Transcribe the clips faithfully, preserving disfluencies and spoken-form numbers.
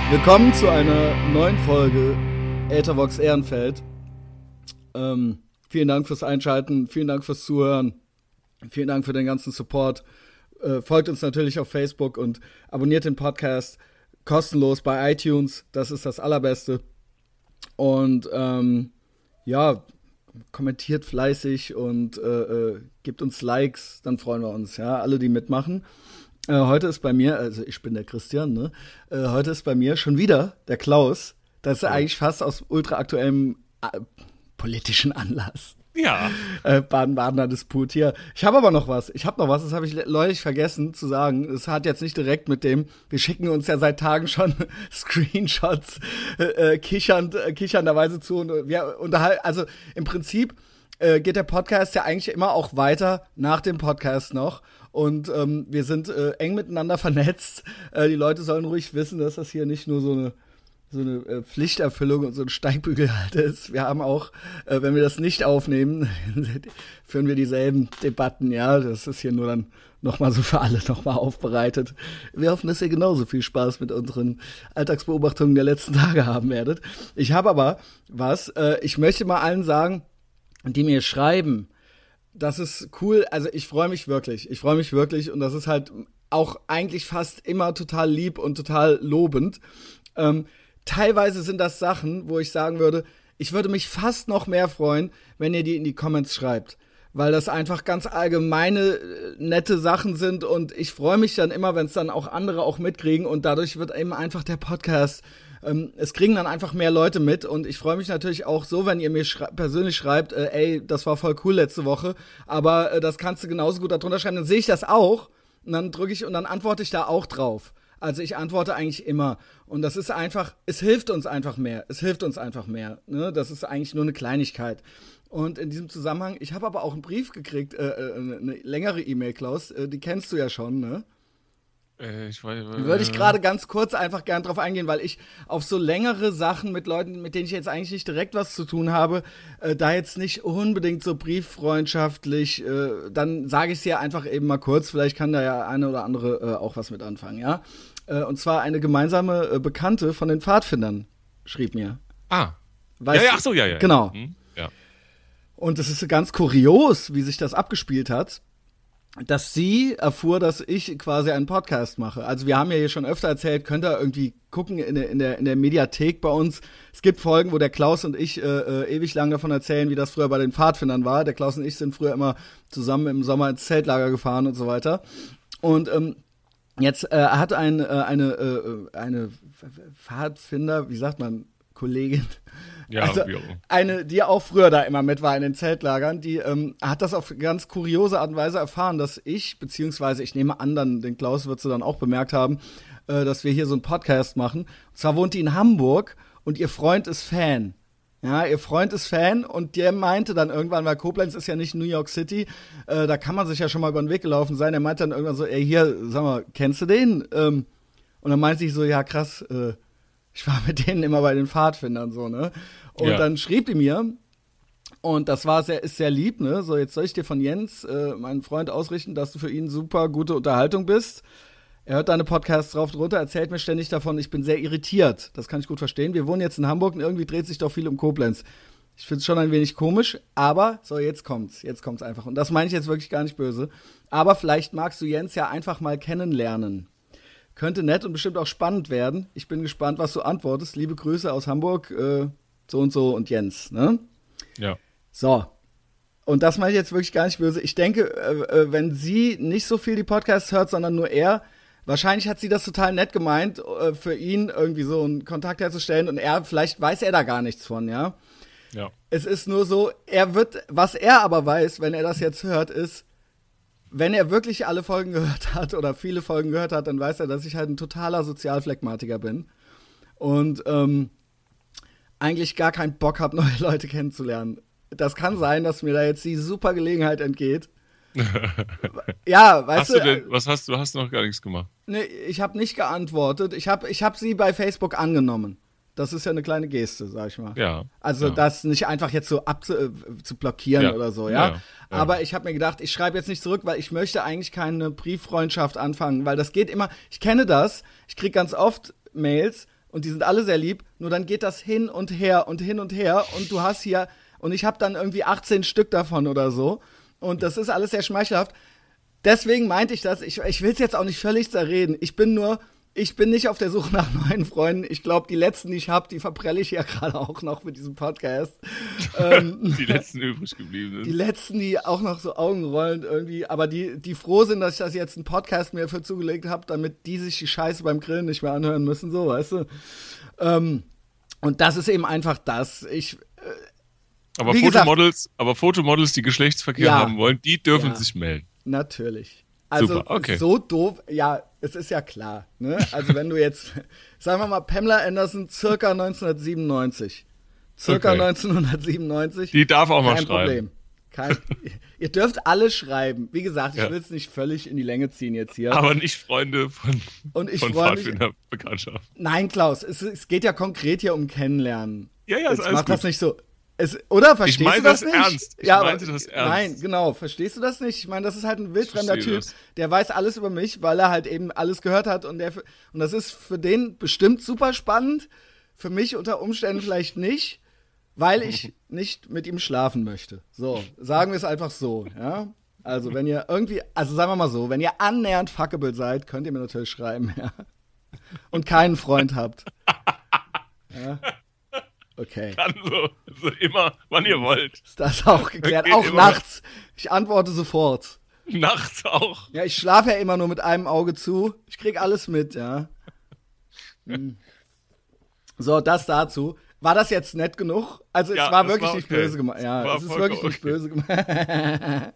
Willkommen zu einer neuen Folge Äthervox Ehrenfeld. Ähm, vielen Dank fürs Einschalten, vielen Dank fürs Zuhören, vielen Dank für den ganzen Support. Äh, folgt uns natürlich auf Facebook und abonniert den Podcast kostenlos bei iTunes, das ist das Allerbeste. Und ähm, ja, kommentiert fleißig und äh, äh, gebt uns Likes, dann freuen wir uns, ja, alle, die mitmachen. Äh, heute ist bei mir, also ich bin der Christian, ne? Äh, heute ist bei mir schon wieder der Klaus. Das ist ja eigentlich fast aus ultraaktuellem äh, politischen Anlass. Ja. Äh, Baden-Badener Disput hier. Ich habe aber noch was. Ich habe noch was, das habe ich neulich vergessen zu sagen. Es hat jetzt nicht direkt mit dem, wir schicken uns ja seit Tagen schon Screenshots äh, kichernd, äh, kichernderweise zu. Und wir unterhalten, also im Prinzip äh, geht der Podcast ja eigentlich immer auch weiter nach dem Podcast noch. Und ähm, wir sind äh, eng miteinander vernetzt. Äh, die Leute sollen ruhig wissen, dass das hier nicht nur so eine so eine äh, Pflichterfüllung und so ein Steigbügel halt ist. Wir haben auch, äh, wenn wir das nicht aufnehmen, führen wir dieselben Debatten, ja. Das ist hier nur dann nochmal so für alle nochmal aufbereitet. Wir hoffen, dass ihr genauso viel Spaß mit unseren Alltagsbeobachtungen der letzten Tage haben werdet. Ich habe aber was, äh, ich möchte mal allen sagen, die mir schreiben, das ist cool, also ich freue mich wirklich, ich freue mich wirklich und das ist halt auch eigentlich fast immer total lieb und total lobend. Ähm, teilweise sind das Sachen, wo ich sagen würde, ich würde mich fast noch mehr freuen, wenn ihr die in die Comments schreibt, weil das einfach ganz allgemeine, nette Sachen sind und ich freue mich dann immer, wenn es dann auch andere auch mitkriegen und dadurch wird eben einfach der Podcast, ähm, es kriegen dann einfach mehr Leute mit und ich freue mich natürlich auch so, wenn ihr mir schrei- persönlich schreibt, äh, ey, das war voll cool letzte Woche, aber äh, das kannst du genauso gut darunter schreiben, dann sehe ich das auch und dann drücke ich und dann antworte ich da auch drauf. Also ich antworte eigentlich immer. Und das ist einfach, es hilft uns einfach mehr. Es hilft uns einfach mehr. Ne? Das ist eigentlich nur eine Kleinigkeit. Und in diesem Zusammenhang, ich habe aber auch einen Brief gekriegt, äh, eine längere E-Mail, Klaus, äh, die kennst du ja schon, ne? Äh, ich weiß, äh, Würde ich gerade ganz kurz einfach gern drauf eingehen, weil ich auf so längere Sachen mit Leuten, mit denen ich jetzt eigentlich nicht direkt was zu tun habe, äh, da jetzt nicht unbedingt so brieffreundschaftlich, äh, dann sage ich es ja einfach eben mal kurz, vielleicht kann da ja eine oder andere äh, auch was mit anfangen, ja? Äh, und zwar eine gemeinsame äh, Bekannte von den Pfadfindern schrieb mir. Ah. Weißt ja, ja, du- ach so, ja, ja. Genau. Hm, ja. Und es ist ganz kurios, wie sich das abgespielt hat, dass sie erfuhr, dass ich quasi einen Podcast mache. Also wir haben ja hier schon öfter erzählt, könnt ihr irgendwie gucken in der, in der, in der Mediathek bei uns. Es gibt Folgen, wo der Klaus und ich äh, äh, ewig lang davon erzählen, wie das früher bei den Pfadfindern war. Der Klaus und ich sind früher immer zusammen im Sommer ins Zeltlager gefahren und so weiter. Und ähm, jetzt äh, hat ein, äh, eine, äh, eine Pfadfinder, wie sagt man, Kollegin, Ja, also wie auch. eine, die auch früher da immer mit war in den Zeltlagern, die ähm, hat das auf ganz kuriose Art und Weise erfahren, dass ich, beziehungsweise ich nehme an, dann, den Klaus wird sie dann auch bemerkt haben, äh, dass wir hier so einen Podcast machen. Und zwar wohnt die in Hamburg und ihr Freund ist Fan. Ja, ihr Freund ist Fan und der meinte dann irgendwann, weil Koblenz ist ja nicht New York City, äh, da kann man sich ja schon mal über den Weg gelaufen sein. Der meinte dann irgendwann so, ey, hier, sag mal, kennst du den? Ähm, und dann meinte ich so, ja krass, äh, ich war mit denen immer bei den Pfadfindern so, ne? Und Ja. dann schrieb die mir, und das war sehr, ist sehr lieb, ne? So, jetzt soll ich dir von Jens, äh, meinen Freund, ausrichten, dass du für ihn super gute Unterhaltung bist. Er hört deine Podcasts drauf drunter, erzählt mir ständig davon, ich bin sehr irritiert. Das kann ich gut verstehen. Wir wohnen jetzt in Hamburg und irgendwie dreht sich doch viel um Koblenz. Ich find's schon ein wenig komisch, aber so, jetzt kommt's. Jetzt kommt's einfach. Und das meine ich jetzt wirklich gar nicht böse. Aber vielleicht magst du Jens ja einfach mal kennenlernen. Könnte nett und bestimmt auch spannend werden. Ich bin gespannt, was du antwortest. Liebe Grüße aus Hamburg, äh, so und so und Jens, ne? Ja. So. Und das meine ich jetzt wirklich gar nicht böse. Ich denke, äh, äh, wenn sie nicht so viel die Podcasts hört, sondern nur er, wahrscheinlich hat sie das total nett gemeint, äh, für ihn irgendwie so einen Kontakt herzustellen und er, vielleicht weiß er da gar nichts von, ja? Ja. Es ist nur so, er wird, was er aber weiß, wenn er das jetzt hört, ist, wenn er wirklich alle Folgen gehört hat oder viele Folgen gehört hat, dann weiß er, dass ich halt ein totaler Sozialphlegmatiker bin und ähm, eigentlich gar keinen Bock habe, neue Leute kennenzulernen. Das kann sein, dass mir da jetzt die super Gelegenheit entgeht. Ja, weißt Hast du, du denn, was hast du? Du hast noch gar nichts gemacht. nee, ich habe nicht geantwortet. Ich habe ich hab sie bei Facebook angenommen. Das ist ja eine kleine Geste, sag ich mal. Ja. Also ja. das nicht einfach jetzt so abzu äh, zu blockieren Ja. oder so, ja. Ja, ja. Aber ich habe mir gedacht, ich schreibe jetzt nicht zurück, weil ich möchte eigentlich keine Brieffreundschaft anfangen, weil das geht immer, ich kenne das, ich kriege ganz oft Mails und die sind alle sehr lieb, nur dann geht das hin und her und hin und her und du hast hier, und ich habe dann irgendwie achtzehn Stück davon oder so und das ist alles sehr schmeichelhaft. Deswegen meinte ich das, ich, ich will es jetzt auch nicht völlig zerreden, ich bin nur, ich bin nicht auf der Suche nach neuen Freunden. Ich glaube, die letzten, die ich habe, die verprelle ich ja gerade auch noch mit diesem Podcast. ähm, die letzten übrig geblieben sind. Die letzten, die auch noch so augenrollend irgendwie, aber die, die froh sind, dass ich das jetzt einen Podcast mir für zugelegt habe, damit die sich die Scheiße beim Grillen nicht mehr anhören müssen, so, weißt du. Ähm, und das ist eben einfach das. Ich, äh, aber wie Fotomodels, gesagt, aber Fotomodels, die Geschlechtsverkehr ja, haben wollen, die dürfen ja, sich melden. Natürlich. Also Super, okay. So doof, ja, es ist ja klar, ne? Also wenn du jetzt, sagen wir mal, Pamela Anderson, circa neunzehnhundertsiebenundneunzig. Circa Okay. neunzehnhundertsiebenundneunzig. Die darf auch mal Kein schreiben. Problem. Kein, ihr dürft alle schreiben. Wie gesagt, ich Ja. will es nicht völlig in die Länge ziehen jetzt hier. Aber nicht Freunde von, Und ich von freu mich- Pfadfinderbekanntschaft. Nein, Klaus, es, es geht ja konkret hier um Kennenlernen. Ja, ja, ist Jetzt alles mach gut. das nicht so. Es, oder verstehst Ich meine du das, das nicht? ernst. Ich ja, meinte aber, das ernst. Nein, genau. Verstehst du das nicht? Ich meine, das ist halt ein wildfremder Ich Typ, verstehe das. der weiß alles über mich, weil er halt eben alles gehört hat und der und das ist für den bestimmt super spannend. Für mich unter Umständen vielleicht nicht, weil ich nicht mit ihm schlafen möchte. So, sagen wir es einfach so, ja? Also, wenn ihr irgendwie, also sagen wir mal so, wenn ihr annähernd fuckable seid, könnt ihr mir natürlich schreiben, ja. Und keinen Freund habt. Ja. Okay. Kann so, so immer, wann ihr wollt. Ist das auch geklärt? Geht Auch immer. nachts. Ich antworte sofort. Nachts auch. Ja, ich schlafe ja immer nur mit einem Auge zu. Ich krieg alles mit, ja. Hm. So, das dazu. War das jetzt nett genug? Also, es Ja, war das wirklich war nicht okay. böse gemeint. Ja, War es ist vollkommen wirklich nicht okay. böse gemeint.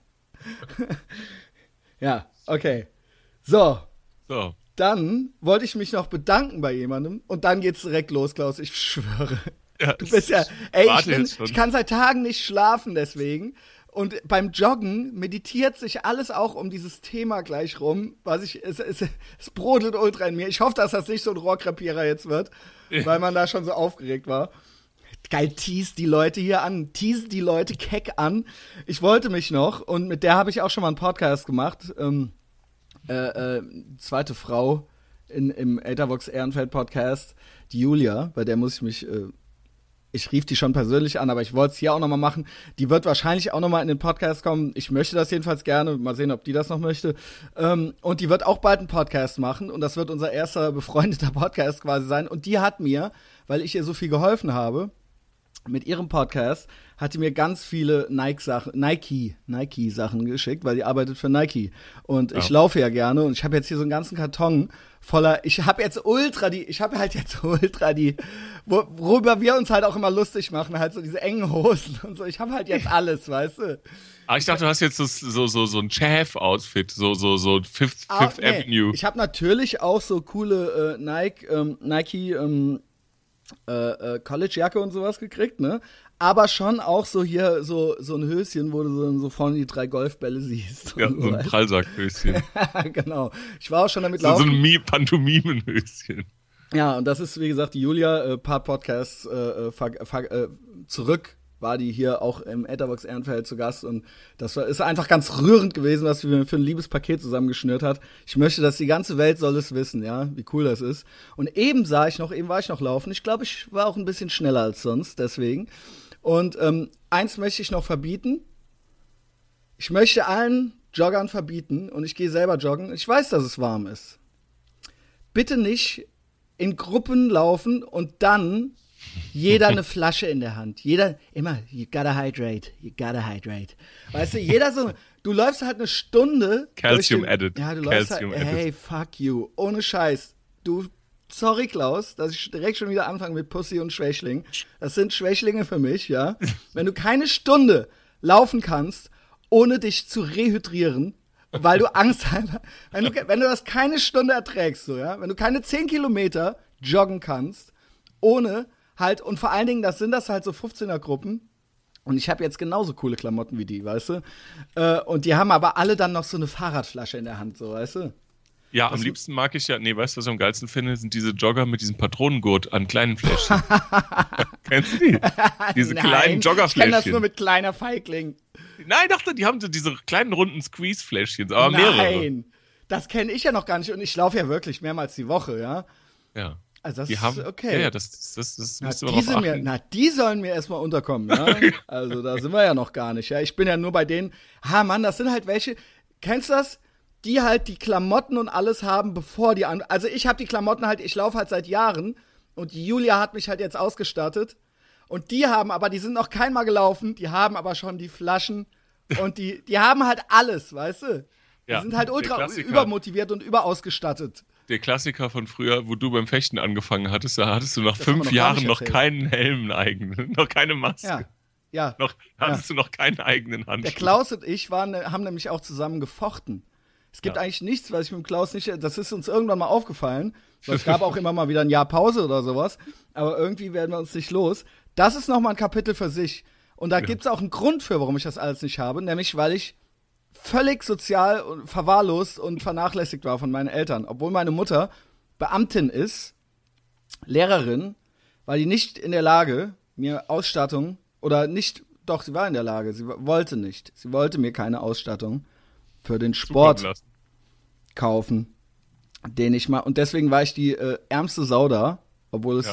Ja, okay. So, So. dann wollte ich mich noch bedanken bei jemandem und dann geht's direkt los, Klaus. Ich schwöre. Ja, Du bist ja, ey, ich, warte bin, jetzt schon. ich kann seit Tagen nicht schlafen deswegen. Und beim Joggen meditiert sich alles auch um dieses Thema gleich rum, was ich, es, es, es brodelt ultra in mir. Ich hoffe, dass das nicht so ein Rohrkrepierer jetzt wird, Ja. weil man da schon so aufgeregt war. Geil, tease die Leute hier an, tease die Leute keck an. Ich wollte mich noch, und mit der habe ich auch schon mal einen Podcast gemacht, ähm, äh, äh, zweite Frau in, im Ethervox Ehrenfeld Podcast, die Julia, bei der muss ich mich, äh, ich rief die schon persönlich an, aber ich wollte es hier auch nochmal machen. Die wird wahrscheinlich auch nochmal in den Podcast kommen. Ich möchte das jedenfalls gerne. Mal sehen, ob die das noch möchte. Ähm, und die wird auch bald einen Podcast machen. Und das wird unser erster befreundeter Podcast quasi sein. Und die hat mir, weil ich ihr so viel geholfen habe, mit ihrem Podcast, hat die mir ganz viele Nike-Sachen, Nike, Nike-Sachen geschickt, weil die arbeitet für Nike. Und ich Ja. laufe ja gerne und ich habe jetzt hier so einen ganzen Karton voller, ich habe jetzt ultra die, ich habe halt jetzt ultra die, wo, worüber wir uns halt auch immer lustig machen, halt so diese engen Hosen und so. Ich habe halt jetzt alles, weißt du? Aber ich dachte, du hast jetzt so, so, so, so ein Chav-Outfit, so, so, so Fifth, Ah, Fifth nee. Avenue. Ich habe natürlich auch so coole äh, Nike, ähm, Nike ähm, äh, äh, College-Jacke und sowas gekriegt, ne? Aber schon auch so hier so, so ein Höschen, wo du so, so vorne die drei Golfbälle siehst. Ja, und so ein weißt. Prallsackhöschen. Genau. Ich war auch schon damit so, so laufen. ein Mi- Pantomimenhöschen. Ja, und das ist, wie gesagt, die Julia, äh, paar Podcasts äh, äh, ver, ver, äh, zurück war die hier auch im Etherbox Ehrenfeld zu Gast und das war, ist einfach ganz rührend gewesen, was sie mir für ein liebes Paket zusammengeschnürt hat. Ich möchte, dass die ganze Welt soll es wissen, ja, wie cool das ist. Und eben sah ich noch, eben war ich noch laufen. Ich glaube, ich war auch ein bisschen schneller als sonst, deswegen. Und ähm, eins möchte ich noch verbieten. Ich möchte allen Joggern verbieten und ich gehe selber joggen. Ich weiß, dass es warm ist. Bitte nicht in Gruppen laufen und dann jeder eine Flasche in der Hand. Jeder, immer, you gotta hydrate, you gotta hydrate. Weißt du, jeder so, du läufst halt eine Stunde. Calcium durch den, added. Ja, du läufst Calcium halt, added. hey, fuck you. Ohne Scheiß. Du, sorry, Klaus, dass ich direkt schon wieder anfange mit Pussy und Schwächling. Das sind Schwächlinge für mich, ja. Wenn du keine Stunde laufen kannst, ohne dich zu rehydrieren, weil du Angst hast, wenn du, wenn du das keine Stunde erträgst, so, ja, wenn du keine zehn Kilometer joggen kannst, ohne halt, und vor allen Dingen, das sind das halt so fünfzehner-Gruppen, und ich habe jetzt genauso coole Klamotten wie die, weißt du, äh, und die haben aber alle dann noch so eine Fahrradflasche in der Hand, so, weißt du. Ja, am liebsten mag ich ja, nee, weißt du, was ich am geilsten finde, sind diese Jogger mit diesem Patronengurt an kleinen Fläschchen. Kennst du die? Diese Nein, kleinen ich kenne das Joggerfläschchen. nur mit kleiner Feigling. Nein, dachte, die haben so diese kleinen runden Squeeze-Fläschchen, aber mehrere. Nein, das kenne ich ja noch gar nicht, und ich laufe ja wirklich mehrmals die Woche, ja. Ja. Also das Die ist haben, okay. Ja, ja, das, das, das, das Na, müsst ihr die darauf sind mir, achten. na, die sollen mir erstmal unterkommen, ja. Also da sind wir ja noch gar nicht, ja. Ich bin ja nur bei denen, ha Mann, das sind halt welche, kennst du das? Die halt die Klamotten und alles haben, bevor die an. Also ich habe die Klamotten halt, ich laufe halt seit Jahren und die Julia hat mich halt jetzt ausgestattet. Und die haben aber, die sind noch keinmal gelaufen, die haben aber schon die Flaschen und die, die haben halt alles, weißt du? Die Ja, sind halt der ultra Klassiker. übermotiviert und überausgestattet. Der Klassiker von früher, wo du beim Fechten angefangen hattest, da hattest du nach Das haben wir fünf noch gar Jahren nicht noch erzählt. keinen Helm eigenen, noch keine Maske. Ja, ja. Noch, hattest du noch keinen eigenen Der Handschuh. Klaus und ich waren, haben nämlich auch zusammen gefochten. Es gibt Ja. eigentlich nichts, was ich mit dem Klaus nicht, das ist uns irgendwann mal aufgefallen. Weil es gab auch immer mal wieder ein Jahr Pause oder sowas. Aber irgendwie werden wir uns nicht los. Das ist nochmal ein Kapitel für sich. Und da Ja. gibt's auch einen Grund für, warum ich das alles nicht habe. Nämlich, weil ich völlig sozial und verwahrlost und vernachlässigt war von meinen Eltern. Obwohl meine Mutter Beamtin ist, Lehrerin, war die nicht in der Lage, mir Ausstattung, oder nicht, doch, sie war in der Lage, sie wollte nicht. Sie wollte mir keine Ausstattung für den Sport Zukommen lassen. kaufen, den ich mal, und deswegen war ich die äh, ärmste Sau da, obwohl es Ja.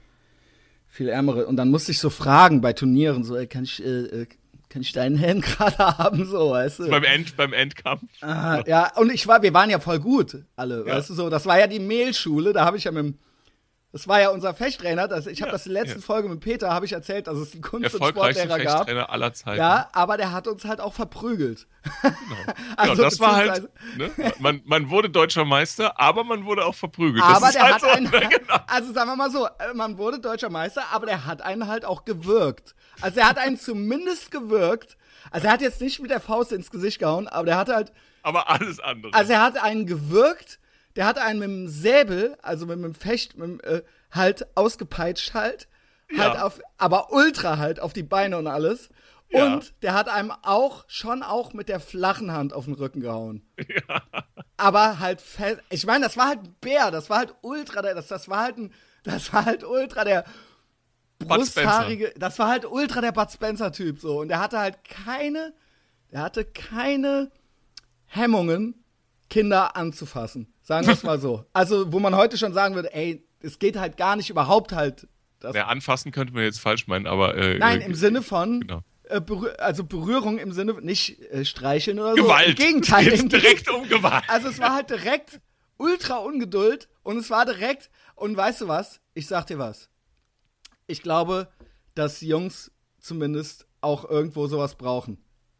viel ärmere, und dann musste ich so fragen bei Turnieren, so, ey, kann ich, äh, äh, kann ich deinen Helm gerade haben, so, weißt du? Beim, End, beim Endkampf. Ah, ja, und ich war, wir waren ja voll gut, alle, Ja. weißt du, so, das war ja die Mehlschule, da habe ich ja mit dem, das war ja unser Fechttrainer, das, ich habe Ja, das in der letzten ja. Folge mit Peter, habe ich erzählt, dass es die Kunst- und Erfolgreichste Sportlehrer gab. Fechttrainer aller Zeiten. Ja, aber der hat uns halt auch verprügelt. Genau. Also, ja, das war halt, beziehungsweise- ne? man, man wurde deutscher Meister, aber man wurde auch verprügelt. Aber das ist der halt hat so, einen, ne, genau. also sagen wir mal so, äh, man wurde deutscher Meister, aber der hat einen halt auch gewürgt. Also er hat einen zumindest gewürgt. Also er hat jetzt nicht mit der Faust ins Gesicht gehauen, aber der hat halt, Aber alles andere. also er hat einen gewürgt, der hat einen mit dem Säbel, also mit dem Fecht, mit dem, äh, halt ausgepeitscht halt, halt Ja. auf, aber ultra halt auf die Beine und alles. Ja. Und der hat einem auch, schon auch mit der flachen Hand auf den Rücken gehauen. Ja. Aber halt fest. Ich meine, das war halt ein Bär, das war halt ultra, der, das, das war halt ein, das war halt ultra der Bud brusthaarige, das war halt ultra der Bud Spencer-Typ so. Und der hatte halt keine, der hatte keine Hemmungen, Kinder anzufassen. Sagen wir es mal so. Also, wo man heute schon sagen würde, ey, es geht halt gar nicht überhaupt halt. Das, Ja, anfassen könnte man jetzt falsch meinen, aber äh, nein, äh, im Sinne von, genau. äh, berühr, also Berührung im Sinne, nicht äh, streicheln oder Gewalt. so. Im Gegenteil. Es Im geht direkt um Gewalt. Also es war halt direkt ultra Ungeduld und es war direkt, und weißt du was? Ich sag dir was. Ich glaube, dass Jungs zumindest auch irgendwo sowas brauchen.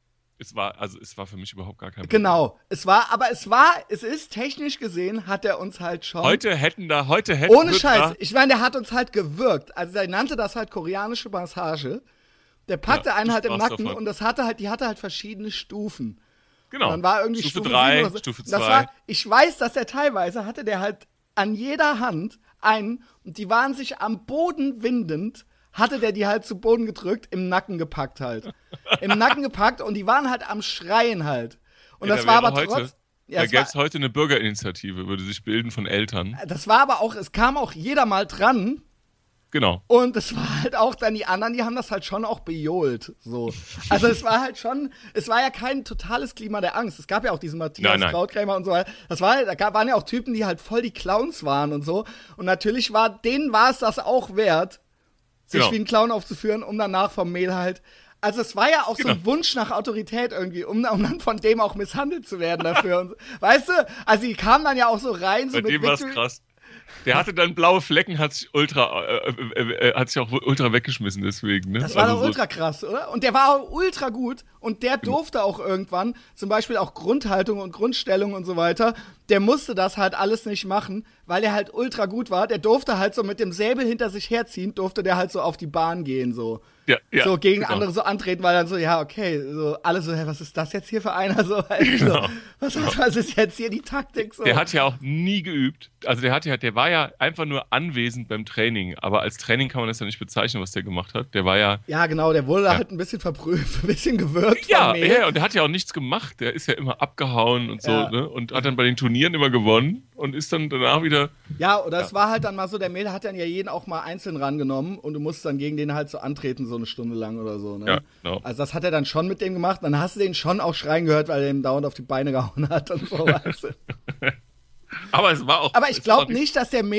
Es war, also es war für mich überhaupt gar kein Problem. Genau. Es war, aber es war, es ist technisch gesehen, hat er uns halt schon. Heute hätten da, heute hätten Ohne wird Scheiß. Da, Ich meine, der hat uns halt gewürgt. Also er nannte das halt koreanische Massage. Der packte Ja, einen du halt im sprachst Nacken davon. und das hatte halt, die hatte halt verschiedene Stufen. genau. Dann war irgendwie Stufe Stufe drei, sieben oder so. Stufe Das zwei. war, ich weiß, dass der teilweise hatte der halt an jeder Hand einen und die waren sich am Boden windend, hatte der die halt zu Boden gedrückt, im Nacken gepackt halt. Im Nacken gepackt und die waren halt am Schreien halt. Und Ja, das da war wäre aber heute, trotz. Ja, da es gäbe war, es heute eine Bürgerinitiative, würde sich bilden von Eltern. das war aber auch, es kam auch jeder mal dran. Genau. Und es war halt auch dann die anderen, die haben das halt schon auch bejohlt. So. Also es war halt schon, es war ja kein totales Klima der Angst. Es gab ja auch diesen Matthias Nein, nein. Krautkrämer und so weiter. Das war, da gab, waren ja auch Typen, die halt voll die Clowns waren und so. Und natürlich war, denen war es das auch wert, sich Genau. wie ein Clown aufzuführen, um danach vom Mehl halt. Also es war ja auch so ein Genau. Wunsch nach Autorität irgendwie, um, um dann von dem auch misshandelt zu werden dafür. Und so. Weißt du? Also die kamen dann ja auch so rein. So Bei mit dem war es Victory- krass. Der hatte dann blaue Flecken, hat sich ultra, äh, äh, äh, hat sich auch ultra weggeschmissen deswegen. Ne? Das war Also doch so- ultra krass, oder? Und der war auch ultra gut und der durfte auch irgendwann, zum Beispiel auch Grundhaltung und Grundstellung und so weiter, der musste das halt alles nicht machen, weil er halt ultra gut war. Der durfte halt so mit dem Säbel hinter sich herziehen, durfte der halt so auf die Bahn gehen, so. Ja, ja, so gegen genau. andere so antreten, weil dann so, ja, okay, so alle so, hä, was ist das jetzt hier für einer? So, halt, Genau. so was, was ist jetzt hier die Taktik? So. Der hat ja auch nie geübt. Also der hat ja, der war ja einfach nur anwesend beim Training. Aber als Training kann man das ja nicht bezeichnen, was der gemacht hat. Der war ja. ja, genau, der wurde Ja. halt ein bisschen verprüft, ein bisschen gewürgt. Ja, vom Mehl. ja, und der hat ja auch nichts gemacht. Der ist ja immer abgehauen und so, Ja. ne? Und hat dann bei den Turnieren immer gewonnen und ist dann danach wieder. Ja, oder es war halt dann mal so, der Mehl hat dann ja jeden auch mal einzeln rangenommen und du musst dann gegen den halt so antreten, so eine Stunde lang oder so, ne? Ja, genau. Also das hat er dann schon mit dem gemacht, dann hast du den schon auch schreien gehört, weil er ihm dauernd auf die Beine gehauen hat und so, weißt du. Aber es war auch. Aber ich es war glaube nicht, dass der Mehl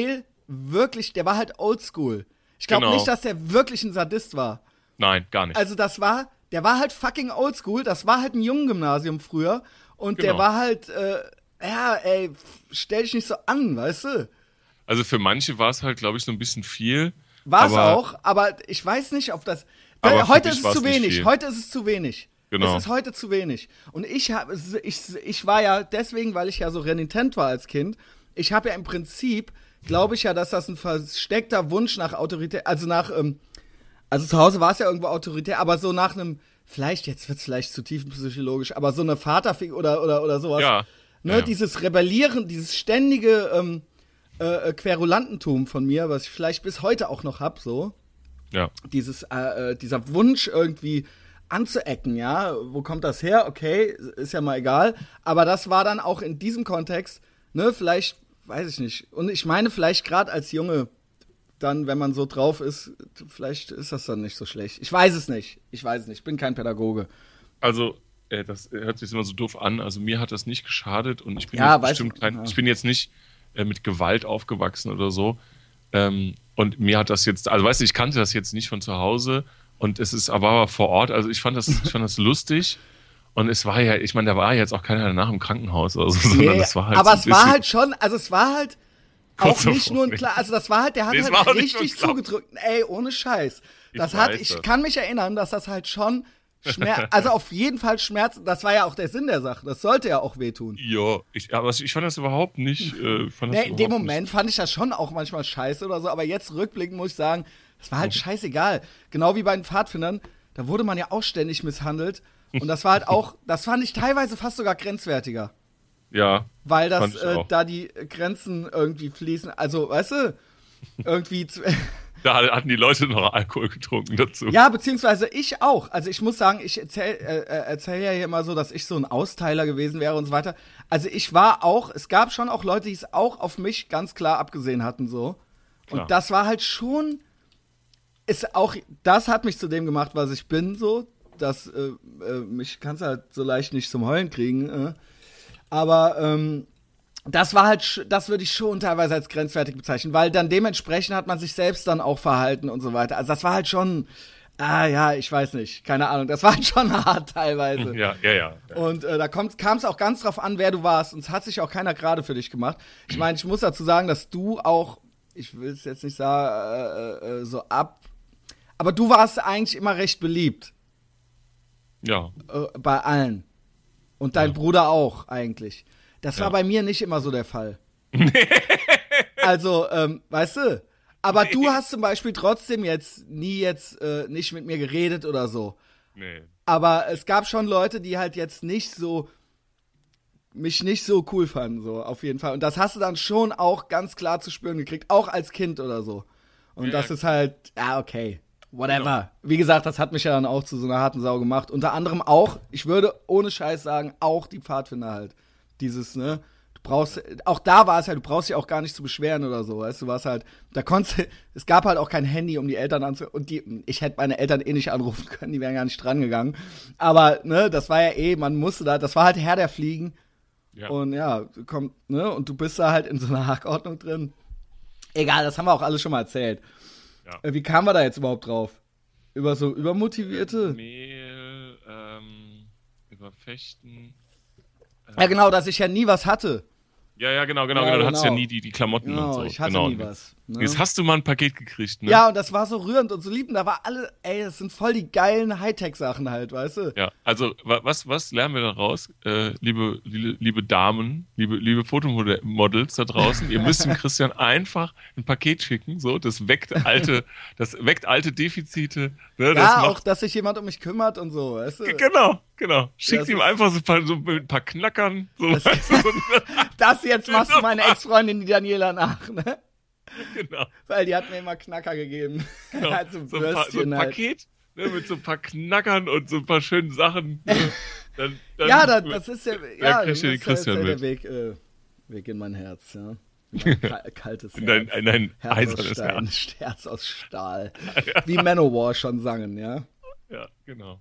wirklich, der war halt oldschool. Ich glaube Genau. nicht, dass der wirklich ein Sadist war. Nein, gar nicht. Also das war, der war halt fucking oldschool, das war halt ein Junggymnasium früher und Genau. der war halt, äh, ja, ey, stell dich nicht so an, weißt du? Also für manche war es halt, glaube ich, so ein bisschen viel. War es aber, auch, aber ich weiß nicht, ob das, Aber da, für heute dich ist es war's zu nicht wenig, viel. heute ist es zu wenig. Genau. Es ist heute zu wenig. Und ich habe, ich, ich war ja deswegen, weil ich ja so renitent war als Kind, ich habe ja im Prinzip, glaube ich ja, dass das ein versteckter Wunsch nach Autorität, also nach, ähm, also zu Hause war es ja irgendwo autoritär, aber so nach einem, vielleicht, jetzt wird es vielleicht zu tiefenpsychologisch, aber so eine Vaterfigur oder, oder, oder sowas. Ja. Ne, ja. dieses Rebellieren, dieses ständige ähm, äh, Querulantentum von mir, was ich vielleicht bis heute auch noch hab, so. Ja. Dieses, äh, äh, dieser Wunsch irgendwie anzuecken, ja. Wo kommt das her? Okay, ist ja mal egal. Aber das war dann auch in diesem Kontext, ne, vielleicht, weiß ich nicht. Und ich meine, vielleicht gerade als Junge, dann, wenn man so drauf ist, vielleicht ist das dann nicht so schlecht. Ich weiß es nicht. Ich weiß es nicht. Ich bin kein Pädagoge. Also, äh, das hört sich immer so doof an. Also mir hat das nicht geschadet und ich bin Ja, jetzt weiß- bestimmt kein, ja. ich bin jetzt nicht äh, mit Gewalt aufgewachsen oder so. Ähm, und mir hat das jetzt, also weißt du, ich kannte das jetzt nicht von zu Hause und es ist aber, aber vor Ort. Also ich fand das, ich fand das lustig. Und es war ja, ich meine, da war ja jetzt auch keiner danach im Krankenhaus oder so, sondern Nee, es war halt aber so ein es war bisschen- halt schon, also es war halt auch Kurz nicht davor, nur ein nee. klar, also das war halt, der hat Nee, es halt war auch nicht nur ein richtig Klapp. zugedrückt. Ey, ohne Scheiß. Ich Das hat, weiß ich das. kann mich erinnern, dass das halt schon Schmerz, also auf jeden Fall Schmerz, das war ja auch der Sinn der Sache, das sollte ja auch wehtun. Ja, ich, aber ich fand das überhaupt nicht. Äh, fand das Nee, in dem überhaupt Moment fand ich das schon auch manchmal scheiße oder so, aber jetzt rückblickend muss ich sagen, das war halt scheißegal. Genau wie bei den Pfadfindern, da wurde man ja auch ständig misshandelt und das war halt auch, das fand ich teilweise fast sogar grenzwertiger. Nicht. Ja, Weil das, Fand ich äh, auch. da die Grenzen irgendwie fließen. Also, weißt du, irgendwie. zu- da hatten die Leute noch Alkohol getrunken dazu. ja, beziehungsweise ich auch. Also, ich muss sagen, ich erzähle äh, äh, erzähl ja hier immer so, dass ich so ein Austeiler gewesen wäre und so weiter. Also, ich war auch, es gab schon auch Leute, die es auch auf mich ganz klar abgesehen hatten, so. Klar. Und das war halt schon. Ist auch, das hat mich zu dem gemacht, was ich bin, so. Das, äh, äh, mich kannst du halt so leicht nicht zum Heulen kriegen, äh. Aber ähm, das war halt, sch- das würde ich schon teilweise als grenzwertig bezeichnen, weil dann dementsprechend hat man sich selbst dann auch verhalten und so weiter. Also das war halt schon, ah ja, ich weiß nicht, keine Ahnung, das war halt schon hart teilweise. Ja, ja, ja. ja. Und äh, da kam es auch ganz drauf an, wer du warst. Und es hat sich auch keiner gerade für dich gemacht. Ich meine, ich muss dazu sagen, dass du auch, ich will es jetzt nicht sagen, äh, äh, so ab, aber du warst eigentlich immer recht beliebt Ja. äh, bei allen. Und dein Ja. Bruder auch, eigentlich. Das war Ja. bei mir nicht immer so der Fall. Also, ähm, weißt du? Aber du hast zum Beispiel trotzdem jetzt nie jetzt äh, nicht mit mir geredet oder so. Nee. Aber es gab schon Leute, die halt jetzt nicht so mich nicht so cool fanden, so auf jeden Fall. Und das hast du dann schon auch ganz klar zu spüren gekriegt, auch als Kind oder so. Und Ja, das ja. ist halt, ja, okay. Whatever. Wie gesagt, das hat mich ja dann auch zu so einer harten Sau gemacht. Unter anderem auch, ich würde ohne Scheiß sagen, auch die Pfadfinder halt. Dieses, ne, du brauchst, auch da war es halt, du brauchst dich auch gar nicht zu beschweren oder so, weißt du, warst halt, da konntest du, es gab halt auch kein Handy, um die Eltern anzu, und die, ich hätte meine Eltern eh nicht anrufen können, die wären gar nicht dran gegangen. Aber, ne, das war ja eh, man musste da, das war halt Herr der Fliegen. Ja. Und ja, kommt, ne, und du bist da halt in so einer Hackordnung drin. Egal, das haben wir auch alles schon mal erzählt. Ja. Äh, Wie kamen wir da jetzt überhaupt drauf? Über so übermotivierte? Mehl, ähm, überfechten. Ja, genau, dass ich ja nie was hatte. Ja, ja, genau, genau, Ja, genau. Du hattest ja genau. nie die, die Klamotten Genau, und so. ich hatte genau. nie was. Ne? Jetzt hast du mal ein Paket gekriegt, ne? Ja, und das war so rührend und so lieb. Und da war alle, ey, das sind voll die geilen Hightech-Sachen halt, weißt du? Ja, also wa- was, was lernen wir daraus? Äh, liebe, liebe, liebe Damen, liebe, liebe Fotomodels da draußen, ihr müsst dem Christian einfach ein Paket schicken, so, das weckt alte, das weckt alte Defizite, ne, das Ja, macht, auch, dass sich jemand um mich kümmert und so, weißt du? genau, genau, schickt das ihm ist- einfach so ein paar, so mit ein paar Knackern, so, Das- weißt du, so Das jetzt machst du meine Ex-Freundin, die Daniela, nach, ne? genau, Weil die hat mir immer Knacker gegeben. genau. Halt so so, ein paar, so ein Würstchen halt. Paket, ne, mit so ein paar Knackern und so ein paar schönen Sachen, ne, dann, dann, Ja, das, das ist ja, ja, kriegst du den das ist Christian ja der mit. Weg, äh, Weg in mein Herz, ja. In mein kal- kaltes in dein, Herz. in dein Herz aus eisernes Stein, Herz. Herz aus Stahl. Wie Manowar schon sangen, ja. Ja, genau.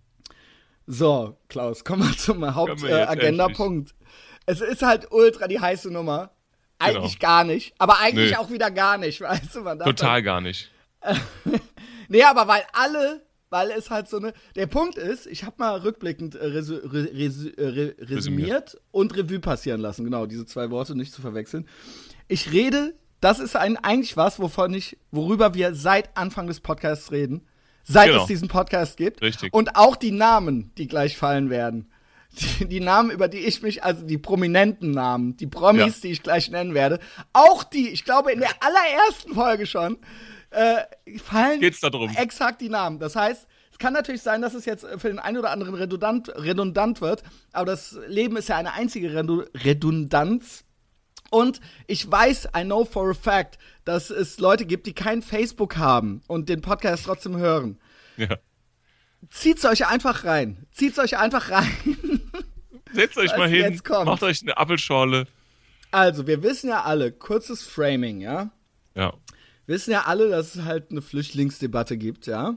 So, Klaus, kommen wir zum Kommen wir jetzt Hauptagendapunkt. Äh, Agendapunkt. Es ist halt ultra die heiße Nummer. eigentlich genau. gar nicht. Aber eigentlich nee. auch wieder gar nicht, weißt du? Man Total dann, gar nicht. nee, aber weil alle, weil es halt so eine, der Punkt ist, ich habe mal rückblickend äh, resu, re, resu, re, resümiert und Revue passieren lassen, genau, diese zwei Worte nicht zu verwechseln. Ich rede, das ist ein, eigentlich was, wovon ich, worüber wir seit Anfang des Podcasts reden, seit genau. es diesen Podcast gibt. Richtig. Und auch die Namen, die gleich fallen werden. Die, die Namen, über die ich mich, also die prominenten Namen, die Promis, ja. die ich gleich nennen werde, auch die, ich glaube in der allerersten Folge schon, äh, fallen Geht's da drum? Exakt die Namen. Das heißt, es kann natürlich sein, dass es jetzt für den einen oder anderen redundant, redundant wird, aber das Leben ist ja eine einzige Redundanz. Und ich weiß, I know for a fact, dass es Leute gibt, die kein Facebook haben und den Podcast trotzdem hören. Ja. Zieht's euch einfach rein. Zieht's euch einfach rein. Setzt euch mal hin, macht euch eine Apfelschorle. Also, wir wissen ja alle, kurzes Framing, ja? Ja. Wir wissen ja alle, dass es halt eine Flüchtlingsdebatte gibt, ja?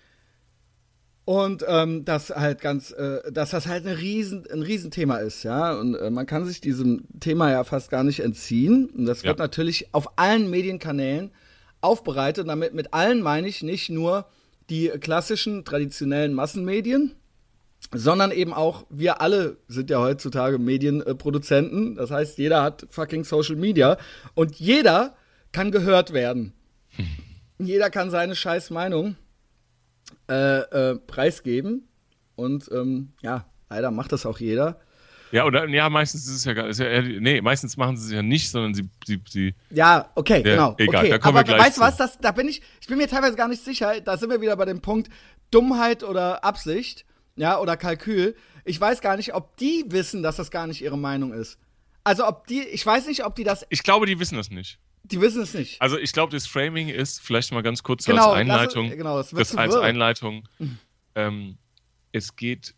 Und ähm, dass halt ganz, äh, dass das halt eine riesen, ein Riesenthema ist, ja? Und äh, man kann sich diesem Thema ja fast gar nicht entziehen. Und das wird ja. natürlich auf allen Medienkanälen aufbereitet. Und damit mit allen meine ich nicht nur die klassischen, traditionellen Massenmedien, sondern eben auch, wir alle sind ja heutzutage Medienproduzenten. Das heißt, jeder hat fucking Social Media und jeder kann gehört werden. Hm. Jeder kann seine scheiß Meinung äh, äh, preisgeben. Und ähm, ja, leider macht das auch jeder. Ja, oder ja, meistens ist es ja gar ist ja eher, nee, meistens machen sie es ja nicht, sondern sie sie sie Ja, okay, ja, genau. Egal, okay. da kommen aber wir gleich weißt du was, das, da bin ich, ich bin mir teilweise gar nicht sicher, da sind wir wieder bei dem Punkt Dummheit oder Absicht, ja, oder Kalkül. Ich weiß gar nicht, ob die wissen, dass das gar nicht ihre Meinung ist. Also ob die, ich weiß nicht, ob die das Ich glaube, die wissen das nicht. Die wissen es nicht. Also ich glaube, das Framing ist vielleicht mal ganz kurz genau, als Einleitung. Das, genau, das wird das als wirr. Einleitung. ähm, es geht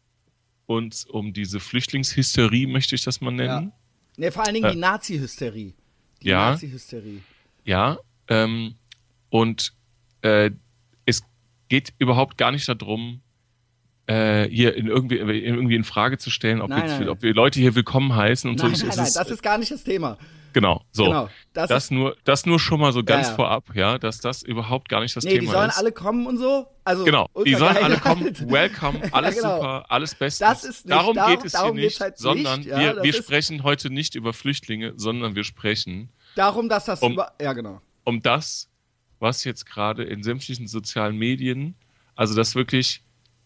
uns um diese Flüchtlingshysterie, möchte ich das mal nennen. Ja. Nee, vor allen Dingen äh, die Nazi-Hysterie. Die ja, Nazi-Hysterie. Ja, ähm, und äh, es geht überhaupt gar nicht darum, äh, hier in irgendwie, irgendwie in Frage zu stellen, ob, nein, jetzt, nein. ob wir Leute hier willkommen heißen und nein, so. Nein, nein, nein, das ist gar nicht das Thema. Genau, so. Genau, das, das, nur, das nur schon mal so ganz ja, ja. vorab, ja, dass das überhaupt gar nicht das nee, Thema ist. Die sollen ist. alle kommen und so. Also, genau, die sollen alle kommen, halt. welcome, alles ja, genau. super, alles bestens. Das ist nicht, darum, darum geht es darum hier nicht, halt sondern nicht, ja, wir, wir ist sprechen heute nicht über Flüchtlinge, sondern wir sprechen darum, dass das um, über, ja genau. um das, was jetzt gerade in sämtlichen sozialen Medien, also dass wirklich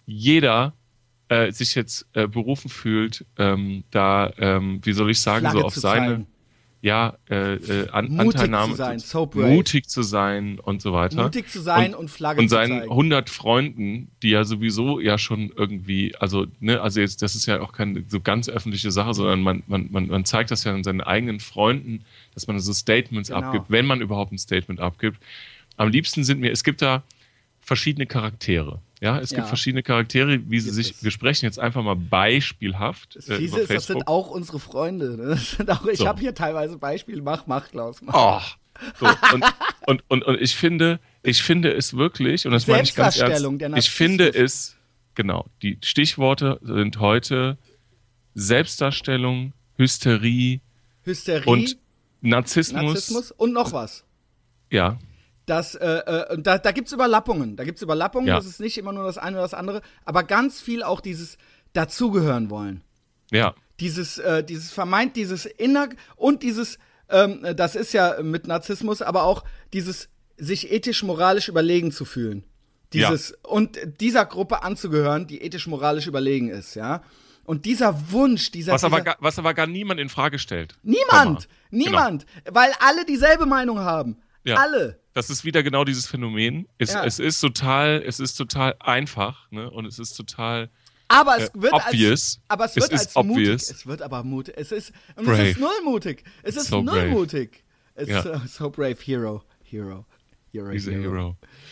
jeder äh, sich jetzt äh, berufen fühlt, ähm, da, ähm, wie soll ich sagen, Flagge so auf seine zeigen. ja, äh, äh, An mutig Anteilnahme, zu sein, so brave. mutig zu sein und so weiter. Mutig zu sein und, und Flagge und zu zeigen. Und seinen seinen hundert Freunden, die ja sowieso ja schon irgendwie, also, ne, also jetzt, das ist ja auch keine so ganz öffentliche Sache, sondern man, man, man, man zeigt das ja an seinen eigenen Freunden, dass man so Statements genau. abgibt, wenn man überhaupt ein Statement abgibt. Am liebsten sind mir, es gibt da verschiedene Charaktere. Ja, es ja. gibt verschiedene Charaktere, wie sie sich, wir sprechen jetzt einfach mal beispielhaft. Das Fiese äh, ist, das sind auch unsere Freunde. Ne? Das sind auch, ich so. habe hier teilweise Beispiele. Mach, mach, Klaus. Mach. Oh, so, und, und, und, und ich finde, ich finde es wirklich, und das meine ich ganz ernst, ich finde es, genau, die Stichworte sind heute Selbstdarstellung, Hysterie, Hysterie und Narzissmus. Narzissmus und noch was. Ja. Das, äh, äh, da, da gibt's Überlappungen. Da gibt's Überlappungen, ja. Das ist nicht immer nur das eine oder das andere, aber ganz viel auch dieses dazugehören wollen. Ja. Dieses, äh, dieses vermeint, dieses inner und dieses, ähm, das ist ja mit Narzissmus, aber auch dieses sich ethisch-moralisch überlegen zu fühlen. Dieses, ja. Und dieser Gruppe anzugehören, die ethisch-moralisch überlegen ist, ja. Und dieser Wunsch, dieser... Was aber, dieser, gar, was aber gar niemand in Frage stellt. Niemand! Niemand! Genau. Weil alle dieselbe Meinung haben. Ja. Alle. Das ist wieder genau dieses Phänomen. Es, ja. es ist total, es ist total einfach, ne? Und es ist total aber es wird äh, obvious. Als, aber es wird es als obvious. mutig. Es wird aber mutig. Es ist, und brave. Es ist null mutig. Es ist so null brave. mutig. Es ja. ist so, so brave. Hero. Hero. Hero. He's a hero. hero.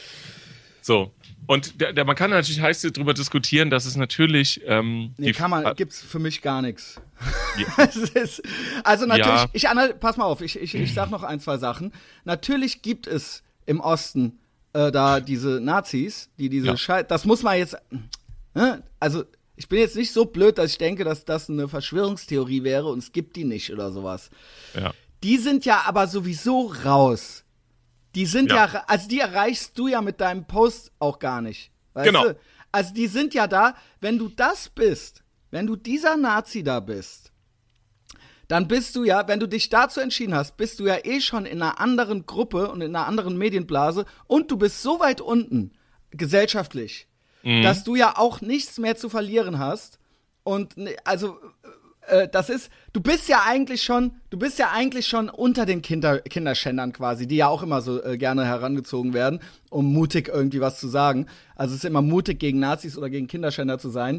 So. Und der, der, man kann natürlich heiß darüber diskutieren, dass es natürlich. Ähm, nee, die, kann man, äh, gibt's für mich gar nichts. Ja. ist, also natürlich, ja. ich pass mal auf, ich, ich, ich sag noch ein, zwei Sachen. Natürlich gibt es im Osten äh, da diese Nazis, die diese ja. Scheiße. Das muss man jetzt. Äh, also, ich bin jetzt nicht so blöd, dass ich denke, dass das eine Verschwörungstheorie wäre und es gibt die nicht oder sowas. Ja. die sind ja aber sowieso raus. Die sind ja. ja, also die erreichst du ja mit deinem Post auch gar nicht. Weißt genau. du? Also die sind ja da, wenn du das bist, wenn du dieser Nazi da bist, dann bist du ja, wenn du dich dazu entschieden hast, bist du ja eh schon in einer anderen Gruppe und in einer anderen Medienblase und du bist so weit unten, gesellschaftlich, mhm. dass du ja auch nichts mehr zu verlieren hast. Und also, äh, das ist, du bist ja eigentlich schon, du bist ja eigentlich schon unter den Kinder, Kinderschändern quasi, die ja auch immer so äh, gerne herangezogen werden, um mutig irgendwie was zu sagen. Also es ist immer mutig, gegen Nazis oder gegen Kinderschänder zu sein.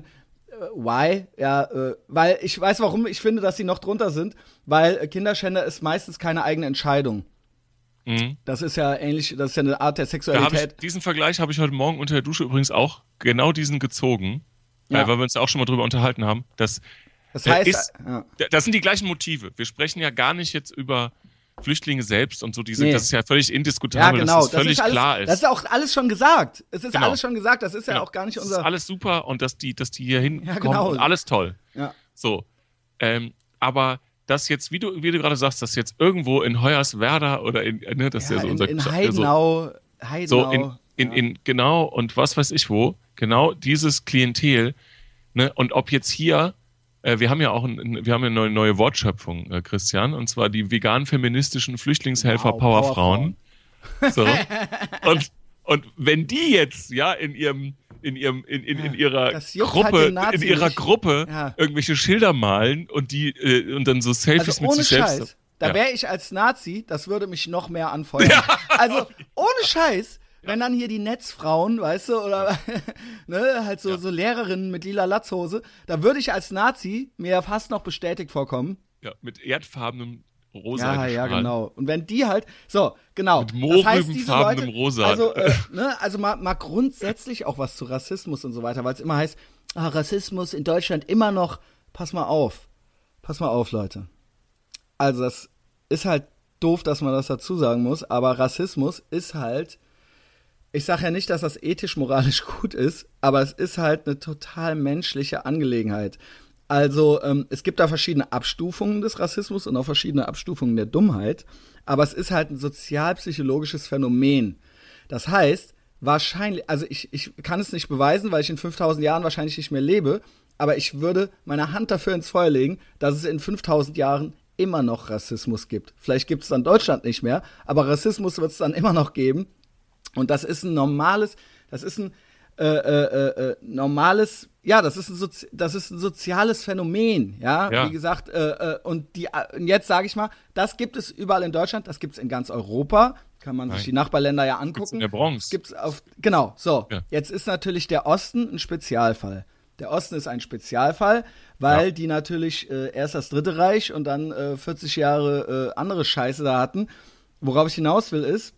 Why? Ja, äh, weil ich weiß, warum ich finde, dass sie noch drunter sind, weil äh, Kinderschänder ist meistens keine eigene Entscheidung. Mhm. Das ist ja ähnlich, das ist ja eine Art der Sexualität. Ich, diesen Vergleich habe ich heute Morgen unter der Dusche übrigens auch genau diesen gezogen, ja. äh, weil wir uns ja auch schon mal drüber unterhalten haben. Dass, das heißt, äh, ist, ja. das sind die gleichen Motive. Wir sprechen ja gar nicht jetzt über Flüchtlinge selbst und so, diese, nee. das ist ja völlig indiskutabel, ja, genau. dass das völlig das ist alles, klar ist. Das ist auch alles schon gesagt. Es ist genau. alles schon gesagt, das ist ja genau. auch gar nicht unser... Das ist alles super und dass die, dass die hier hinkommen ja, genau. und alles toll. Ja. So, ähm, aber das jetzt, wie du, wie du gerade sagst, dass jetzt irgendwo in Hoyerswerda oder in, ne, das ja, ist ja so unser... In, in Heidenau, so, Heidenau. So, in, in, in, genau, und was weiß ich wo, genau dieses Klientel, ne, und ob jetzt hier... Wir haben ja auch ein, wir haben ja eine neue, neue Wortschöpfung, äh, Christian, und zwar die vegan-feministischen Flüchtlingshelfer wow, Powerfrauen. So. und, und wenn die jetzt, ja, in ihrem, in ihrem, in, in, in ihrer Gruppe, halt in ihrer nicht. Gruppe ja. irgendwelche Schilder malen und die, äh, und dann so Selfies also mit ohne sich Scheiß, selbst. Da ja. wäre ich als Nazi, das würde mich noch mehr anfeuern. Ja. Also, ohne Scheiß. Wenn dann hier die Netzfrauen, weißt du, oder ne, halt so, ja. so Lehrerinnen mit lila Latzhose, da würde ich als Nazi mir fast noch bestätigt vorkommen. Ja, mit erdfarbenem Rosa. Ja, ja, genau. Und wenn die halt, so, genau. Mit mohrrübenfarbenem Rosa. Also, äh, ne, also mal, mal grundsätzlich auch was zu Rassismus und so weiter, weil es immer heißt, ah, Rassismus in Deutschland immer noch, pass mal auf. Pass mal auf, Leute. Also das ist halt doof, dass man das dazu sagen muss, aber Rassismus ist halt, ich sage ja nicht, dass das ethisch-moralisch gut ist, aber es ist halt eine total menschliche Angelegenheit. Also ähm, es gibt da verschiedene Abstufungen des Rassismus und auch verschiedene Abstufungen der Dummheit, aber es ist halt ein sozialpsychologisches Phänomen. Das heißt, wahrscheinlich, also ich, ich kann es nicht beweisen, weil ich in fünftausend Jahren wahrscheinlich nicht mehr lebe, aber ich würde meine Hand dafür ins Feuer legen, dass es in fünftausend Jahren immer noch Rassismus gibt. Vielleicht gibt es dann Deutschland nicht mehr, aber Rassismus wird es dann immer noch geben. Und das ist ein normales, das ist ein äh, äh, äh, normales, ja, das ist ein, Sozi- das ist ein soziales Phänomen, ja, ja. Wie gesagt, äh, äh, und die, äh, jetzt sage ich mal, das gibt es überall in Deutschland, das gibt es in ganz Europa, kann man Nein. sich die Nachbarländer ja angucken. Gibt's in der Bronx. Gibt's auf, genau, so, ja. Jetzt ist natürlich der Osten ein Spezialfall. Der Osten ist ein Spezialfall, weil ja. die natürlich äh, erst das Dritte Reich und dann äh, vierzig Jahre äh, andere Scheiße da hatten. Worauf ich hinaus will ist,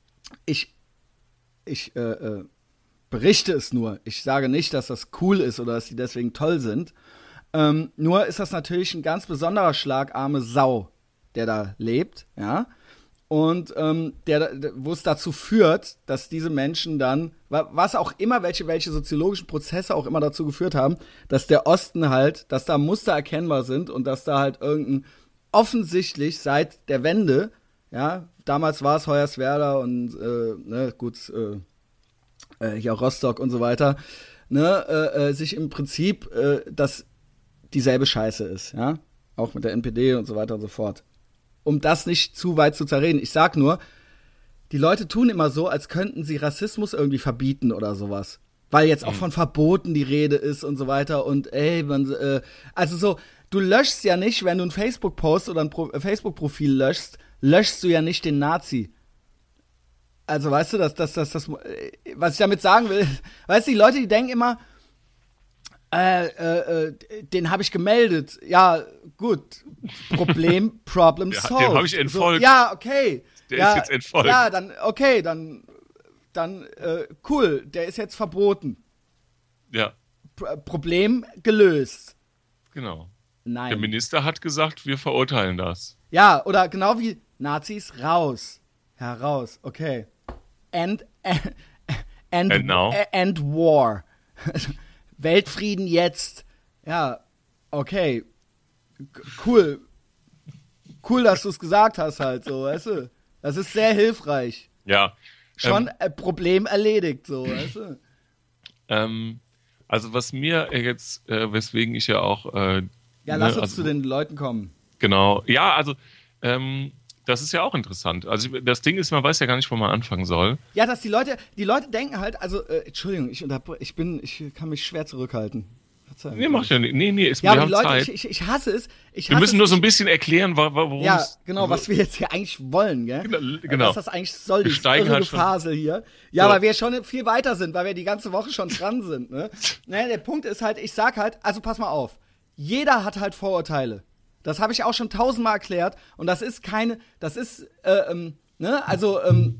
ich Ich äh, äh, berichte es nur. Ich sage nicht, dass das cool ist oder dass die deswegen toll sind. Ähm, nur ist das natürlich ein ganz besonderer schlagarme Sau, der da lebt, ja. Und ähm, der, wo es dazu führt, dass diese Menschen dann, was auch immer, welche, welche soziologischen Prozesse auch immer dazu geführt haben, dass der Osten halt, dass da Muster erkennbar sind und dass da halt irgendein offensichtlich seit der Wende, ja, damals war es Hoyerswerda und äh, ne, gut, äh, äh, hier Rostock und so weiter, ne, äh, äh, sich im Prinzip äh, das dieselbe Scheiße ist, ja, auch mit der N P D und so weiter und so fort. Um das nicht zu weit zu zerreden. Ich sag nur, die Leute tun immer so, als könnten sie Rassismus irgendwie verbieten oder sowas. Weil jetzt auch von Verboten die Rede ist und so weiter und ey, man, äh, also so, du löschst ja nicht, wenn du einen Facebook-Post oder ein Pro- Facebook-Profil löschst, löschst du ja nicht den Nazi. Also weißt du, das, das, das, das, was ich damit sagen will, weißt du, die Leute, die denken immer, äh, äh, äh, den habe ich gemeldet. Ja, gut. Problem, Problem ja, solved. Den habe ich entfolgt. So, ja, okay. Der ja, ist jetzt entfolgt. Ja, dann, okay, dann, dann, äh, cool, der ist jetzt verboten. Ja. P- Problem gelöst. Genau. Nein. Der Minister hat gesagt, wir verurteilen das. Ja, oder genau wie Nazis raus. Ja, raus, okay. End, end, end, And now? end war. Weltfrieden jetzt. Ja, okay. G- cool. cool, dass du es gesagt hast halt, so, weißt du. Das ist sehr hilfreich. Ja. Schon ähm, ein Problem erledigt, so, weißt du. Ähm, also was mir jetzt, äh, weswegen ich ja auch... Äh, Ja, lass ne, uns also, zu den Leuten kommen. Genau. Ja, also ähm, das ist ja auch interessant. Also das Ding ist, man weiß ja gar nicht, wo man anfangen soll. Ja, dass die Leute, die Leute denken halt, also, äh, Entschuldigung, ich, unterbre- ich bin, ich kann mich schwer zurückhalten. Verzeihung. Nee, macht ja nicht. Nee, nee, ist, Ja, wir aber die haben Leute, Zeit. ich, ich, ich hasse es. Ich wir hasse müssen es, nur so ein ich- bisschen erklären, wa- wa- worum Ja, es... genau, was wir jetzt hier eigentlich wollen, gell? Genau, genau. Was das eigentlich soll, Wir dieses steigen irre halt schon- Gefasel hier. Ja, So. weil wir schon viel weiter sind, weil wir die ganze Woche schon dran sind, ne? Naja, der Punkt ist halt, ich sag halt, also pass mal auf. Jeder hat halt Vorurteile. Das habe ich auch schon tausendmal erklärt. Und das ist keine, das ist, äh, ähm, ne, also, ähm,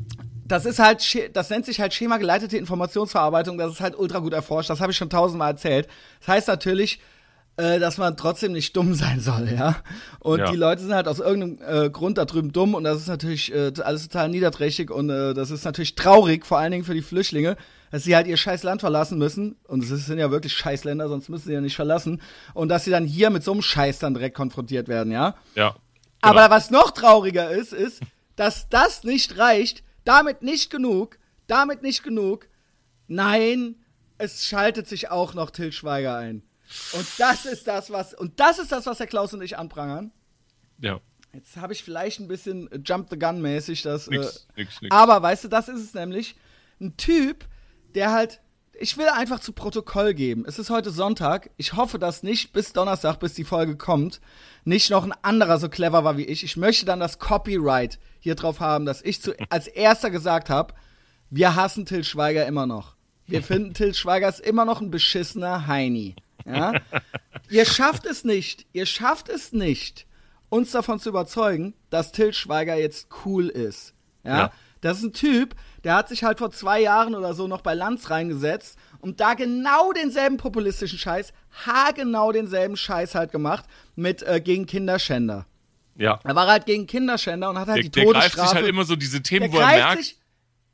das ist halt, Sche- das nennt sich halt schemageleitete Informationsverarbeitung. Das ist halt ultra gut erforscht. Das habe ich schon tausendmal erzählt. Das heißt natürlich, äh, dass man trotzdem nicht dumm sein soll, ja. Und Ja. die Leute sind halt aus irgendeinem äh, Grund da drüben dumm und das ist natürlich äh, alles total niederträchtig und äh, das ist natürlich traurig, vor allen Dingen für die Flüchtlinge, dass sie halt ihr scheiß Land verlassen müssen. Und es sind ja wirklich Scheißländer, sonst müssen sie ja nicht verlassen. Und dass sie dann hier mit so einem Scheiß dann direkt konfrontiert werden, ja. Ja. Genau. Aber was noch trauriger ist, ist, dass das nicht reicht, damit nicht genug, damit nicht genug. Nein, es schaltet sich auch noch Til Schweiger ein. Und das ist das, was, und das ist das, was der Klaus und ich anprangern. Ja. Jetzt habe ich vielleicht ein bisschen Jump the Gun mäßig das. Nix, äh, nix, nix. Aber weißt du, das ist es nämlich. Ein Typ, der halt. Ich will einfach zu Protokoll geben. Es ist heute Sonntag. Ich hoffe, dass nicht bis Donnerstag, bis die Folge kommt, nicht noch ein anderer so clever war wie ich. Ich möchte dann das Copyright hier drauf haben, dass ich zu, als erster gesagt habe, wir hassen Til Schweiger immer noch. Wir finden, Til Schweiger ist immer noch ein beschissener Heini. Ja? Ihr schafft es nicht, ihr schafft es nicht, uns davon zu überzeugen, dass Til Schweiger jetzt cool ist. Ja? Ja. Das ist ein Typ, der hat sich halt vor zwei Jahren oder so noch bei Lanz reingesetzt und da genau denselben populistischen Scheiß, haargenau denselben Scheiß halt gemacht mit äh, gegen Kinderschänder. Ja. Er war halt gegen Kinderschänder und hat halt Der, die der greift Todesstrafe. sich halt immer so diese Themen, der wo er greift merkt, sich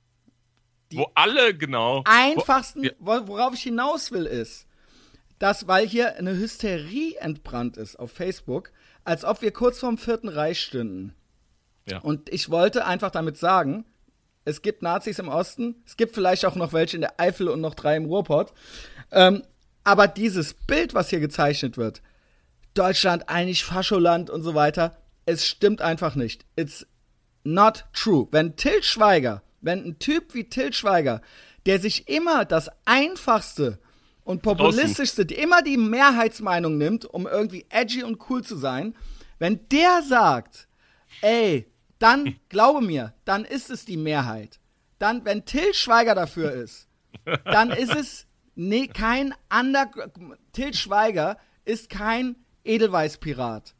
wo alle genau. einfachsten, Wo, ja, wo- worauf ich hinaus will, ist, dass, weil hier eine Hysterie entbrannt ist auf Facebook, als ob wir kurz vorm Vierten Reich stünden. ja. Und ich wollte einfach damit sagen, es gibt Nazis im Osten, es gibt vielleicht auch noch welche in der Eifel und noch drei im Ruhrpott. Ähm, aber dieses Bild, was hier gezeichnet wird, Deutschland eigentlich Fascholand und so weiter, es stimmt einfach nicht. It's not true. Wenn Til Schweiger, wenn ein Typ wie Til Schweiger, der sich immer das Einfachste und populistischste, die immer die Mehrheitsmeinung nimmt, um irgendwie edgy und cool zu sein, wenn der sagt, ey, dann, glaube mir, dann ist es die Mehrheit. Dann, wenn Til Schweiger dafür ist, dann ist es nee, kein Under... Til Schweiger ist kein Edelweiß-Pirat.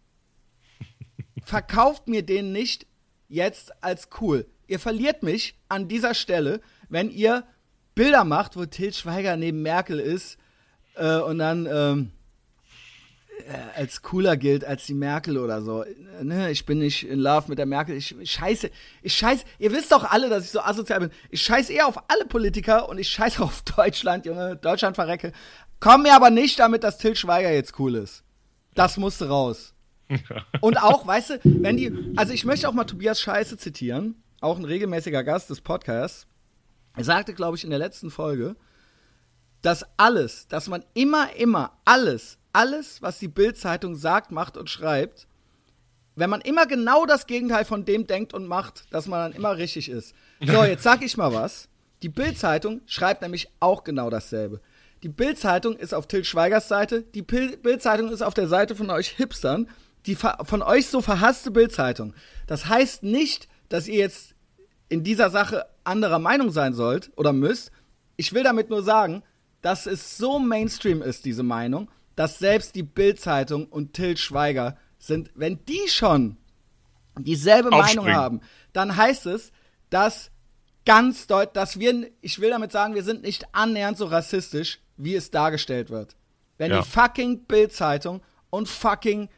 Verkauft mir den nicht jetzt als cool. Ihr verliert mich an dieser Stelle, wenn ihr Bilder macht, wo Til Schweiger neben Merkel ist äh, und dann ähm, äh, als cooler gilt als die Merkel oder so. Ne, ich bin nicht in Love mit der Merkel. Ich scheiße, ich scheiße. Ihr wisst doch alle, dass ich so asozial bin. Ich scheiße eher auf alle Politiker und ich scheiße auf Deutschland, Junge. Deutschland verrecke. Komm mir aber nicht damit, dass Til Schweiger jetzt cool ist. Das musste raus. Und auch, weißt du, wenn die, also ich möchte auch mal Tobias Scheiße zitieren, auch ein regelmäßiger Gast des Podcasts. Er sagte, glaube ich, in der letzten Folge, dass alles, dass man immer, immer alles, alles, was die Bild-Zeitung sagt, macht und schreibt, wenn man immer genau das Gegenteil von dem denkt und macht, dass man dann immer richtig ist. So, jetzt sag ich mal was. Die Bild-Zeitung schreibt nämlich auch genau dasselbe. Die Bild-Zeitung ist auf Til Schweigers Seite, die Pil- Bild-Zeitung ist auf der Seite von euch Hipstern, die ver- von euch so verhasste Bild-Zeitung. Das heißt nicht, dass ihr jetzt in dieser Sache anderer Meinung sein sollt oder müsst. Ich will damit nur sagen, dass es so Mainstream ist, diese Meinung, dass selbst die Bild-Zeitung und Til Schweiger sind, wenn die schon dieselbe Aufspringen. Meinung haben, dann heißt es, dass ganz deutlich, dass wir, ich will damit sagen, wir sind nicht annähernd so rassistisch, wie es dargestellt wird. Wenn Ja. die fucking Bild-Zeitung und fucking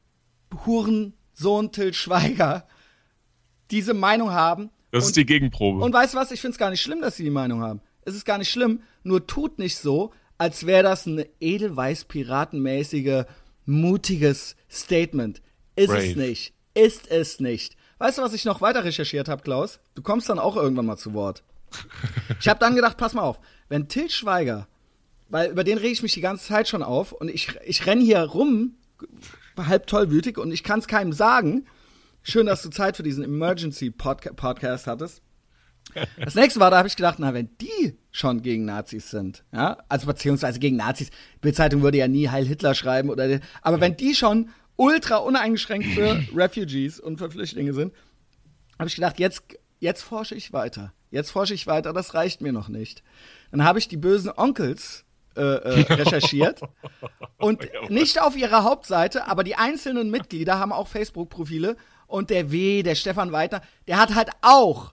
Hurensohn Til Schweiger diese Meinung haben. Das und, ist die Gegenprobe. Und weißt du was, ich find's gar nicht schlimm, dass sie die Meinung haben. Es ist gar nicht schlimm, nur tut nicht so, als wäre das ein edelweiß-piratenmäßige, mutiges Statement. Ist Brave. es nicht. ist es nicht. Weißt du, was ich noch weiter recherchiert habe, Klaus? Du kommst dann auch irgendwann mal zu Wort. Ich habe dann gedacht, pass mal auf, wenn Til Schweiger, weil über den rege ich mich die ganze Zeit schon auf und ich, ich renne hier rum, halb tollwütig und ich kann es keinem sagen. Schön, dass du Zeit für diesen Emergency-Podcast hattest. Das nächste war, da habe ich gedacht, na, wenn die schon gegen Nazis sind, ja, also beziehungsweise gegen Nazis, Bild-Zeitung würde ja nie Heil Hitler schreiben, oder, aber wenn die schon ultra uneingeschränkt für Refugees und für Flüchtlinge sind, habe ich gedacht, jetzt, jetzt forsche ich weiter. Jetzt forsche ich weiter, das reicht mir noch nicht. Dann habe ich die bösen Onkels äh, äh, recherchiert und nicht auf ihrer Hauptseite, aber die einzelnen Mitglieder haben auch Facebook-Profile und der W., der Stefan Weidner, der hat halt auch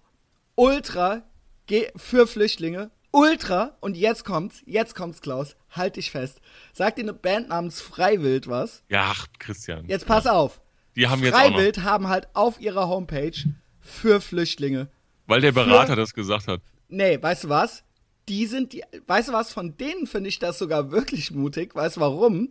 ultra ge- für Flüchtlinge, ultra, und jetzt kommt's, jetzt kommt's, Klaus, halt dich fest. Sagt dir eine Band namens Freiwild was? Ja, ach, Christian. Jetzt pass ja. auf. Die haben jetzt auch noch. Freiwild haben halt auf ihrer Homepage für Flüchtlinge. Weil der Berater für, das gesagt hat. Nee, weißt du was? Die sind, die, weißt du was, von denen finde ich das sogar wirklich mutig. Weißt du warum?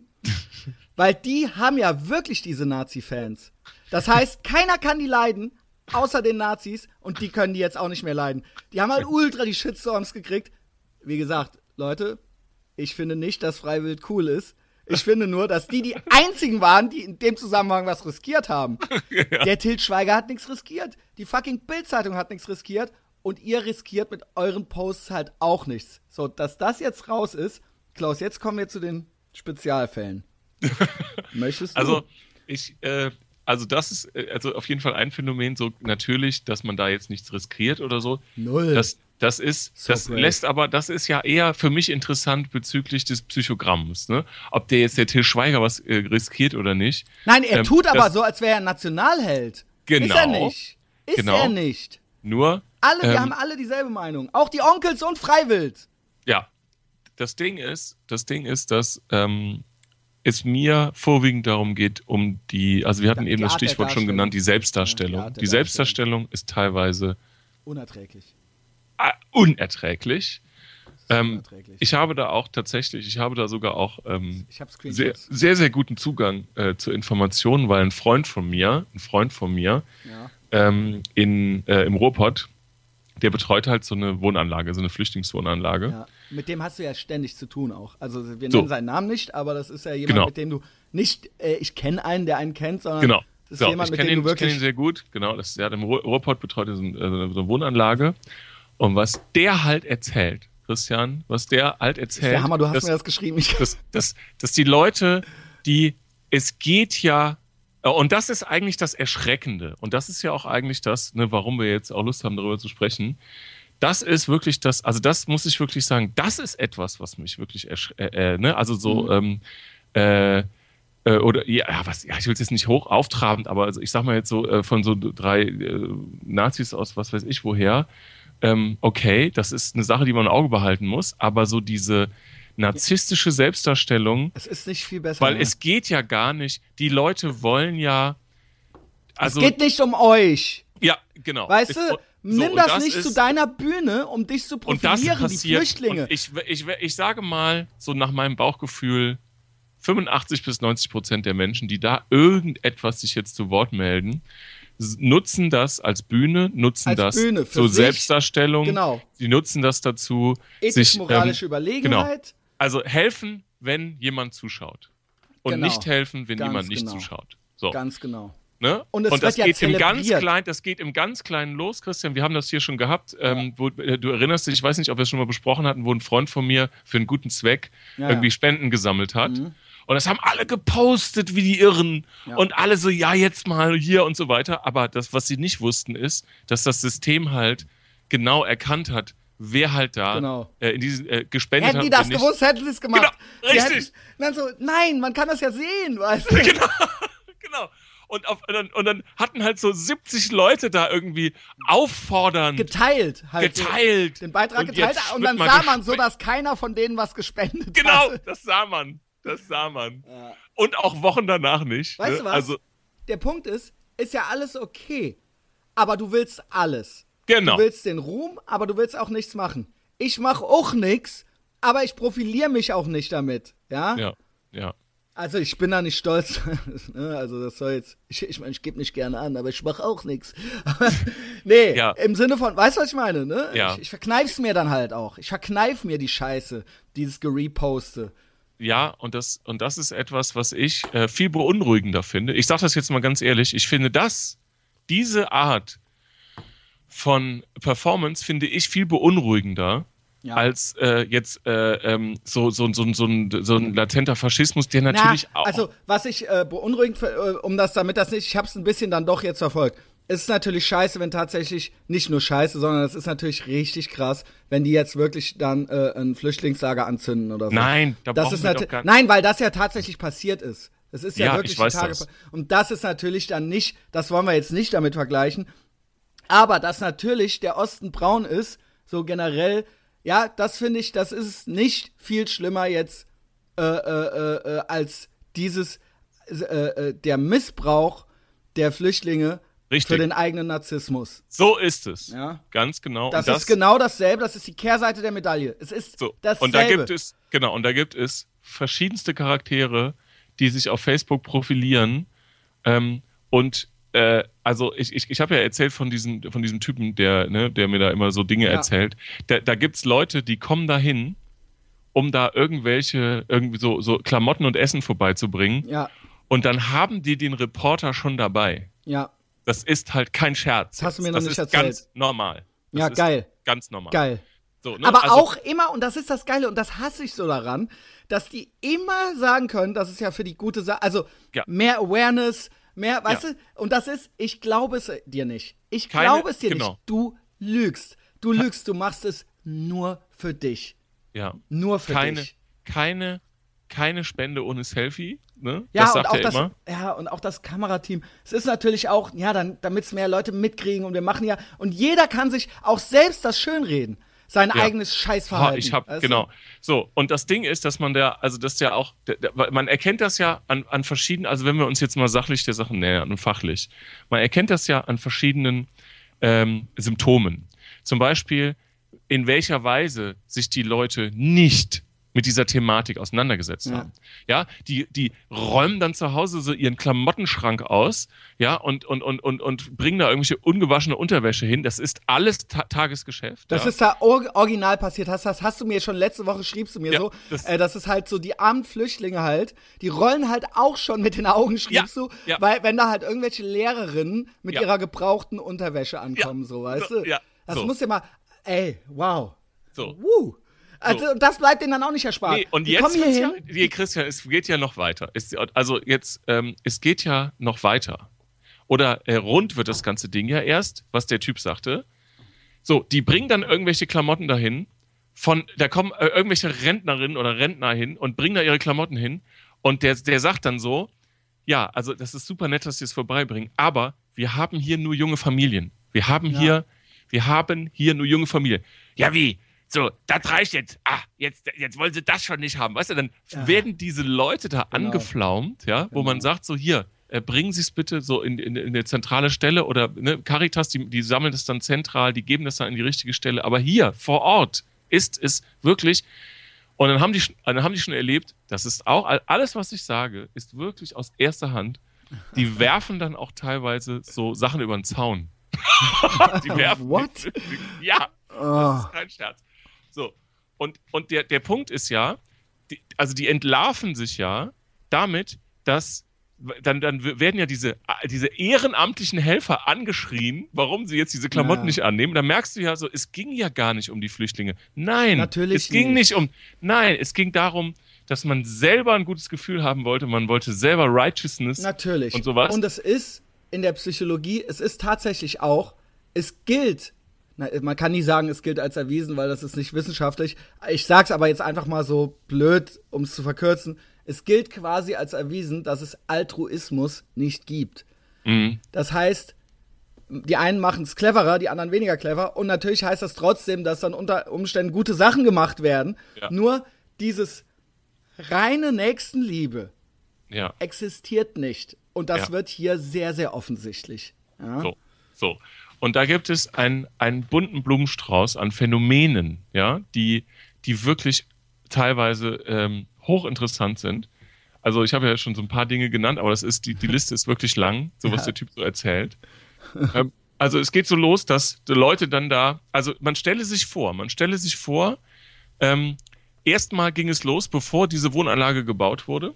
Weil die haben ja wirklich diese Nazi-Fans. Das heißt, keiner kann die leiden, außer den Nazis, und die können die jetzt auch nicht mehr leiden. Die haben halt ultra die Shitstorms gekriegt. Wie gesagt, Leute, ich finde nicht, dass Freiwild cool ist. Ich finde nur, dass die die einzigen waren, die in dem Zusammenhang was riskiert haben. Ja. Der Til Schweiger hat nichts riskiert. Die fucking Bild-Zeitung hat nichts riskiert. Und ihr riskiert mit euren Posts halt auch nichts. So, dass das jetzt raus ist. Klaus, jetzt kommen wir zu den Spezialfällen. Möchtest du? Also, ich, äh, also das ist also auf jeden Fall ein Phänomen, so natürlich, dass man da jetzt nichts riskiert oder so. Null. Das, das ist, so das great. lässt aber, das ist ja eher für mich interessant bezüglich des Psychogramms, ne? Ob der jetzt der Til Schweiger was äh, riskiert oder nicht. Nein, er ähm, tut aber das, so, als wäre er ein Nationalheld. Genau. Ist er nicht. Ist genau. er nicht. Nur. Alle, wir ähm, haben alle dieselbe Meinung. Auch die Onkels und Freiwild. Ja. Das Ding ist, das Ding ist, dass ähm, es mir vorwiegend darum geht, um die, also wir hatten die eben das Art Stichwort schon genannt, die Selbstdarstellung. Ja, die, die Selbstdarstellung ist teilweise unerträglich. Uh, unerträglich. Ähm, unerträglich. Ich habe da auch tatsächlich, ich habe da sogar auch ähm, ich sehr, sehr, sehr guten Zugang äh, zu Informationen, weil ein Freund von mir, ein Freund von mir ja. ähm, in, äh, im Ruhrpott, der betreut halt so eine Wohnanlage, so eine Flüchtlingswohnanlage. Ja. Mit dem hast du ja ständig zu tun auch. Also wir nennen so. seinen Namen nicht, aber das ist ja jemand, genau. mit dem du nicht, äh, ich kenne einen, der einen kennt, sondern genau. das ist so, jemand, ich mit kenn dem ihn, du wirklich... Ich kenne ihn sehr gut, genau. Das, der hat im Ruhrpott betreut so eine, so eine Wohnanlage. Und was der halt erzählt, Christian, was der halt erzählt... Das ist der Hammer, du hast dass, mir das geschrieben. Ich dass, dass, dass die Leute, die... Es geht ja... Und das ist eigentlich das Erschreckende. Und das ist ja auch eigentlich das, ne, warum wir jetzt auch Lust haben, darüber zu sprechen. Das ist wirklich das, also das muss ich wirklich sagen, das ist etwas, was mich wirklich erschreckt, äh, äh, ne, also so, mhm. ähm, äh, äh, oder, ja, was, ja, ich will es jetzt nicht hoch auftrabend, aber also ich sag mal jetzt so, äh, von so drei äh, Nazis aus, was weiß ich woher, ähm, okay, das ist eine Sache, die man im Auge behalten muss, aber so diese narzisstische Selbstdarstellung. Es ist nicht viel besser. Weil mehr. es geht ja gar nicht, die Leute wollen ja, also. Es geht nicht um euch. Ja, genau. Weißt es, du, so, nimm das, das nicht ist, zu deiner Bühne, um dich zu profilieren, und das passiert, die Flüchtlinge. Und ich, ich, ich sage mal, so nach meinem Bauchgefühl, fünfundachtzig bis neunzig Prozent der Menschen, die da irgendetwas sich jetzt zu Wort melden, nutzen das als Bühne, nutzen als das Bühne zur sich, Selbstdarstellung. Genau. Sie nutzen das dazu, ethisch-moralische ähm, Überlegenheit. Genau. Also helfen, wenn jemand zuschaut. Und genau. nicht helfen, wenn Ganz jemand nicht genau. zuschaut. So. Ganz genau. Ne? Und, es und das wird geht ja im ganz zelebriert. klein, das geht im ganz kleinen los, Christian. Wir haben das hier schon gehabt. Ja. Ähm, wo, du erinnerst dich, ich weiß nicht, ob wir es schon mal besprochen hatten, wo ein Freund von mir für einen guten Zweck ja, irgendwie ja. Spenden gesammelt hat. Mhm. Und das haben alle gepostet wie die Irren. Ja. Und alle so, ja, jetzt mal hier und so weiter. Aber das, was sie nicht wussten, ist, dass das System halt genau erkannt hat, wer halt da genau. äh, in diesen äh, gespendet hätten hat. Hätten die das nicht... gewusst, hätten sie es gemacht. Genau, richtig. Hätten, dann so, nein, man kann das ja sehen, weißt du? Genau, genau. Und, auf, und, dann, und dann hatten halt so siebzig Leute da irgendwie auffordern. Geteilt halt. Geteilt. Den Beitrag und geteilt. Und dann sah man so, dass keiner von denen was gespendet genau, hatte. Genau, das sah man. Das sah man. Ja. Und auch Wochen danach nicht. Weißt ne? du was? Also, der Punkt ist, ist ja alles okay. Aber du willst alles. Genau. Du willst den Ruhm, aber du willst auch nichts machen. Ich mache auch nichts, aber ich profiliere mich auch nicht damit. Ja? Ja, ja. Also ich bin da nicht stolz. Also das soll jetzt, ich, ich meine, ich gebe nicht gerne an, aber ich mache auch nichts. Nee, ja. im Sinne von, weißt du, was ich meine? Ne? Ja. Ich, ich verkneif's mir dann halt auch. Ich verkneif mir die Scheiße, dieses Gereposte. Ja, und das, und das ist etwas, was ich äh, viel beunruhigender finde. Ich sage das jetzt mal ganz ehrlich, ich finde das, diese Art von Performance finde ich viel beunruhigender, ja. als äh, jetzt äh, ähm, so, so, so, so, ein, so ein latenter Faschismus, der natürlich Na, auch... Also, was ich äh, beunruhigend, äh, um das, damit das nicht, ich hab's ein bisschen dann doch jetzt verfolgt. Es ist natürlich scheiße, wenn tatsächlich, nicht nur scheiße, sondern es ist natürlich richtig krass, wenn die jetzt wirklich dann äh, ein Flüchtlingslager anzünden oder so. Nein, da das brauchen ist wir doch gar nicht. Nein, weil das ja tatsächlich passiert ist. Es ist ja, ja wirklich ich weiß Tage. das. Und das ist natürlich dann nicht, das wollen wir jetzt nicht damit vergleichen, aber dass natürlich der Osten braun ist, so generell, ja, das finde ich, das ist nicht viel schlimmer jetzt äh, äh, äh, als dieses, äh, äh, der Missbrauch der Flüchtlinge Richtig. Für den eigenen Narzissmus. So ist es. Ja. Ganz genau. Das, das ist genau dasselbe, das ist die Kehrseite der Medaille. Es ist so. dasselbe. Und da gibt es, genau, und da gibt es verschiedenste Charaktere, die sich auf Facebook profilieren. Ähm, und äh, also ich, ich, ich habe ja erzählt von diesem, von diesem Typen, der, ne, der mir da immer so Dinge Ja. erzählt. Da, da gibt es Leute, die kommen dahin, um da irgendwelche, irgendwie so, so Klamotten und Essen vorbeizubringen. Ja. Und dann haben die den Reporter schon dabei. Ja. Das ist halt kein Scherz. Das hast du mir noch das nicht ist erzählt. Ganz normal. Das ja, ist geil. Ganz normal. Geil. So, ne? Aber also, auch immer, und das ist das Geile, und das hasse ich so daran, dass die immer sagen können, das ist ja für die gute Sache, also ja. mehr Awareness, mehr, weißt ja. du, und das ist, ich glaube es dir nicht. Ich Keine, glaube es dir genau. nicht. Du lügst. Du lügst, du machst es nur für dich. Ja. Nur für keine, dich. Keine, keine Spende ohne Selfie, ne? Ja, das und sagt auch er das, immer. ja, und auch das Kamerateam. Es ist natürlich auch, ja, dann, damit es mehr Leute mitkriegen und wir machen ja, und jeder kann sich auch selbst das schönreden. Sein Ja. eigenes Scheißverhalten. Ich hab, weißt genau. du? So, und das Ding ist, dass man da, also das ist ja auch, der, der, man erkennt das ja an, an verschiedenen, also wenn wir uns jetzt mal sachlich der Sachen nähern und fachlich, man erkennt das ja an verschiedenen ähm, Symptomen. Zum Beispiel, in welcher Weise sich die Leute nicht mit dieser Thematik auseinandergesetzt Ja. haben. Ja, die, die räumen dann zu Hause so ihren Klamottenschrank aus, ja, und, und, und, und, und bringen da irgendwelche ungewaschene Unterwäsche hin. Das ist alles ta- Tagesgeschäft. Das ja. ist da or original passiert. Das, das hast du mir schon letzte Woche, schriebst du mir Ja, so. das- äh, das ist halt so, die armen Flüchtlinge halt, die rollen halt auch schon mit den Augen, schriebst Ja, du, ja. weil wenn da halt irgendwelche Lehrerinnen mit Ja. ihrer gebrauchten Unterwäsche ankommen, Ja, so, weißt so, du? ja, Das so. muss ja mal, ey, wow. So. Wuh. Also, So. das bleibt denen dann auch nicht erspart. Nee, und die jetzt kommen hier wird's hin. ja, nee, Christian, es geht ja noch weiter. Es, also jetzt, ähm, es geht ja noch weiter. Oder äh, rund wird das ganze Ding ja erst, was der Typ sagte. So, die bringen dann irgendwelche Klamotten dahin. Von, da kommen äh, irgendwelche Rentnerinnen oder Rentner hin und bringen da ihre Klamotten hin. Und der, der sagt dann so, ja, also das ist super nett, dass sie es vorbeibringen, aber wir haben hier nur junge Familien. Wir haben Ja. hier, wir haben hier nur junge Familien. Ja, wie? So, das reicht jetzt. Ah, jetzt, jetzt wollen sie das schon nicht haben. Weißt du, dann Ja. werden diese Leute da Genau. angeflaumt, ja, wo Genau. man sagt, so hier, äh, bringen Sie es bitte so in, in, in eine zentrale Stelle oder ne, Caritas, die, die sammeln das dann zentral, die geben das dann in die richtige Stelle. Aber hier, vor Ort, ist es wirklich. Und dann haben die, sch- dann haben die schon erlebt, das ist auch, alles, was ich sage, ist wirklich aus erster Hand. Die werfen dann auch teilweise so Sachen über den Zaun. Die werfen. What? Ja, Oh. das ist kein Scherz. So, und, und der, der Punkt ist ja, die, also die entlarven sich ja damit, dass dann, dann werden ja diese, diese ehrenamtlichen Helfer angeschrien, warum sie jetzt diese Klamotten Ja. nicht annehmen. Da merkst du ja so, es ging ja gar nicht um die Flüchtlinge. Nein, Natürlich es ging nicht. nicht um, nein, es ging darum, dass man selber ein gutes Gefühl haben wollte, man wollte selber Righteousness Natürlich. und sowas. Und es ist in der Psychologie, es ist tatsächlich auch, es gilt, na, man kann nie sagen, es gilt als erwiesen, weil das ist nicht wissenschaftlich. Ich sag's aber jetzt einfach mal so blöd, um es zu verkürzen. Es gilt quasi als erwiesen, dass es Altruismus nicht gibt. Mhm. Das heißt, die einen machen es cleverer, die anderen weniger clever. Und natürlich heißt das trotzdem, dass dann unter Umständen gute Sachen gemacht werden. Ja. Nur dieses reine Nächstenliebe Ja. existiert nicht. Und das Ja. wird hier sehr, sehr offensichtlich. Ja? So, so. Und da gibt es einen, einen bunten Blumenstrauß an Phänomenen, ja, die, die wirklich teilweise ähm, hochinteressant sind. Also ich habe ja schon so ein paar Dinge genannt, aber das ist, die, die Liste ist wirklich lang, so was Ja. der Typ so erzählt. ähm, also es geht so los, dass die Leute dann da, also man stelle sich vor, man stelle sich vor, ähm, erstmal ging es los, bevor diese Wohnanlage gebaut wurde,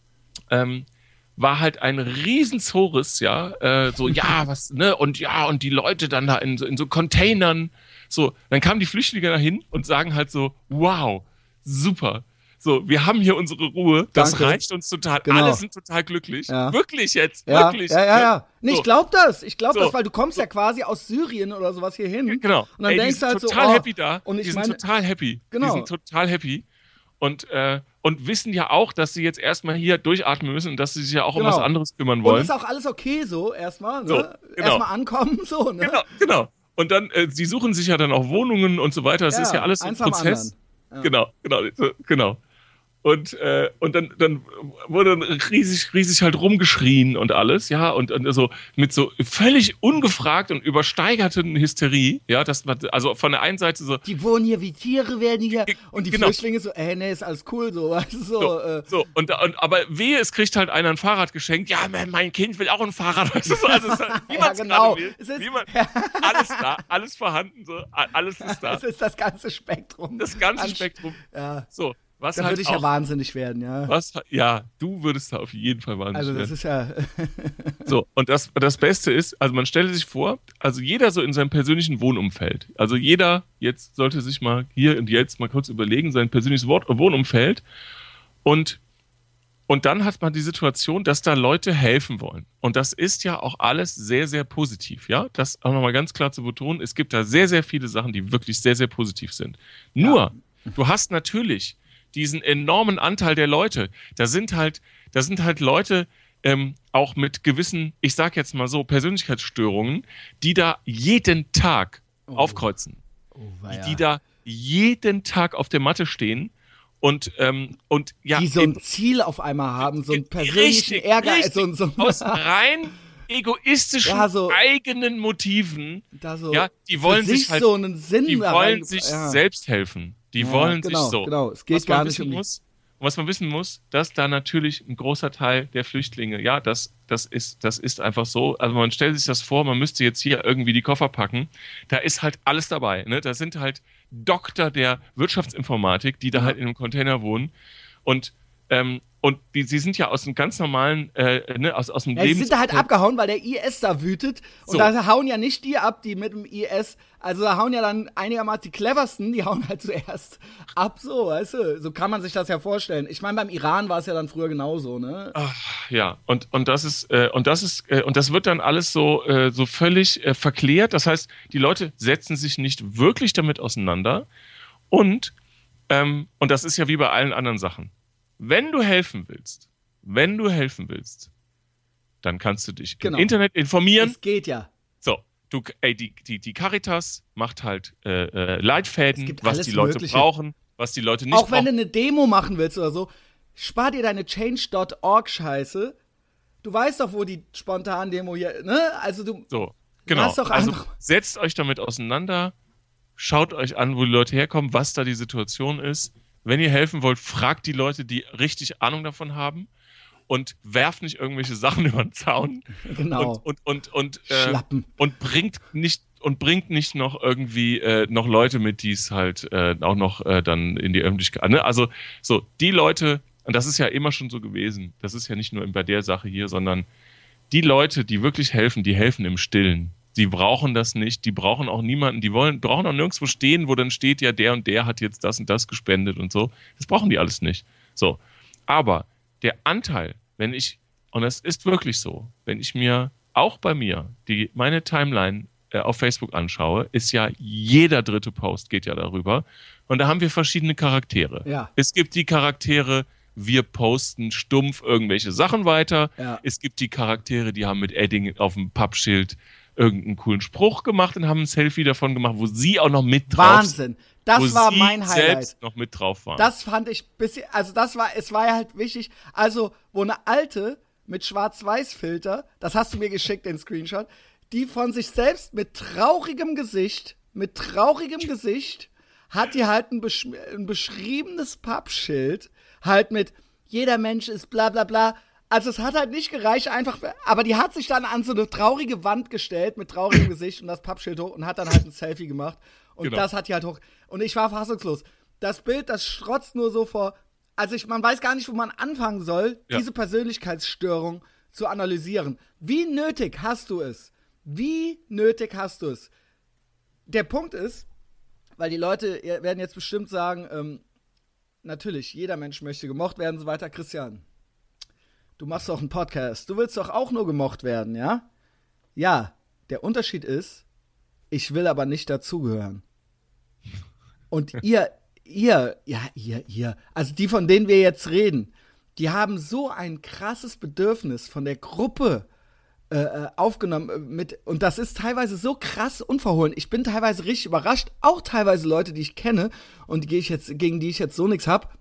ähm, war halt ein Riesenzores, ja, äh, so, ja, was, ne, und ja, und die Leute dann da in, so- in so Containern, so, dann kamen die Flüchtlinge dahin und sagen halt so, wow, super, so, wir haben hier unsere Ruhe, das Danke. reicht uns total, Genau. alle sind total glücklich, Ja. wirklich jetzt, Ja, wirklich. ja, ja, ne? ja. Nee, ich So. glaub das. Ich glaub So. das, weil du kommst ja quasi aus Syrien oder sowas hier hin. Genau. Und dann Ey, die denkst sind du halt so, total oh, happy da. und ich die meine- sind total happy. Genau. Die sind total happy. Und, äh, und wissen ja auch, dass sie jetzt erstmal hier durchatmen müssen und dass sie sich ja auch um Genau. was anderes kümmern Und wollen. ist auch alles okay so, erstmal, ne? So, genau. Erstmal ankommen, so, ne? Genau, genau. Und dann, äh, sie suchen sich ja dann auch Wohnungen und so weiter. Das Ja, ist ja alles so ein eins am Prozess. anderen. Ja. Genau, genau, so, genau. Und, äh, und dann, dann wurde riesig, riesig halt rumgeschrien und alles, ja, und, und so mit so völlig ungefragt und übersteigerten Hysterie, ja, dass man, also von der einen Seite so, Die wohnen hier wie Tiere, werden hier. Und die Genau. Flüchtlinge so, ey, nee, ist alles cool, so, weißt du, so. So, äh, so und, und aber wehe, es kriegt halt einer ein Fahrrad geschenkt. Ja, mein, mein Kind will auch ein Fahrrad. Weißt du, so, also, es ist halt, wie Ja, man's genau. gerade will, Es ist- wie man, alles da, alles vorhanden, so, a- alles ist da. Das ist das ganze Spektrum. Das ganze An- Spektrum. Ja, So, was da halt würde ich auch, ja wahnsinnig werden, ja. was, ja, du würdest da auf jeden Fall wahnsinnig Also, das werden. ist ja. So, und das, das Beste ist, also man stelle sich vor, also jeder so in seinem persönlichen Wohnumfeld, also jeder jetzt sollte sich mal hier und jetzt mal kurz überlegen, sein persönliches Wort- Wohnumfeld und, und dann hat man die Situation, dass da Leute helfen wollen. Und das ist ja auch alles sehr, sehr positiv, ja, das auch nochmal ganz klar zu betonen, es gibt da sehr, sehr viele Sachen, die wirklich sehr, sehr positiv sind. Nur, du hast natürlich diesen enormen Anteil der Leute, da sind halt, da sind halt Leute, ähm, auch mit gewissen, ich sag jetzt mal so, Persönlichkeitsstörungen, die da jeden Tag aufkreuzen. Oh, weia. Die da jeden Tag auf der Matte stehen und, ähm, und ja, Die so ein eben- Ziel auf einmal haben, so einen persönlichen richtig, Ehrgeiz, richtig, so, ein- so ein- aus rein egoistischen Ja, so- eigenen Motiven, da so ja, die für wollen sich sich halt, so einen Sinn die da wollen rein- sich ja. selbst helfen. Die Ja, wollen genau, sich so. genau. Es geht was man gar nicht wissen um die- muss, und was man wissen muss, dass da natürlich ein großer Teil der Flüchtlinge, ja, das, das, ist, das ist einfach so. Also man stellt sich das vor, man müsste jetzt hier irgendwie die Koffer packen. Da ist halt alles dabei. Ne? Da sind halt Doktor der Wirtschaftsinformatik, die da halt in einem Container wohnen. Und, ähm, und die, sie sind ja aus einem ganz normalen, äh, ne, aus, aus dem Ja, die Lebens- sind da halt abgehauen, weil der I S da wütet. Und So. da hauen ja nicht die ab, die mit dem I S, also da hauen ja dann einigermaßen die cleversten, die hauen halt zuerst ab, so, weißt du. So kann man sich das ja vorstellen. Ich meine, beim Iran war es ja dann früher genauso, ne? Ach, ja, und, und das ist, äh, und das ist, äh, und das wird dann alles so, äh, so völlig äh, verklärt. Das heißt, die Leute setzen sich nicht wirklich damit auseinander. Und, ähm, und das ist ja wie bei allen anderen Sachen. Wenn du helfen willst, wenn du helfen willst, dann kannst du dich Genau. im Internet informieren. Es geht ja. So, du, ey, die, die, die Caritas macht halt äh, äh, Leitfäden, Es gibt was alles die Leute Mögliche. brauchen, was die Leute nicht Auch wenn brauchen. du eine Demo machen willst oder so, spar dir deine change Punkt org Scheiße. Du weißt doch, wo die spontan Demo hier, ne? Also du, So, genau. hast doch Also einfach- setzt euch damit auseinander, schaut euch an, wo die Leute herkommen, was da die Situation ist. Wenn ihr helfen wollt, fragt die Leute, die richtig Ahnung davon haben und werft nicht irgendwelche Sachen über den Zaun genau. und, und, und, und, äh, Schlappen. und bringt nicht und bringt nicht noch irgendwie äh, noch Leute mit, die es halt äh, auch noch äh, dann in die Öffentlichkeit. Ne? Also so, die Leute, und das ist ja immer schon so gewesen, das ist ja nicht nur bei der Sache hier, sondern die Leute, die wirklich helfen, die helfen im Stillen. Die brauchen das nicht, die brauchen auch niemanden, die wollen, brauchen auch nirgendwo stehen, wo dann steht, ja, der und der hat jetzt das und das gespendet und so. Das brauchen die alles nicht. So. Aber der Anteil, wenn ich, und es ist wirklich so, wenn ich mir auch bei mir die, meine Timeline äh, auf Facebook anschaue, ist ja jeder dritte Post geht ja darüber. Und da haben wir verschiedene Charaktere. Ja. Es gibt die Charaktere, wir posten stumpf irgendwelche Sachen weiter. Ja. Es gibt die Charaktere, die haben mit Edding auf dem Pappschild irgendeinen coolen Spruch gemacht und haben ein Selfie davon gemacht, wo sie auch noch mit drauf Wahnsinn. Das wo war sie mein Highlight. selbst noch mit drauf waren. Das fand ich bisschen, also das war, es war ja halt wichtig, also wo eine alte mit Schwarz-Weiß-Filter, das hast du mir geschickt, den Screenshot, die von sich selbst mit traurigem Gesicht, mit traurigem Gesicht, hat die halt ein, besch ein beschriebenes Pappschild, halt mit jeder Mensch ist bla bla bla. Also es hat halt nicht gereicht, einfach, aber die hat sich dann an so eine traurige Wand gestellt mit traurigem Gesicht und das Pappschild hoch und hat dann halt ein Selfie gemacht. Und genau. Das hat die halt hoch. Und ich war fassungslos. Das Bild, das strotzt nur so vor. Also ich, man weiß gar nicht, wo man anfangen soll, ja. diese Persönlichkeitsstörung zu analysieren. Wie nötig hast du es? Wie nötig hast du es? Der Punkt ist, weil die Leute werden jetzt bestimmt sagen, ähm, natürlich, jeder Mensch möchte gemocht werden und so weiter. Christian, du machst doch einen Podcast. Du willst doch auch nur gemocht werden, ja? Ja, der Unterschied ist, ich will aber nicht dazugehören. Und ihr, ihr, ja, ihr, ihr, also die, von denen wir jetzt reden, die haben so ein krasses Bedürfnis von der Gruppe äh, aufgenommen mit, und das ist teilweise so krass unverhohlen. Ich bin teilweise richtig überrascht, auch teilweise Leute, die ich kenne und die ich jetzt, gegen die ich jetzt so nichts hab,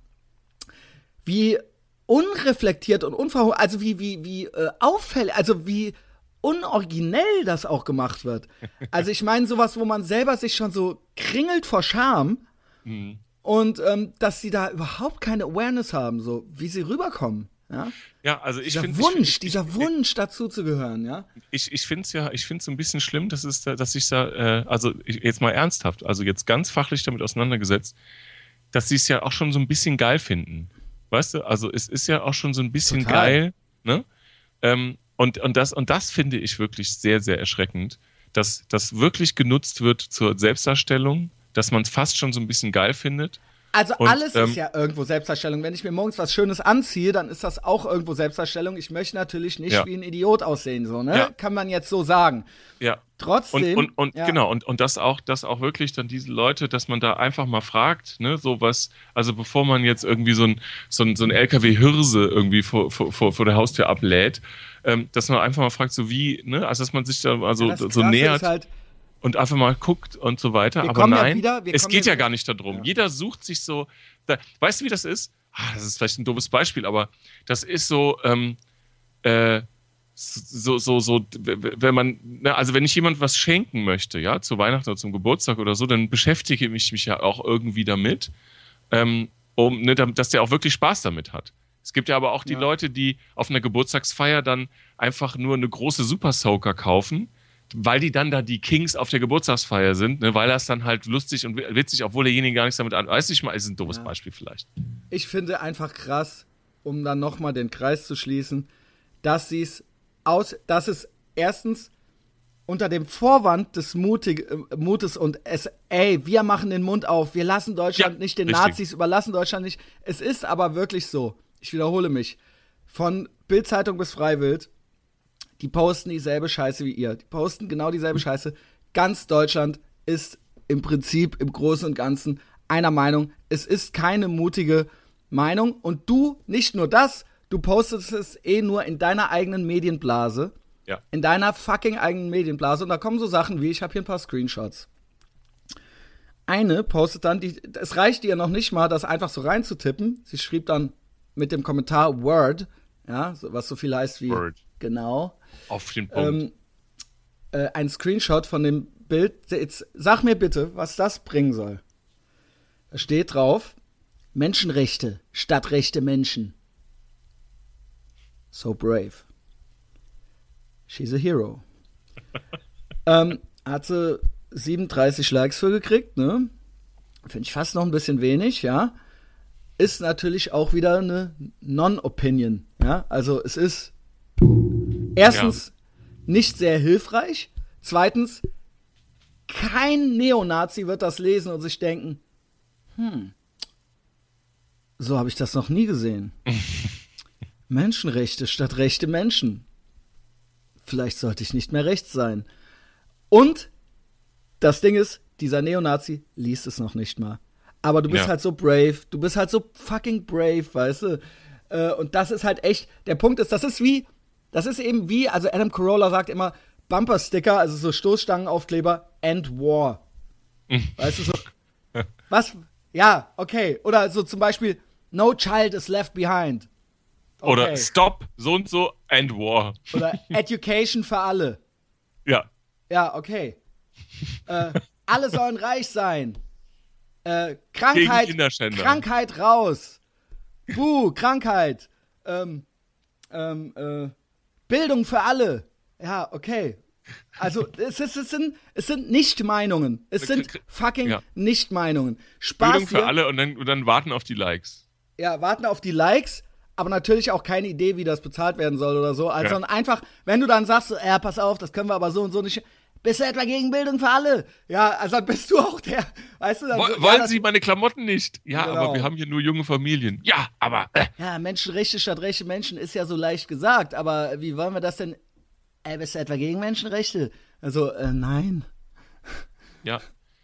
wie unreflektiert und unverhohlen, also wie, wie, wie äh, auffällig, also wie unoriginell das auch gemacht wird. Also ich meine sowas, wo man selber sich schon so kringelt vor Scham mhm. und ähm, dass sie da überhaupt keine Awareness haben, so wie sie rüberkommen. Ja, ja also ich finde Wunsch, ich, dieser ich, Wunsch dazu zu gehören, ja. Ich, ich finde es ja, ich finde es so ein bisschen schlimm, dass es, dass ich da, äh, also ich, jetzt mal ernsthaft, also jetzt ganz fachlich damit auseinandergesetzt, dass sie es ja auch schon so ein bisschen geil finden. Weißt du, also es ist ja auch schon so ein bisschen Total. geil, ne? Ähm, und, und, das, und das finde ich wirklich sehr, sehr erschreckend, dass das wirklich genutzt wird zur Selbstdarstellung, dass man es fast schon so ein bisschen geil findet. Also und, alles ähm, ist ja irgendwo Selbstdarstellung. Wenn ich mir morgens was Schönes anziehe, dann ist das auch irgendwo Selbstdarstellung. Ich möchte natürlich nicht ja. wie ein Idiot aussehen, so, ne? Ja. Kann man jetzt so sagen. Ja. Trotzdem. Und, und, und ja. genau, und, und das auch, das auch wirklich dann diese Leute, dass man da einfach mal fragt, ne, so was, also bevor man jetzt irgendwie so ein, so ein, so ein L K W-Hirse irgendwie vor, vor, vor der Haustür ablädt, ähm, dass man einfach mal fragt, so wie, ne, also dass man sich da also ja, so nähert. Halt, und einfach mal guckt und so weiter. Wir aber nein, ja wieder, es geht ja, ja gar nicht darum. Ja. Jeder sucht sich so, da, weißt du, wie das ist? Ah, das ist vielleicht ein doofes Beispiel, aber das ist so, ähm, äh, so, so, so, wenn man, also wenn ich jemand was schenken möchte, ja, zu Weihnachten oder zum Geburtstag oder so, dann beschäftige ich mich ja auch irgendwie damit, ähm, um, ne, dass der auch wirklich Spaß damit hat. Es gibt ja aber auch die ja. Leute, die auf einer Geburtstagsfeier dann einfach nur eine große Super Soaker kaufen, weil die dann da die Kings auf der Geburtstagsfeier sind, ne, weil das dann halt lustig und witzig, obwohl derjenige gar nichts damit an. Weiß ich mal, ist ein doofes ja. Beispiel vielleicht. Ich finde einfach krass, um dann nochmal den Kreis zu schließen, dass sie es aus, dass es erstens unter dem Vorwand des Mutig, äh, Mutes und es, ey, wir machen den Mund auf, wir lassen Deutschland ja, nicht den richtig. Nazis, überlassen Deutschland nicht. Es ist aber wirklich so, ich wiederhole mich, von Bild-Zeitung bis Freiwild, die posten dieselbe Scheiße wie ihr. Die posten genau dieselbe Scheiße. Ganz Deutschland ist im Prinzip im Großen und Ganzen einer Meinung. Es ist keine mutige Meinung. Und du, nicht nur das, du postest es eh nur in deiner eigenen Medienblase. Ja. In deiner fucking eigenen Medienblase. Und da kommen so Sachen wie, ich habe hier ein paar Screenshots. Eine postet dann, die, es reicht ihr noch nicht mal, das einfach so reinzutippen. Sie schrieb dann mit dem Kommentar Word, ja, was so viel heißt wie Word. Genau. Auf den Punkt. Ähm, äh, ein Screenshot von dem Bild. Jetzt sag mir bitte, was das bringen soll. Da steht drauf, Menschenrechte statt rechte Menschen. So brave. She's a hero. ähm, hat sie siebenunddreißig Likes für gekriegt, ne? Finde ich fast noch ein bisschen wenig, ja. Ist natürlich auch wieder eine Non-Opinion, ja. Also es ist erstens ja. nicht sehr hilfreich. Zweitens, kein Neonazi wird das lesen und sich denken, hm, so habe ich das noch nie gesehen. Menschenrechte statt rechte Menschen. Vielleicht sollte ich nicht mehr rechts sein. Und das Ding ist, dieser Neonazi liest es noch nicht mal. Aber du bist ja. halt so brave, du bist halt so fucking brave, weißt du? Äh, und das ist halt echt, der Punkt ist, das ist wie, das ist eben wie, also Adam Carolla sagt immer, Bumper-Sticker, also so Stoßstangenaufkleber, End War. Weißt du, so, was, ja, okay. Oder so zum Beispiel, No Child is Left Behind. Okay. Oder Stop, so und so, End War. Oder Education für alle. Ja. Ja, okay. äh, alle sollen reich sein. Äh, Krankheit, Krankheit raus. Buh, Krankheit, ähm, ähm, äh, Bildung für alle. Ja, okay. Also es, ist, es, sind, es sind Nicht-Meinungen. Es sind fucking ja. Nicht-Meinungen. Spaß Bildung für hier. alle und dann, und dann warten auf die Likes. Ja, warten auf die Likes, aber natürlich auch keine Idee, wie das bezahlt werden soll oder so. Also ja. einfach, wenn du dann sagst, ja, pass auf, das können wir aber so und so nicht. Bist du etwa gegen Bildung für alle? Ja, also dann bist du auch der, weißt du? Dann Wo, so, wollen ja, Sie meine Klamotten nicht? Ja, genau. Aber wir haben hier nur junge Familien. Ja, aber. Äh. Ja, Menschenrechte statt Rechte Menschen ist ja so leicht gesagt, aber wie wollen wir das denn? Ey, bist du etwa gegen Menschenrechte? Also, äh, nein. Ja.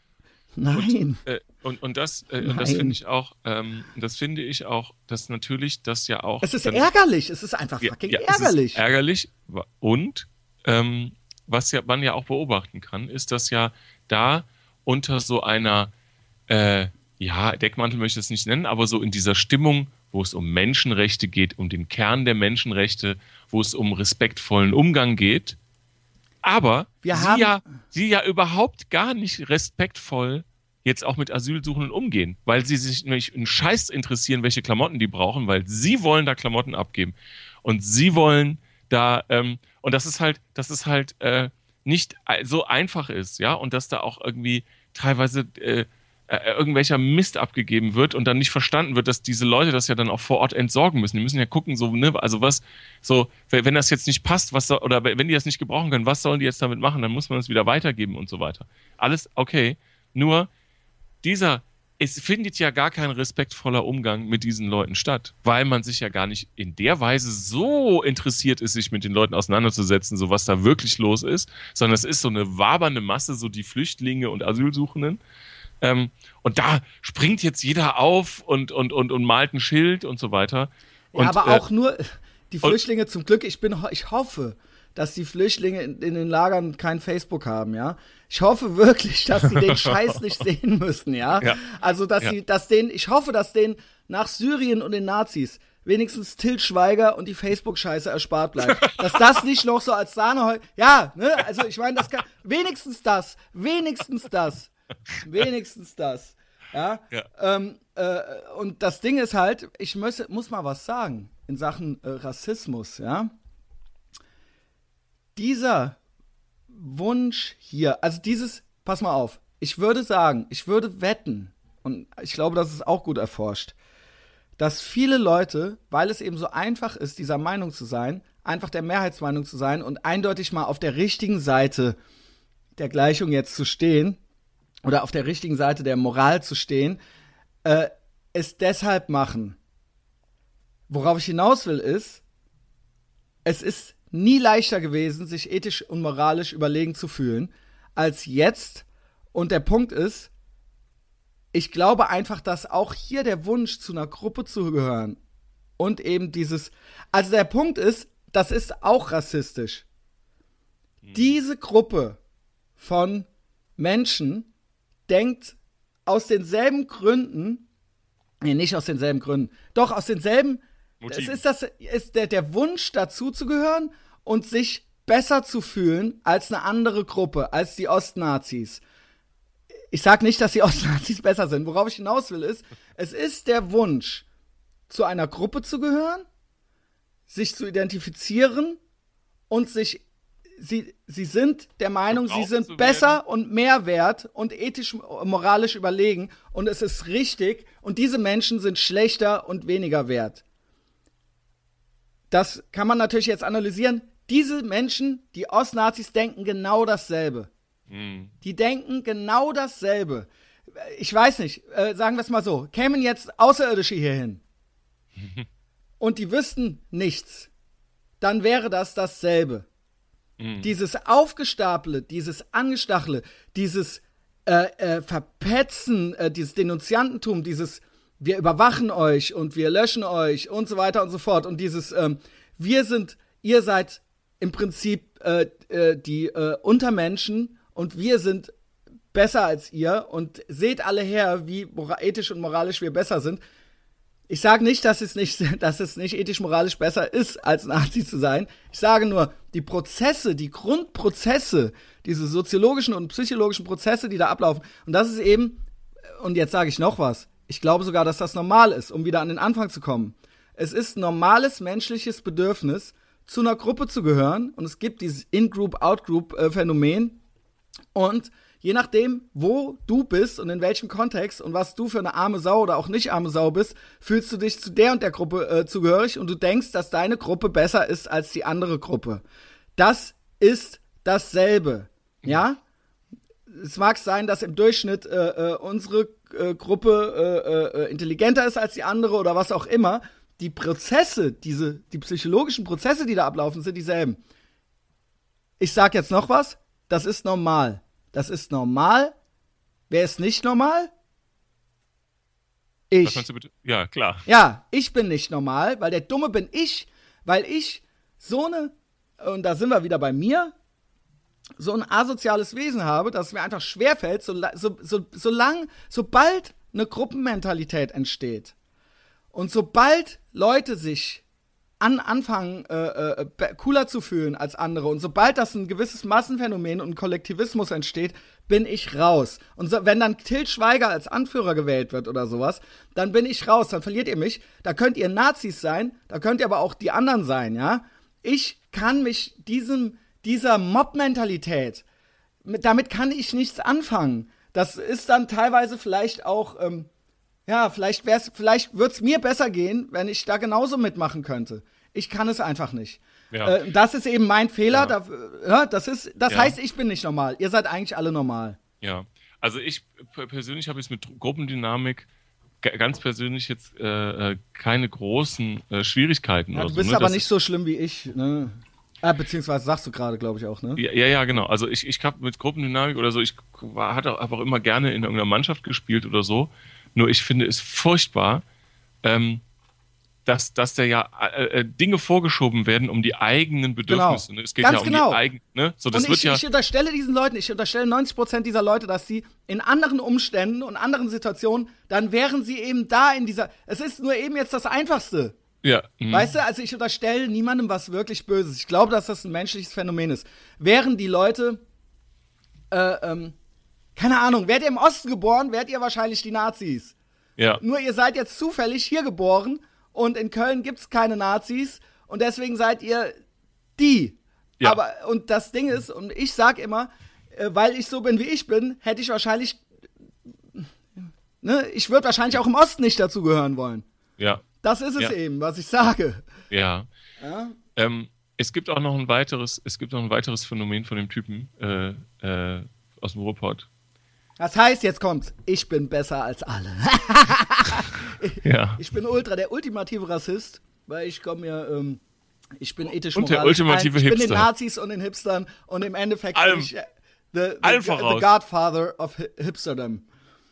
Nein. Und, äh, und, und das, äh, und das finde ich auch, ähm, das finde ich auch, dass natürlich das ja auch. Es ist dann, ärgerlich, es ist einfach fucking ja, ja, ärgerlich. Es ist ärgerlich und, ähm, was ja, man ja auch beobachten kann, ist, dass ja da unter so einer, äh, ja, Deckmantel möchte ich es nicht nennen, aber so in dieser Stimmung, wo es um Menschenrechte geht, um den Kern der Menschenrechte, wo es um respektvollen Umgang geht, aber Wir sie, haben ja, sie ja überhaupt gar nicht respektvoll jetzt auch mit Asylsuchenden umgehen, weil sie sich nämlich einen Scheiß interessieren, welche Klamotten die brauchen, weil sie wollen da Klamotten abgeben und sie wollen da, ähm, und das ist halt, das ist halt äh, nicht so einfach ist, ja, und dass da auch irgendwie teilweise äh, äh, irgendwelcher Mist abgegeben wird und dann nicht verstanden wird, dass diese Leute das ja dann auch vor Ort entsorgen müssen. Die müssen ja gucken, so, ne, also was, so, wenn das jetzt nicht passt, was soll, oder wenn die das nicht gebrauchen können, was sollen die jetzt damit machen? Dann muss man es wieder weitergeben und so weiter. Alles okay, nur dieser, es findet ja gar kein respektvoller Umgang mit diesen Leuten statt, weil man sich ja gar nicht in der Weise so interessiert ist, sich mit den Leuten auseinanderzusetzen, so was da wirklich los ist, sondern es ist so eine wabernde Masse, so die Flüchtlinge und Asylsuchenden. Ähm, und da springt jetzt jeder auf und, und, und, und malt ein Schild und so weiter. Und, ja, aber auch äh, nur die Flüchtlinge zum Glück, ich bin, ich hoffe, dass die Flüchtlinge in, in den Lagern kein Facebook haben, ja. Ich hoffe wirklich, dass sie den Scheiß nicht sehen müssen, ja. ja. Also, dass ja. sie, dass denen, ich hoffe, dass denen nach Syrien und den Nazis wenigstens Til Schweiger und die Facebook-Scheiße erspart bleibt. Dass das nicht noch so als Sahne, ja, ne, also ich meine, das kann, wenigstens das, wenigstens das, wenigstens das, ja. ja. Ähm, äh, und das Ding ist halt, ich muss, muss mal was sagen in Sachen äh, Rassismus, ja. Dieser Wunsch hier, also dieses, pass mal auf, ich würde sagen, ich würde wetten, und ich glaube, das ist auch gut erforscht, dass viele Leute, weil es eben so einfach ist, dieser Meinung zu sein, einfach der Mehrheitsmeinung zu sein und eindeutig mal auf der richtigen Seite der Gleichung jetzt zu stehen oder auf der richtigen Seite der Moral zu stehen, äh, es deshalb machen. Worauf ich hinaus will, ist, es ist nie leichter gewesen, sich ethisch und moralisch überlegen zu fühlen, als jetzt. Und der Punkt ist, ich glaube einfach, dass auch hier der Wunsch, zu einer Gruppe zu gehören und eben dieses, also der Punkt ist, das ist auch rassistisch. Hm. Diese Gruppe von Menschen denkt aus denselben Gründen, nee, nicht aus denselben Gründen, doch aus denselben Motiv. Es ist, das, ist der, der Wunsch, dazu zu gehören und sich besser zu fühlen als eine andere Gruppe, als die Ostnazis. Ich sag nicht, dass die Ostnazis besser sind. Worauf ich hinaus will, ist, es ist der Wunsch, zu einer Gruppe zu gehören, sich zu identifizieren und sich, sie, sie sind der Meinung, sie sind besser und mehr wert und ethisch, moralisch überlegen und es ist richtig und diese Menschen sind schlechter und weniger wert. Das kann man natürlich jetzt analysieren. Diese Menschen, die Ostnazis, denken genau dasselbe. Mhm. Die denken genau dasselbe. Ich weiß nicht, äh, sagen wir es mal so, kämen jetzt Außerirdische hierhin und die wüssten nichts, dann wäre das dasselbe. Mhm. Dieses Aufgestaple, dieses Angestachle, dieses äh, äh, Verpetzen, äh, dieses Denunziantentum, dieses wir überwachen euch und wir löschen euch und so weiter und so fort. Und dieses, ähm, wir sind, ihr seid im Prinzip äh, äh, die äh, Untermenschen und wir sind besser als ihr und seht alle her, wie ethisch und moralisch wir besser sind. Ich sage nicht, dass es nicht, dass es nicht ethisch-moralisch besser ist, als Nazi zu sein. Ich sage nur, die Prozesse, die Grundprozesse, diese soziologischen und psychologischen Prozesse, die da ablaufen, und das ist eben, und jetzt sage ich noch was, Ich glaube sogar, dass das normal ist, um wieder an den Anfang zu kommen. Es ist ein normales menschliches Bedürfnis, zu einer Gruppe zu gehören. Und es gibt dieses In-Group, Out-Group-Phänomen. Und je nachdem, wo du bist und in welchem Kontext und was du für eine arme Sau oder auch nicht arme Sau bist, fühlst du dich zu der und der Gruppe äh, zugehörig und du denkst, dass deine Gruppe besser ist als die andere Gruppe. Das ist dasselbe, ja? Es mag sein, dass im Durchschnitt äh, äh, unsere äh, Gruppe äh, äh, intelligenter ist als die andere oder was auch immer. Die Prozesse, diese, die psychologischen Prozesse, die da ablaufen, sind dieselben. Ich sag jetzt noch was, das ist normal. Das ist normal. Wer ist nicht normal? Ich. Was meinst du bitte? Ja, klar. Ja, ich bin nicht normal, weil der Dumme bin ich, weil ich so eine, und da sind wir wieder bei mir, so ein asoziales Wesen habe, dass es mir einfach schwerfällt, so, so, so, solang, sobald eine Gruppenmentalität entsteht und sobald Leute sich an, anfangen, äh, äh, cooler zu fühlen als andere und sobald das ein gewisses Massenphänomen und ein Kollektivismus entsteht, bin ich raus. Und so, wenn dann Til Schweiger als Anführer gewählt wird oder sowas, dann bin ich raus, dann verliert ihr mich. Da könnt ihr Nazis sein, da könnt ihr aber auch die anderen sein, ja. Ich kann mich diesem, dieser Mob-Mentalität, mit, damit kann ich nichts anfangen. Das ist dann teilweise vielleicht auch, ähm, ja, vielleicht wär's, vielleicht wird's mir besser gehen, wenn ich da genauso mitmachen könnte. Ich kann es einfach nicht. Ja. Äh, das ist eben mein Fehler. Ja. Da, ja, das ist, das ja. heißt, ich bin nicht normal. Ihr seid eigentlich alle normal. Ja, also ich persönlich habe es mit Gruppendynamik g- ganz persönlich jetzt äh, keine großen äh, Schwierigkeiten. Ja, oder du bist so, ne? aber das nicht so schlimm wie ich, ne? Ah, beziehungsweise sagst du gerade, glaube ich, auch, ne? Ja, ja, ja, genau. Also ich, ich habe mit Gruppendynamik oder so, ich war, hatte auch, auch immer gerne in irgendeiner Mannschaft gespielt oder so. Nur ich finde es furchtbar, ähm, dass, dass da ja äh, Dinge vorgeschoben werden um die eigenen Bedürfnisse. Genau. Ne? Es geht Ganz ja um genau. die eigenen. Ne? So, das und wird ich, ja ich unterstelle diesen Leuten, ich unterstelle neunzig Prozent dieser Leute, dass sie in anderen Umständen und anderen Situationen, dann wären sie eben da in dieser. Es ist nur eben jetzt das Einfachste. Ja. Mhm. Weißt du, also ich unterstelle niemandem was wirklich Böses. Ich glaube, dass das ein menschliches Phänomen ist. Wären die Leute, äh, ähm, keine Ahnung, wärt ihr im Osten geboren, wärt ihr wahrscheinlich die Nazis. Ja. Nur ihr seid jetzt zufällig hier geboren und in Köln gibt's keine Nazis und deswegen seid ihr die. Ja. Aber, und das Ding ist, und ich sag immer, äh, weil ich so bin, wie ich bin, hätte ich wahrscheinlich, ne, ich würde wahrscheinlich auch im Osten nicht dazugehören wollen. Ja. Das ist es ja. eben, was ich sage. Ja. ja? Ähm, es gibt auch noch ein weiteres, es gibt noch ein weiteres Phänomen von dem Typen äh, äh, aus dem Ruhrpott. Das heißt, jetzt kommt's, ich bin besser als alle. ich, ja. ich bin ultra, der ultimative Rassist, weil ich komme ja, ähm, ich bin ethisch und der ultimative ein, ich Hipster. bin den Nazis und den Hipstern und im Endeffekt Allem, bin ich äh, the, the, the, the Godfather of hi- Hipsterdom.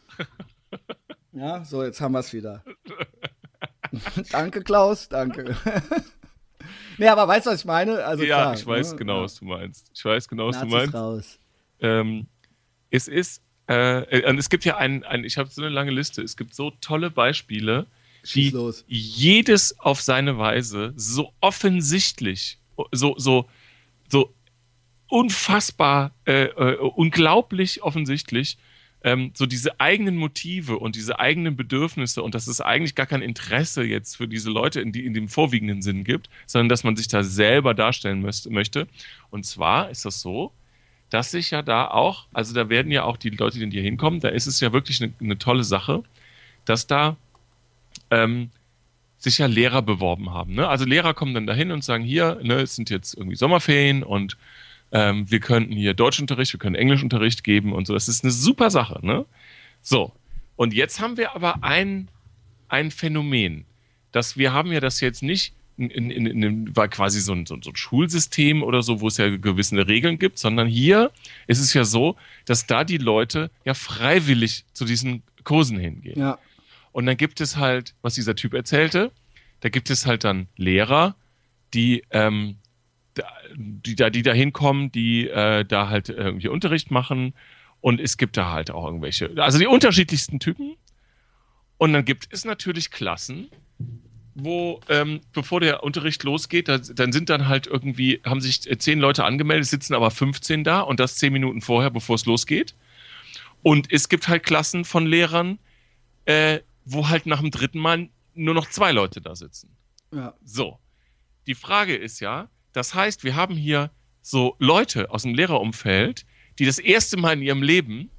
Ja, so, jetzt haben wir's wieder. Danke, Klaus, danke. Nee, aber weißt du, was ich meine? Also, ja, klar, ich weiß ne? genau, ja. was du meinst. Ich weiß genau, was Nazis du meinst. Raus. Ähm, es ist, äh, und es gibt ja ein, ein ich habe so eine lange Liste, es gibt so tolle Beispiele, Schieß die los. jedes auf seine Weise so offensichtlich, so, so, so unfassbar, äh, äh, unglaublich offensichtlich, ähm, so diese eigenen Motive und diese eigenen Bedürfnisse und dass es eigentlich gar kein Interesse jetzt für diese Leute in, die, in dem vorwiegenden Sinn gibt, sondern dass man sich da selber darstellen müsste, möchte. Und zwar ist das so, dass sich ja da auch, also da werden ja auch die Leute, die hier hinkommen, da ist es ja wirklich eine, eine tolle Sache, dass da ähm, sich ja Lehrer beworben haben. Ne? Also Lehrer kommen dann dahin und sagen, hier, ne, es sind jetzt irgendwie Sommerferien und ähm, wir könnten hier Deutschunterricht, wir können Englischunterricht geben und so. Das ist eine super Sache. Ne? So, und jetzt haben wir aber ein, ein Phänomen, dass wir haben ja das jetzt nicht in, in, in, in war quasi so ein, so, so ein Schulsystem oder so, wo es ja gewisse Regeln gibt, sondern hier ist es ja so, dass da die Leute ja freiwillig zu diesen Kursen hingehen. Ja. Und dann gibt es halt, was dieser Typ erzählte, da gibt es halt dann Lehrer, die, ähm, die da, die da hinkommen, die äh, da halt irgendwie Unterricht machen. Und es gibt da halt auch irgendwelche, also die unterschiedlichsten Typen. Und dann gibt es natürlich Klassen, wo, ähm, bevor der Unterricht losgeht, da, dann sind dann halt irgendwie, haben sich zehn Leute angemeldet, sitzen aber fünfzehn da und das zehn Minuten vorher, bevor es losgeht. Und es gibt halt Klassen von Lehrern, äh, wo halt nach dem dritten Mal nur noch zwei Leute da sitzen. Ja. So. Die Frage ist ja, das heißt, wir haben hier so Leute aus dem Lehrerumfeld, die das erste Mal in ihrem Leben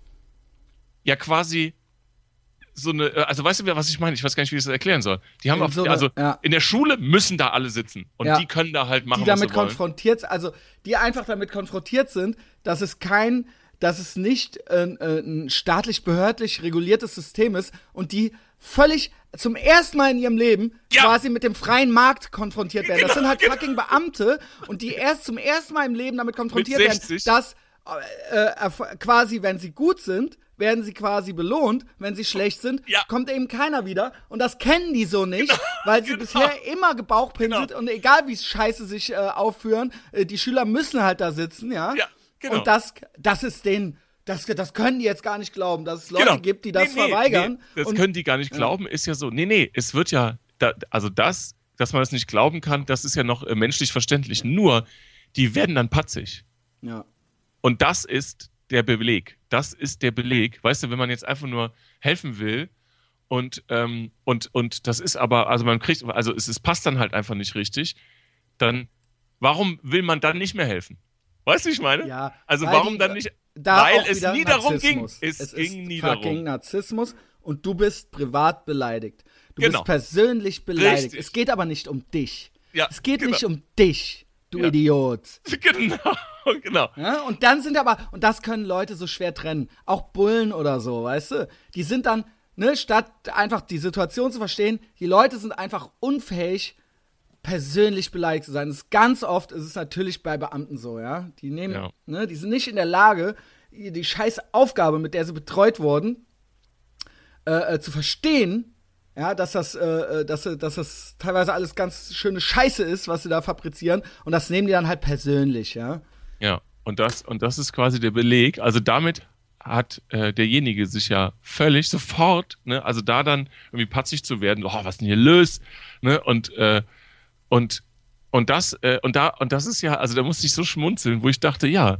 ja quasi so eine, also weißt du, was ich meine? Ich weiß gar nicht, wie ich das erklären soll. Die haben, auf, so eine, also ja. in der Schule müssen da alle sitzen und ja. die können da halt machen, die damit was sie wollen. konfrontiert, also die einfach damit konfrontiert sind, dass es kein, dass es nicht äh, ein staatlich-behördlich reguliertes System ist und die völlig zum ersten Mal in ihrem Leben ja. quasi mit dem freien Markt konfrontiert werden. Genau, das sind halt genau. fucking Beamte und die erst zum ersten Mal im Leben damit konfrontiert werden, dass äh, quasi, wenn sie gut sind, werden sie quasi belohnt, wenn sie schlecht sind, ja. kommt eben keiner wieder. Und das kennen die so nicht, genau, weil sie genau. bisher immer gebauchpinselt genau. und egal wie scheiße sich äh, aufführen, äh, die Schüler müssen halt da sitzen, ja. ja genau. Und das, das ist denen, das, das können die jetzt gar nicht glauben, dass es Leute genau. gibt, die das nee, nee, verweigern. Nee, das und, können die gar nicht glauben, ja. ist ja so. Nee, nee, es wird ja, da, also das, dass man das nicht glauben kann, das ist ja noch äh, menschlich verständlich. Nur, die werden dann patzig. Ja. Und das ist der Beleg. Das ist der Beleg. Weißt du, wenn man jetzt einfach nur helfen will und, ähm, und, und das ist aber, also man kriegt, also es, es passt dann halt einfach nicht richtig, dann warum will man dann nicht mehr helfen? Weißt du, ich meine? Ja, also warum die, dann nicht? da weil es nie Narzissmus. darum ging. Es, es ging ist nie fucking darum. Narzissmus und du bist privat beleidigt. Du genau. bist persönlich beleidigt. Richtig. Es geht aber nicht um dich. Ja, es geht genau. nicht um dich, du ja. Idiot. Genau, genau. Ja, und dann sind aber, und das können Leute so schwer trennen, auch Bullen oder so, weißt du? Die sind dann, ne, statt einfach die Situation zu verstehen, die Leute sind einfach unfähig, persönlich beleidigt zu sein. Das ist ganz oft, ist es natürlich bei Beamten so, ja. Die nehmen, Ja. ne, die sind nicht in der Lage, die, die scheiß Aufgabe, mit der sie betreut wurden, äh, äh, zu verstehen, ja, dass das, äh, dass, dass das teilweise alles ganz schöne Scheiße ist, was sie da fabrizieren. Und das nehmen die dann halt persönlich, ja. Ja, und das, und das ist quasi der Beleg. Also damit hat äh, derjenige sich ja völlig sofort, ne, also da dann irgendwie patzig zu werden, oh, was ist denn hier los? Ne, und, äh, und, und das, äh, und da, und das ist ja, also da musste ich so schmunzeln, wo ich dachte, ja,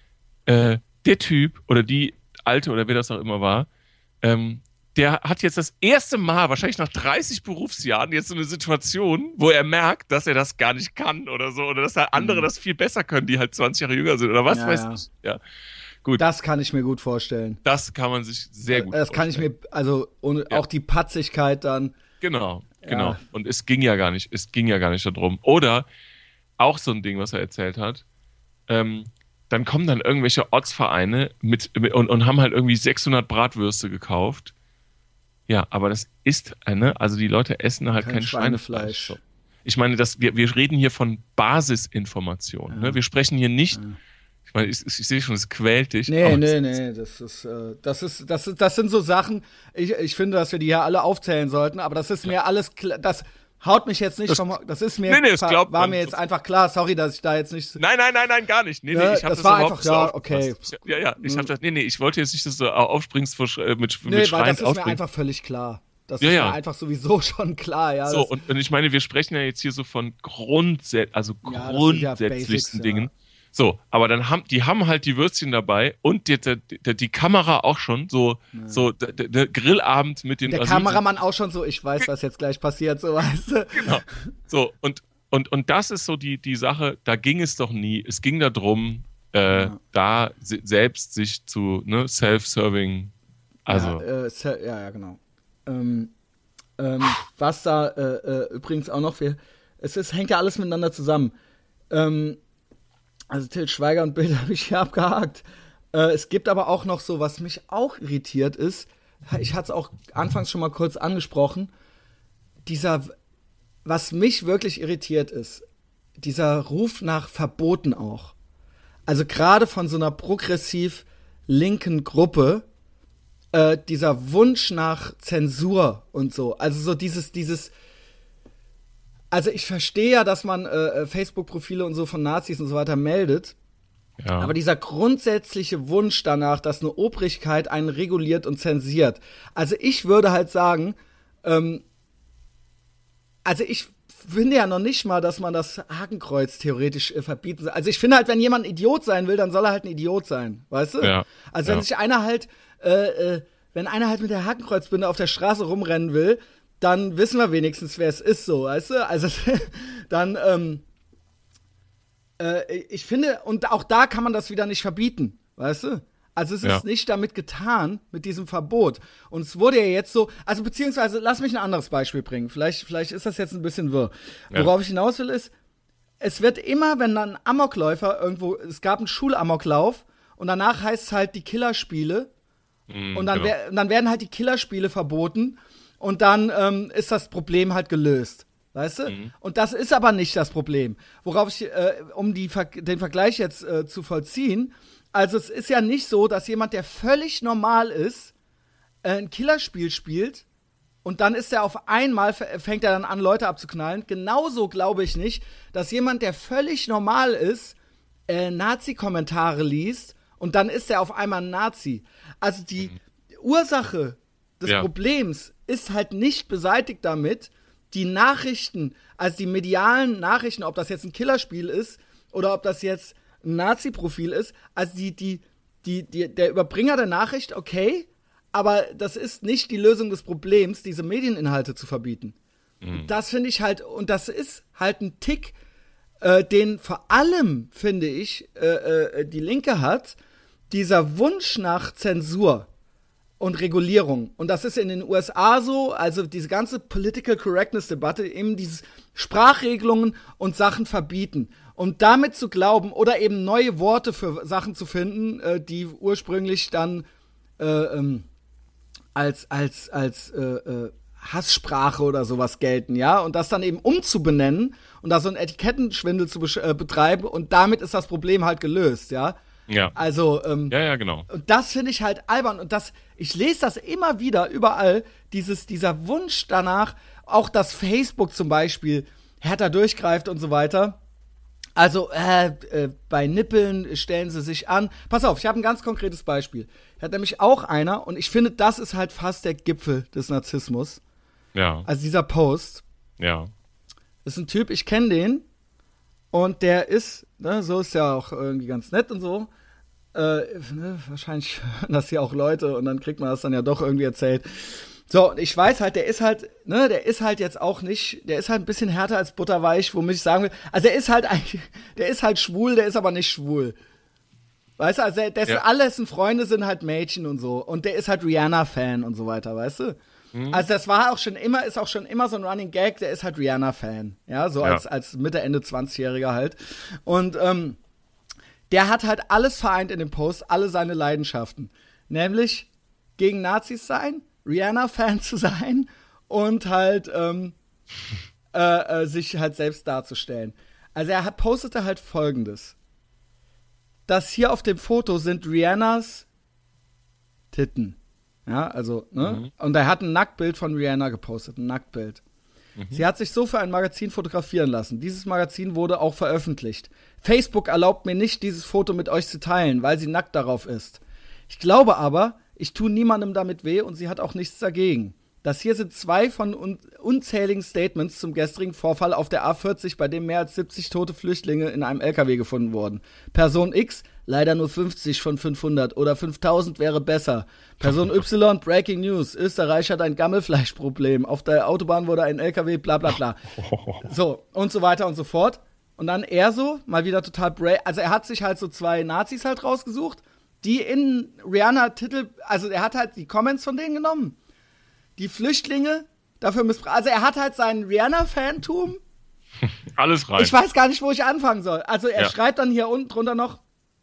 äh, der Typ oder die Alte oder wer das auch immer war, ähm, der hat jetzt das erste Mal, wahrscheinlich nach dreißig Berufsjahren, jetzt so eine Situation, wo er merkt, dass er das gar nicht kann oder so, oder dass da andere mhm. das viel besser können, die halt zwanzig Jahre jünger sind, oder was ja, weiß ja. ich. Ja, gut. Das kann ich mir gut vorstellen. Das kann man sich sehr gut das vorstellen. Das kann ich mir, also und ja. auch die Patzigkeit dann. Genau, ja. genau. Und es ging ja gar nicht, es ging ja gar nicht darum. Oder auch so ein Ding, was er erzählt hat, ähm, dann kommen dann irgendwelche Ortsvereine mit, mit und, und haben halt irgendwie sechshundert Bratwürste gekauft. Ja, aber das ist eine, also die Leute essen halt kein, kein Schweinefleisch. Schweinefleisch. Ich meine, das, wir, wir reden hier von Basisinformationen. Ja. Ne? Wir sprechen hier nicht, ja. ich meine, ich, ich, ich sehe schon, es quält dich. Nee, nee, nee, das ist, äh, das ist, das ist, das sind so Sachen, ich, ich finde, dass wir die hier alle aufzählen sollten, aber das ist mir ja. alles klar, das haut mich jetzt nicht das, vom, das ist mir, nee, nee, das war, war man. mir jetzt einfach klar, sorry, dass ich da jetzt nicht. Nein, nein, nein, nein, gar nicht. Nee, nee, ne, ich hab das, das war überhaupt einfach, so ja, okay. Ja, ja, ich hab das, nee, nee, ich wollte jetzt nicht, dass du aufspringst mit, mit nee, Schreien weil das ist aufspringst. mir einfach völlig klar. Das ja, ist ja. mir einfach sowieso schon klar, ja. So, und, und ich meine, wir sprechen ja jetzt hier so von Grundsä- also ja, grundsätzlichsten ja Basics, Dingen. Ja. So, aber dann haben, die haben halt die Würstchen dabei und die, die, die, die Kamera auch schon, so, ja. so der, der Grillabend mit den Der Asylten. Kameramann auch schon so, ich weiß, was jetzt gleich passiert, so weißt du. Genau. So, und, und, und das ist so die, die Sache, da ging es doch nie. Es ging darum, äh, ja. da se- selbst sich zu, ne, self-serving, also. Ja, äh, se- ja, ja, genau. Ähm, ähm, was da äh, äh, übrigens auch noch für, es ist, hängt ja alles miteinander zusammen. Ähm, also Til Schweiger und Bild habe ich hier abgehakt. Äh, es gibt aber auch noch so, was mich auch irritiert ist, ich hatte es auch anfangs schon mal kurz angesprochen, dieser, was mich wirklich irritiert ist, dieser Ruf nach Verboten auch. Also gerade von so einer progressiv linken Gruppe, Äh, dieser Wunsch nach Zensur und so. Also so dieses, dieses, also ich verstehe ja, dass man äh, Facebook-Profile und so von Nazis und so weiter meldet, ja. aber dieser grundsätzliche Wunsch danach, dass eine Obrigkeit einen reguliert und zensiert. Also ich würde halt sagen, ähm, also ich finde ja noch nicht mal, dass man das Hakenkreuz theoretisch äh, verbieten soll. Also ich finde halt, wenn jemand ein Idiot sein will, dann soll er halt ein Idiot sein, weißt du? Ja. Also wenn ja. sich einer halt Äh, äh, wenn einer halt mit der Hakenkreuzbinde auf der Straße rumrennen will, dann wissen wir wenigstens, wer es ist, so, weißt du? Also, dann, ähm, äh, ich finde, und auch da kann man das wieder nicht verbieten, weißt du? Also, es ist ja. nicht damit getan, mit diesem Verbot. Und es wurde ja jetzt so, also, beziehungsweise, lass mich ein anderes Beispiel bringen. Vielleicht, vielleicht ist das jetzt ein bisschen wirr. Ja. Worauf ich hinaus will, ist, es wird immer, wenn dann ein Amokläufer irgendwo, es gab einen Schulamoklauf und danach heißt es halt die Killerspiele mm, und dann, genau. wer, dann werden halt die Killerspiele verboten. Und dann ähm, ist das Problem halt gelöst, weißt du? Mhm. Und das ist aber nicht das Problem. Worauf ich, äh, um die, den Vergleich jetzt äh, zu vollziehen, also es ist ja nicht so, dass jemand, der völlig normal ist, äh, ein Killerspiel spielt und dann ist er auf einmal, fängt er dann an, Leute abzuknallen. Genauso glaube ich nicht, dass jemand, der völlig normal ist, äh, Nazi-Kommentare liest und dann ist er auf einmal ein Nazi. Also die mhm. Ursache des ja. Problems ist halt nicht beseitigt damit, die Nachrichten, also die medialen Nachrichten, ob das jetzt ein Killerspiel ist oder ob das jetzt ein Nazi-Profil ist, also die, die, die, die, der Überbringer der Nachricht, okay, aber das ist nicht die Lösung des Problems, diese Medieninhalte zu verbieten. Mhm. Das finde ich halt, und das ist halt ein Tick, äh, den vor allem, finde ich, äh, äh, die Linke hat, dieser Wunsch nach Zensur und Regulierung. Und das ist in den U S A so, also diese ganze Political Correctness-Debatte, eben diese Sprachregelungen und Sachen verbieten. Und damit zu glauben, oder eben neue Worte für Sachen zu finden, äh, die ursprünglich dann äh, ähm, als, als, als äh, äh, Hasssprache oder sowas gelten, ja, und das dann eben umzubenennen und da so einen Etikettenschwindel zu besch- äh, betreiben und damit ist das Problem halt gelöst, ja. Ja. Also, ähm, ja, ja, genau. Und das finde ich halt albern. Und das, ich lese das immer wieder, überall, dieses, dieser Wunsch danach, auch dass Facebook zum Beispiel härter durchgreift und so weiter. Also, äh, äh, bei Nippeln stellen sie sich an. Pass auf, ich habe ein ganz konkretes Beispiel. Hat nämlich auch einer, und ich finde, das ist halt fast der Gipfel des Narzissmus. Ja. Also dieser Post. Ja. Das ist ein Typ, ich kenne den. Und der ist, ne, so ist ja auch irgendwie ganz nett und so. Äh, ne, wahrscheinlich hören das hier auch Leute und dann kriegt man das dann ja doch irgendwie erzählt. So, und ich weiß halt, der ist halt, ne, der ist halt jetzt auch nicht, der ist halt ein bisschen härter als butterweich, womit ich sagen will, also er ist halt eigentlich, der ist halt schwul, der ist aber nicht schwul. Weißt du, also der, dessen ja. allessen Freunde sind halt Mädchen und so. Und der ist halt Rihanna-Fan und so weiter, weißt du? Also das war auch schon immer, ist auch schon immer so ein Running Gag, der ist halt Rihanna-Fan, ja, so ja. als, als Mitte, Ende zwanzigjähriger halt. Und ähm, der hat halt alles vereint in dem Post, alle seine Leidenschaften. Nämlich gegen Nazis sein, Rihanna-Fan zu sein und halt ähm, äh, äh, sich halt selbst darzustellen. Also er hat, postete halt Folgendes. Das hier auf dem Foto sind Rihannas Titten. Ja, also, ne? Mhm. Und er hat ein Nacktbild von Rihanna gepostet, ein Nacktbild. Mhm. Sie hat sich so für ein Magazin fotografieren lassen. Dieses Magazin wurde auch veröffentlicht. Facebook erlaubt mir nicht, dieses Foto mit euch zu teilen, weil sie nackt darauf ist. Ich glaube aber, ich tue niemandem damit weh und sie hat auch nichts dagegen. Das hier sind zwei von un- unzähligen Statements zum gestrigen Vorfall auf der A vierzig, bei dem mehr als siebzig tote Flüchtlinge in einem L K W gefunden wurden. Person X, leider nur fünfzig von fünfhundert oder fünftausend wäre besser. Person Y, Breaking News, Österreich hat ein Gammelfleischproblem. Auf der Autobahn wurde ein L K W, bla bla bla. So, und so weiter und so fort. Und dann er so, mal wieder total brave. Also er hat sich halt so zwei Nazis halt rausgesucht, die in Rihanna-Titel, also er hat halt die Comments von denen genommen. Die Flüchtlinge dafür missbraucht. Also er hat halt seinen Rihanna-Fantum. Alles rein. Ich weiß gar nicht, wo ich anfangen soll. Also er ja. schreibt dann hier unten drunter noch,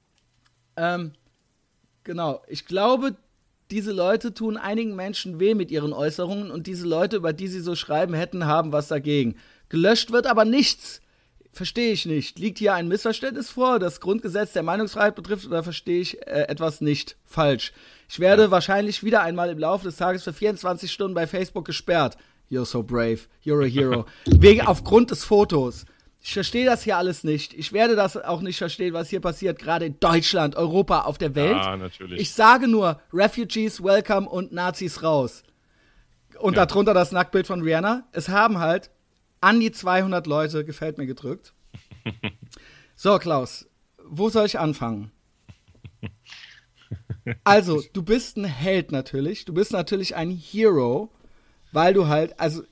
ähm, genau, ich glaube, diese Leute tun einigen Menschen weh mit ihren Äußerungen und diese Leute, über die sie so schreiben hätten, haben was dagegen. Gelöscht wird aber nichts. Verstehe ich nicht. Liegt hier ein Missverständnis vor, das Grundgesetz der Meinungsfreiheit betrifft, oder verstehe ich äh, etwas nicht falsch? Ich werde ja. wahrscheinlich wieder einmal im Laufe des Tages für vierundzwanzig Stunden bei Facebook gesperrt. You're so brave. You're a hero. Wegen, aufgrund des Fotos. Ich verstehe das hier alles nicht. Ich werde das auch nicht verstehen, was hier passiert, gerade in Deutschland, Europa, auf der Welt. Ja, natürlich. Ich sage nur, Refugees welcome und Nazis raus. Und ja. darunter das Nacktbild von Rihanna. Es haben halt an die zweihundert Leute gefällt mir gedrückt. So, Klaus, wo soll ich anfangen? Also, du bist ein Held natürlich. Du bist natürlich ein Hero, weil du halt, also.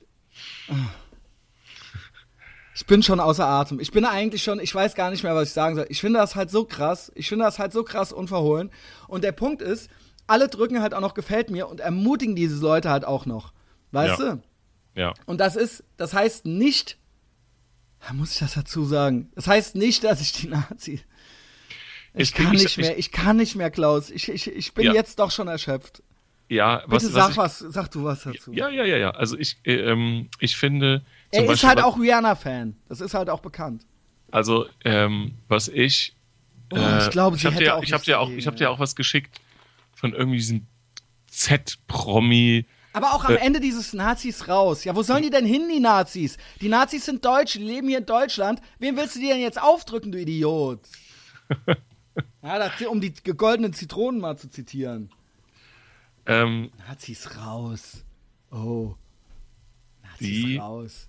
Ich bin schon außer Atem. Ich bin eigentlich schon, ich weiß gar nicht mehr, was ich sagen soll. Ich finde das halt so krass. Ich finde das halt so krass unverhohlen. Und der Punkt ist, alle drücken halt auch noch gefällt mir und ermutigen diese Leute halt auch noch. Weißt Ja. du? Ja. Und das ist, das heißt nicht, muss ich das dazu sagen? Das heißt nicht, dass ich die Nazi. Ich, Ich- kann ich- nicht mehr, ich kann nicht mehr, Klaus. Ich, ich, ich bin Ja. jetzt doch schon erschöpft. Ja, was, Bitte was sag ich, was, sag du was dazu. Ja, ja, ja, ja. Also ich, äh, ähm, ich finde. Zum er ist Beispiel, halt was- auch Rihanna-Fan. Das ist halt auch bekannt. Also, ähm, was ich. Oh, ich glaube, sie ich hab hätte dir, auch ich hab nichts dir auch, dagegen, ich hab ja. dir auch was geschickt von irgendwie diesem Z-Promi. Aber auch am Äh. Ende dieses Nazis raus. Ja, wo sollen die denn hin, die Nazis? Die Nazis sind Deutsche, die leben hier in Deutschland. Wem willst du die denn jetzt aufdrücken, du Idiot? Ja, das, um die goldenen Zitronen mal zu zitieren. Ähm, Nazis raus. Oh. Nazis Die- raus.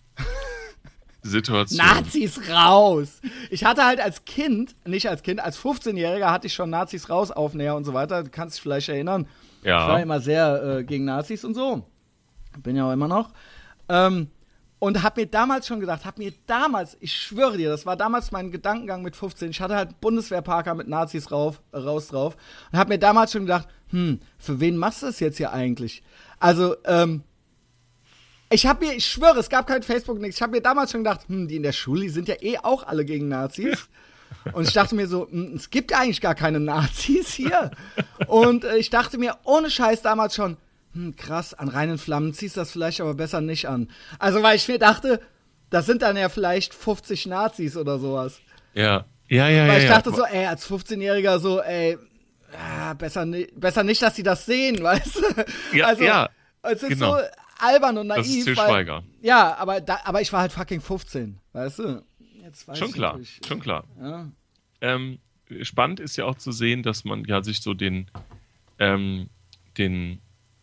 Situation. Nazis raus! Ich hatte halt als Kind, nicht als Kind, als fünfzehnjähriger hatte ich schon Nazis raus Aufnäher und so weiter. Du kannst dich vielleicht erinnern. Ja. Ich war immer sehr äh, gegen Nazis und so. Bin ja auch immer noch. Ähm, und hab mir damals schon gedacht, hab mir damals, ich schwöre dir, das war damals mein Gedankengang mit fünfzehn. Ich hatte halt einen Bundeswehrparker mit Nazis rauf, äh, raus drauf. Und hab mir damals schon gedacht, hm, für wen machst du das jetzt hier eigentlich? Also, ähm, ich hab mir, ich schwöre, es gab kein Facebook, nichts. Ich hab mir damals schon gedacht, hm, die in der Schule, die sind ja eh auch alle gegen Nazis. Und ich dachte mir so, hm, es gibt ja eigentlich gar keine Nazis hier. Und äh, ich dachte mir, ohne Scheiß damals schon, hm, krass, an reinen Flammen ziehst du das vielleicht aber besser nicht an. Also, weil ich mir dachte, das sind dann ja vielleicht fünfzig Nazis oder sowas. Ja. Ja, ja, ja. Weil ich ja. dachte so, ey, als fünfzehnjähriger so, ey, ah, besser, ni- besser nicht, dass sie das sehen, weißt du? Ja, also, ja, es ist genau. so albern und naiv. Das ist Til weil, Schweiger. Ja, aber, da, aber ich war halt fucking fünfzehn, weißt du? Jetzt weiß Schon ich klar, natürlich, schon klar. Ja. Ähm, spannend ist ja auch zu sehen, dass man ja sich so den, ähm, den,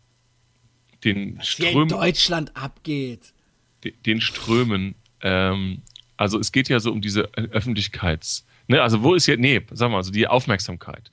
den Was hier in Strömen, Deutschland abgeht. de- den Strömen, ähm, also es geht ja so um diese Ö- Öffentlichkeits, ne, also wo ist jetzt, nee, sag mal, so die Aufmerksamkeit.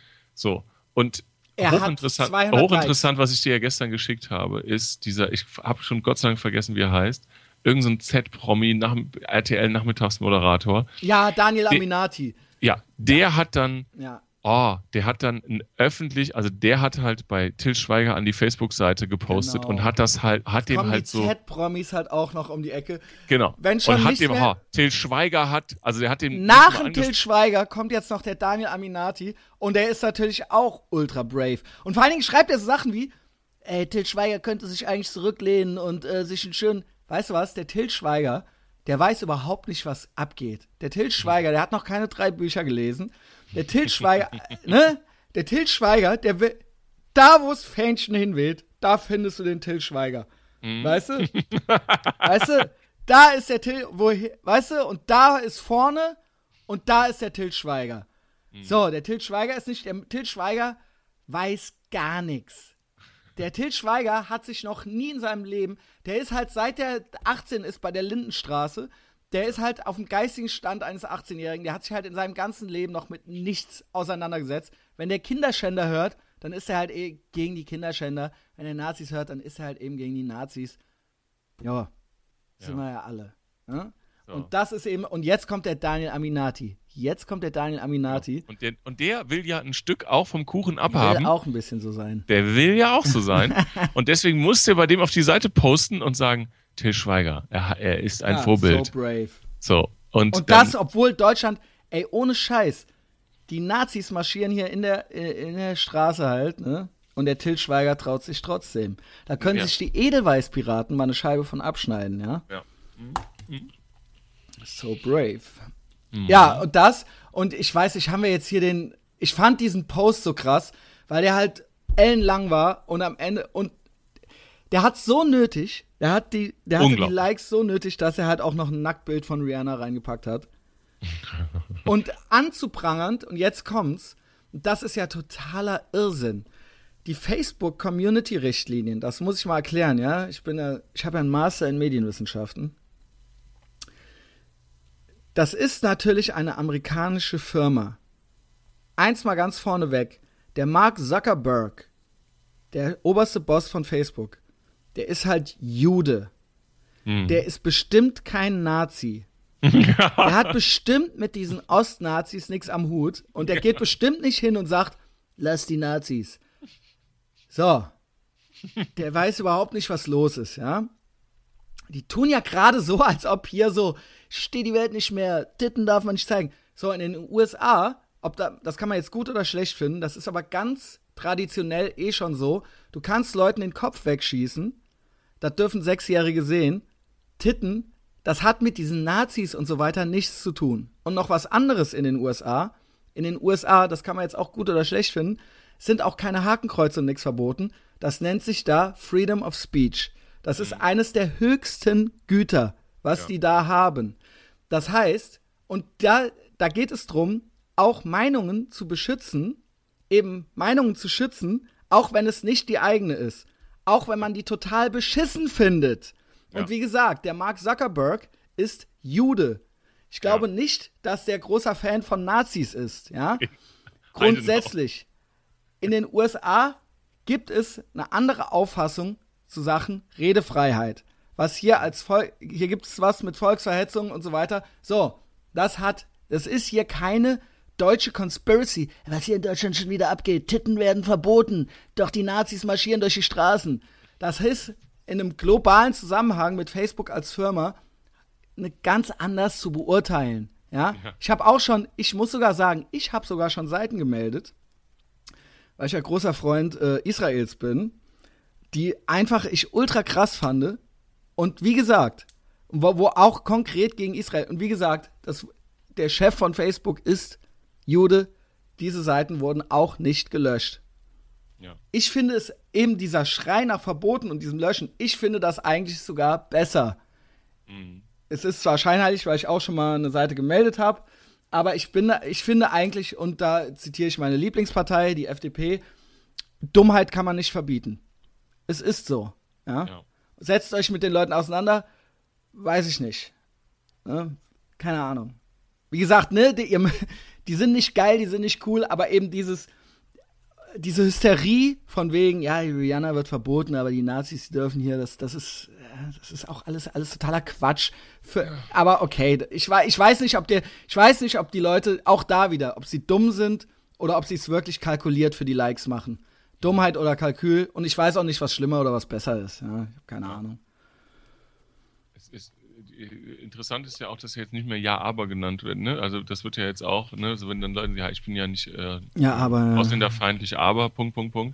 So, und Er hat hochinteressant, zweihundert hochinteressant, was ich dir ja gestern geschickt habe, ist dieser, ich habe schon Gott sei Dank vergessen, wie er heißt, irgend so ein Z-Promi, nach, R T L-Nachmittagsmoderator. Ja, Daniel Die- Aminati. Ja, der hat dann Ja. Oh, der hat dann ein öffentlich, also der hat halt bei Til Schweiger an die Facebook-Seite gepostet Genau. und hat das halt, hat dem Kommen halt die so, Z-Promis halt auch noch um die Ecke. genau, wenn schon und hat nicht dem, mehr- oh, Til Schweiger hat, also der hat dem Nach nicht mal dem Til anges- Schweiger kommt jetzt noch der Daniel Aminati und der ist natürlich auch ultra brave. Und vor allen Dingen schreibt er so Sachen wie, ey, Til Schweiger könnte sich eigentlich zurücklehnen und äh, sich einen schönen, weißt du was, der Til Schweiger, der weiß überhaupt nicht, was abgeht. Der Til Schweiger, der hat noch keine drei Bücher gelesen. Der Til Schweiger, ne? Der Til Schweiger, der will, da wo es Fähnchen hinweht, da findest du den Til Schweiger. Weißt du? Weißt du? Da ist der Til, wo, weißt du? Und da ist vorne und da ist der Til Schweiger. So, der Til Schweiger ist nicht, der Til Schweiger weiß gar nichts. Der Til Schweiger hat sich noch nie in seinem Leben, der ist halt seit der achtzehn ist bei der Lindenstraße, der ist halt auf dem geistigen Stand eines achtzehnjährigen, der hat sich halt in seinem ganzen Leben noch mit nichts auseinandergesetzt. Wenn der Kinderschänder hört, dann ist er halt eh gegen die Kinderschänder. Wenn er Nazis hört, dann ist er halt eben gegen die Nazis. Ja, sind Ja. wir ja alle. Ne? So. Und das ist eben, und jetzt kommt der Daniel Aminati. Jetzt kommt der Daniel Aminati. Und der, und der will ja ein Stück auch vom Kuchen Will abhaben. auch ein bisschen so sein. Der will ja auch so sein. Und deswegen musst du bei dem auf die Seite posten und sagen, Til Schweiger, er, er ist ein Ja, Vorbild. So brave. So. Und, Und dann, das, obwohl Deutschland, ey, ohne Scheiß, die Nazis marschieren hier in der, in der Straße halt, ne? Und der Til Schweiger traut sich trotzdem. Da können Ja. sich die Edelweiß-Piraten mal eine Scheibe von abschneiden, ja? Ja. So brave. Mhm. Ja, und das, und ich weiß nicht, haben wir jetzt hier den, ich fand diesen Post so krass, weil der halt ellenlang war und am Ende, und der hat so nötig, der hat die, der hatte die Unglaublich. Likes so nötig, dass er halt auch noch ein Nacktbild von Rihanna reingepackt hat. Und anzuprangernd, und jetzt kommt's, und das ist ja totaler Irrsinn. Die Facebook-Community-Richtlinien, das muss ich mal erklären, ja. Ich bin ja, ich habe ja einen Master in Medienwissenschaften. Das ist natürlich eine amerikanische Firma. Eins mal ganz vorneweg. der Mark Zuckerberg, der oberste Boss von Facebook, der ist halt Jude. Hm. Der ist bestimmt kein Nazi. Der hat bestimmt mit diesen Ostnazis nichts am Hut und der geht bestimmt nicht hin und sagt, lass die Nazis. So. Der weiß überhaupt nicht, was los ist, ja. Die tun ja gerade so, als ob hier so, steht die Welt nicht mehr, Titten darf man nicht zeigen. So, in den U S A, ob da, das kann man jetzt gut oder schlecht finden, das ist aber ganz traditionell eh schon so, du kannst Leuten den Kopf wegschießen, das dürfen Sechsjährige sehen, Titten, das hat mit diesen Nazis und so weiter nichts zu tun. Und noch was anderes in den U S A. In den U S A, das kann man jetzt auch gut oder schlecht finden, sind auch keine Hakenkreuze und nichts verboten. Das nennt sich da Freedom of Speech. Das ist eines der höchsten Güter, was ja. die da haben. Das heißt, und da, da geht es drum, auch Meinungen zu beschützen, eben Meinungen zu schützen, auch wenn es nicht die eigene ist. Auch wenn man die total beschissen findet. Und ja. wie gesagt, der Mark Zuckerberg ist Jude. Ich glaube ja. nicht, dass der großer Fan von Nazis ist, ja. Grundsätzlich. In den U S A gibt es eine andere Auffassung zu Sachen Redefreiheit. Was hier als Volk, hier gibt es was mit Volksverhetzung und so weiter. So, das hat, das ist hier keine deutsche Conspiracy. Was hier in Deutschland schon wieder abgeht. Titten werden verboten. Doch die Nazis marschieren durch die Straßen. Das ist in einem globalen Zusammenhang mit Facebook als Firma eine ganz anders zu beurteilen. Ja? ja. Ich habe auch schon, ich muss sogar sagen, ich habe sogar schon Seiten gemeldet, weil ich ja großer Freund äh, Israels bin, die einfach ich ultra krass fand. Und wie gesagt, wo, wo auch konkret gegen Israel, und wie gesagt, das, der Chef von Facebook ist Jude, diese Seiten wurden auch nicht gelöscht. Ja. Ich finde es eben dieser Schrei nach Verboten und diesem Löschen, ich finde das eigentlich sogar besser. Mhm. Es ist zwar scheinheilig, weil ich auch schon mal eine Seite gemeldet habe, aber ich, bin, ich finde eigentlich, und da zitiere ich meine Lieblingspartei, die F D P, Dummheit kann man nicht verbieten. Es ist so. Ja? Ja. Setzt euch mit den Leuten auseinander, weiß ich nicht. Ne? Keine Ahnung. Wie gesagt, ne, die, die sind nicht geil, die sind nicht cool, aber eben dieses diese Hysterie von wegen, ja, Rihanna wird verboten, aber die Nazis die dürfen hier, das, das ist, das ist auch alles, alles totaler Quatsch. Für, aber okay, ich, ich weiß nicht, ob der, ich weiß nicht, ob die Leute auch da wieder, ob sie dumm sind oder ob sie es wirklich kalkuliert für die Likes machen. Dummheit oder Kalkül. Und ich weiß auch nicht, was schlimmer oder was besser ist. Ja, ich habe keine ja. Ahnung. Es ist, interessant ist ja auch, dass jetzt nicht mehr Ja, aber genannt wird. Ne? Also das wird ja jetzt auch, ne? Also wenn dann Leute, ja, ich bin ja nicht äh, ja, aber, ausländerfeindlich, aber, Punkt, Punkt, Punkt.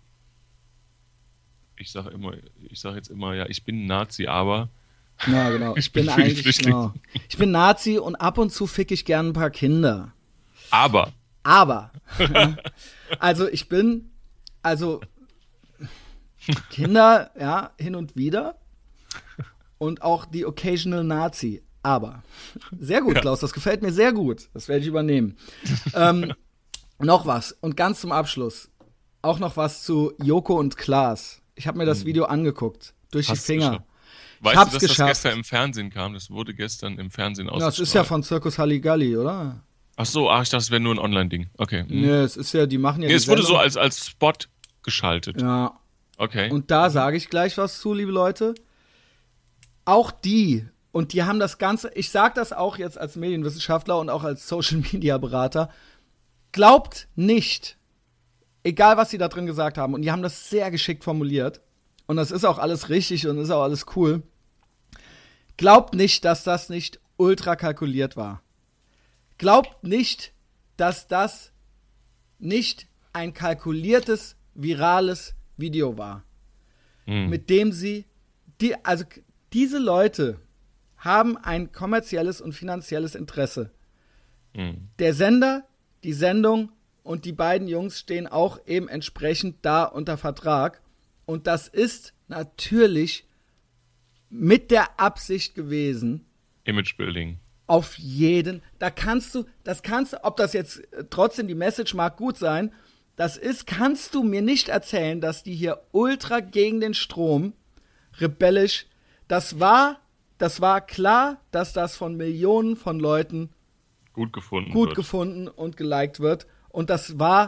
Ich sage immer, ich sage jetzt immer, ja, ich bin Nazi, aber ja, genau. Ich, ich bin, bin eigentlich, genau. Ich bin Nazi und ab und zu fick ich gern ein paar Kinder. Aber. Aber. Also ich bin, also Kinder, ja, hin und wieder. Und auch die Occasional Nazi. Aber. Sehr gut, Klaus, das gefällt mir sehr gut. Das werde ich übernehmen. ähm, noch was. Und ganz zum Abschluss. Auch noch was zu Joko und Klaas. Ich habe mir das Video angeguckt. Durch Hast die Finger. Weißt du, dass geschafft. das gestern im Fernsehen kam? Das wurde gestern im Fernsehen ausgestrahlt. Ja, das ist ja von Circus Halligalli, oder? Ach so, ach, ich dachte, es wäre nur ein Online-Ding. Okay. Hm. Nee, es ist ja, die machen ja nee, die es wurde Sendung. so als, als Spot geschaltet. Ja. Okay. Und da sage ich gleich was zu, liebe Leute. Auch die, und die haben das Ganze, ich sage das auch jetzt als Medienwissenschaftler und auch als Social-Media-Berater, glaubt nicht, egal was sie da drin gesagt haben, und die haben das sehr geschickt formuliert, und das ist auch alles richtig und ist auch alles cool, glaubt nicht, dass das nicht ultra kalkuliert war. Glaubt nicht, dass das nicht ein kalkuliertes, virales Video war, hm. mit dem sie, die, also diese Leute haben ein kommerzielles und finanzielles Interesse. Hm. Der Sender, die Sendung und die beiden Jungs stehen auch eben entsprechend da unter Vertrag. Und das ist natürlich mit der Absicht gewesen. Imagebuilding. Auf jeden. Da kannst du, das kannst du, ob das jetzt trotzdem die Message mag gut sein, das ist, kannst du mir nicht erzählen, dass die hier ultra gegen den Strom, rebellisch, das war, das war klar, dass das von Millionen von Leuten gut gefunden gut wird. gefunden und geliked wird. Und das war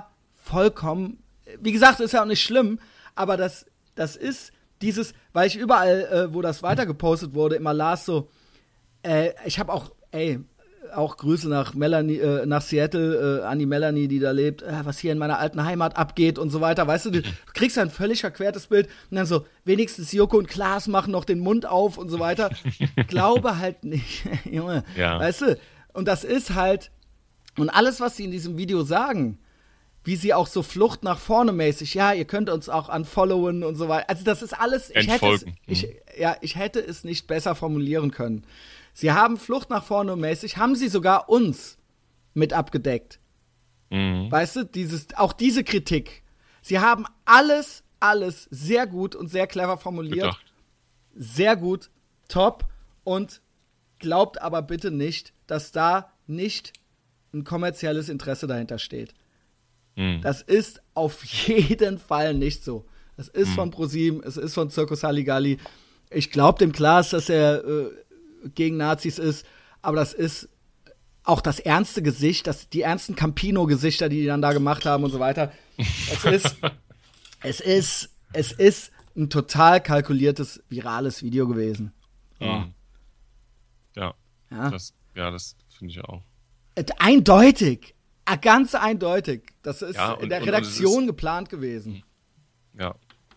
vollkommen, wie gesagt, ist ja auch nicht schlimm, aber das, das ist dieses, weil ich überall, äh, wo das weitergepostet wurde, immer las so, äh, ich habe auch, ey, auch Grüße nach Melanie, äh, nach Seattle, äh, an die Melanie, die da lebt, äh, was hier in meiner alten Heimat abgeht und so weiter, weißt du, du kriegst ein völlig verquertes Bild und dann so, wenigstens Joko und Klaas machen noch den Mund auf und so weiter. Glaube halt nicht, Junge, ja. weißt du, und das ist halt, und alles, was sie in diesem Video sagen, wie sie auch so Flucht nach vorne mäßig, ja, ihr könnt uns auch unfollowen und so weiter, also das ist alles, ich hätte es, ich, ja, ich hätte es nicht besser formulieren können. Sie haben Flucht nach vorne mäßig, haben sie sogar uns mit abgedeckt. Mhm. Weißt du, dieses, auch diese Kritik. Sie haben alles, alles sehr gut und sehr clever formuliert. Gedacht. Sehr gut, top. Und glaubt aber bitte nicht, dass da nicht ein kommerzielles Interesse dahinter steht. Mhm. Das ist auf jeden Fall nicht so. Das ist mhm. von ProSieben, es ist von Circus Halligalli. Ich glaube dem Klaas, dass er äh, gegen Nazis ist, aber das ist auch das ernste Gesicht, das, die ernsten Campino-Gesichter, die die dann da gemacht haben und so weiter. Es ist, es ist, es ist ein total kalkuliertes, virales Video gewesen. Ja. Ja, ja. Das, ja, das finde ich auch. Eindeutig, ganz eindeutig. Das ist ja, und, in der und, Redaktion und ist, geplant gewesen. Ja.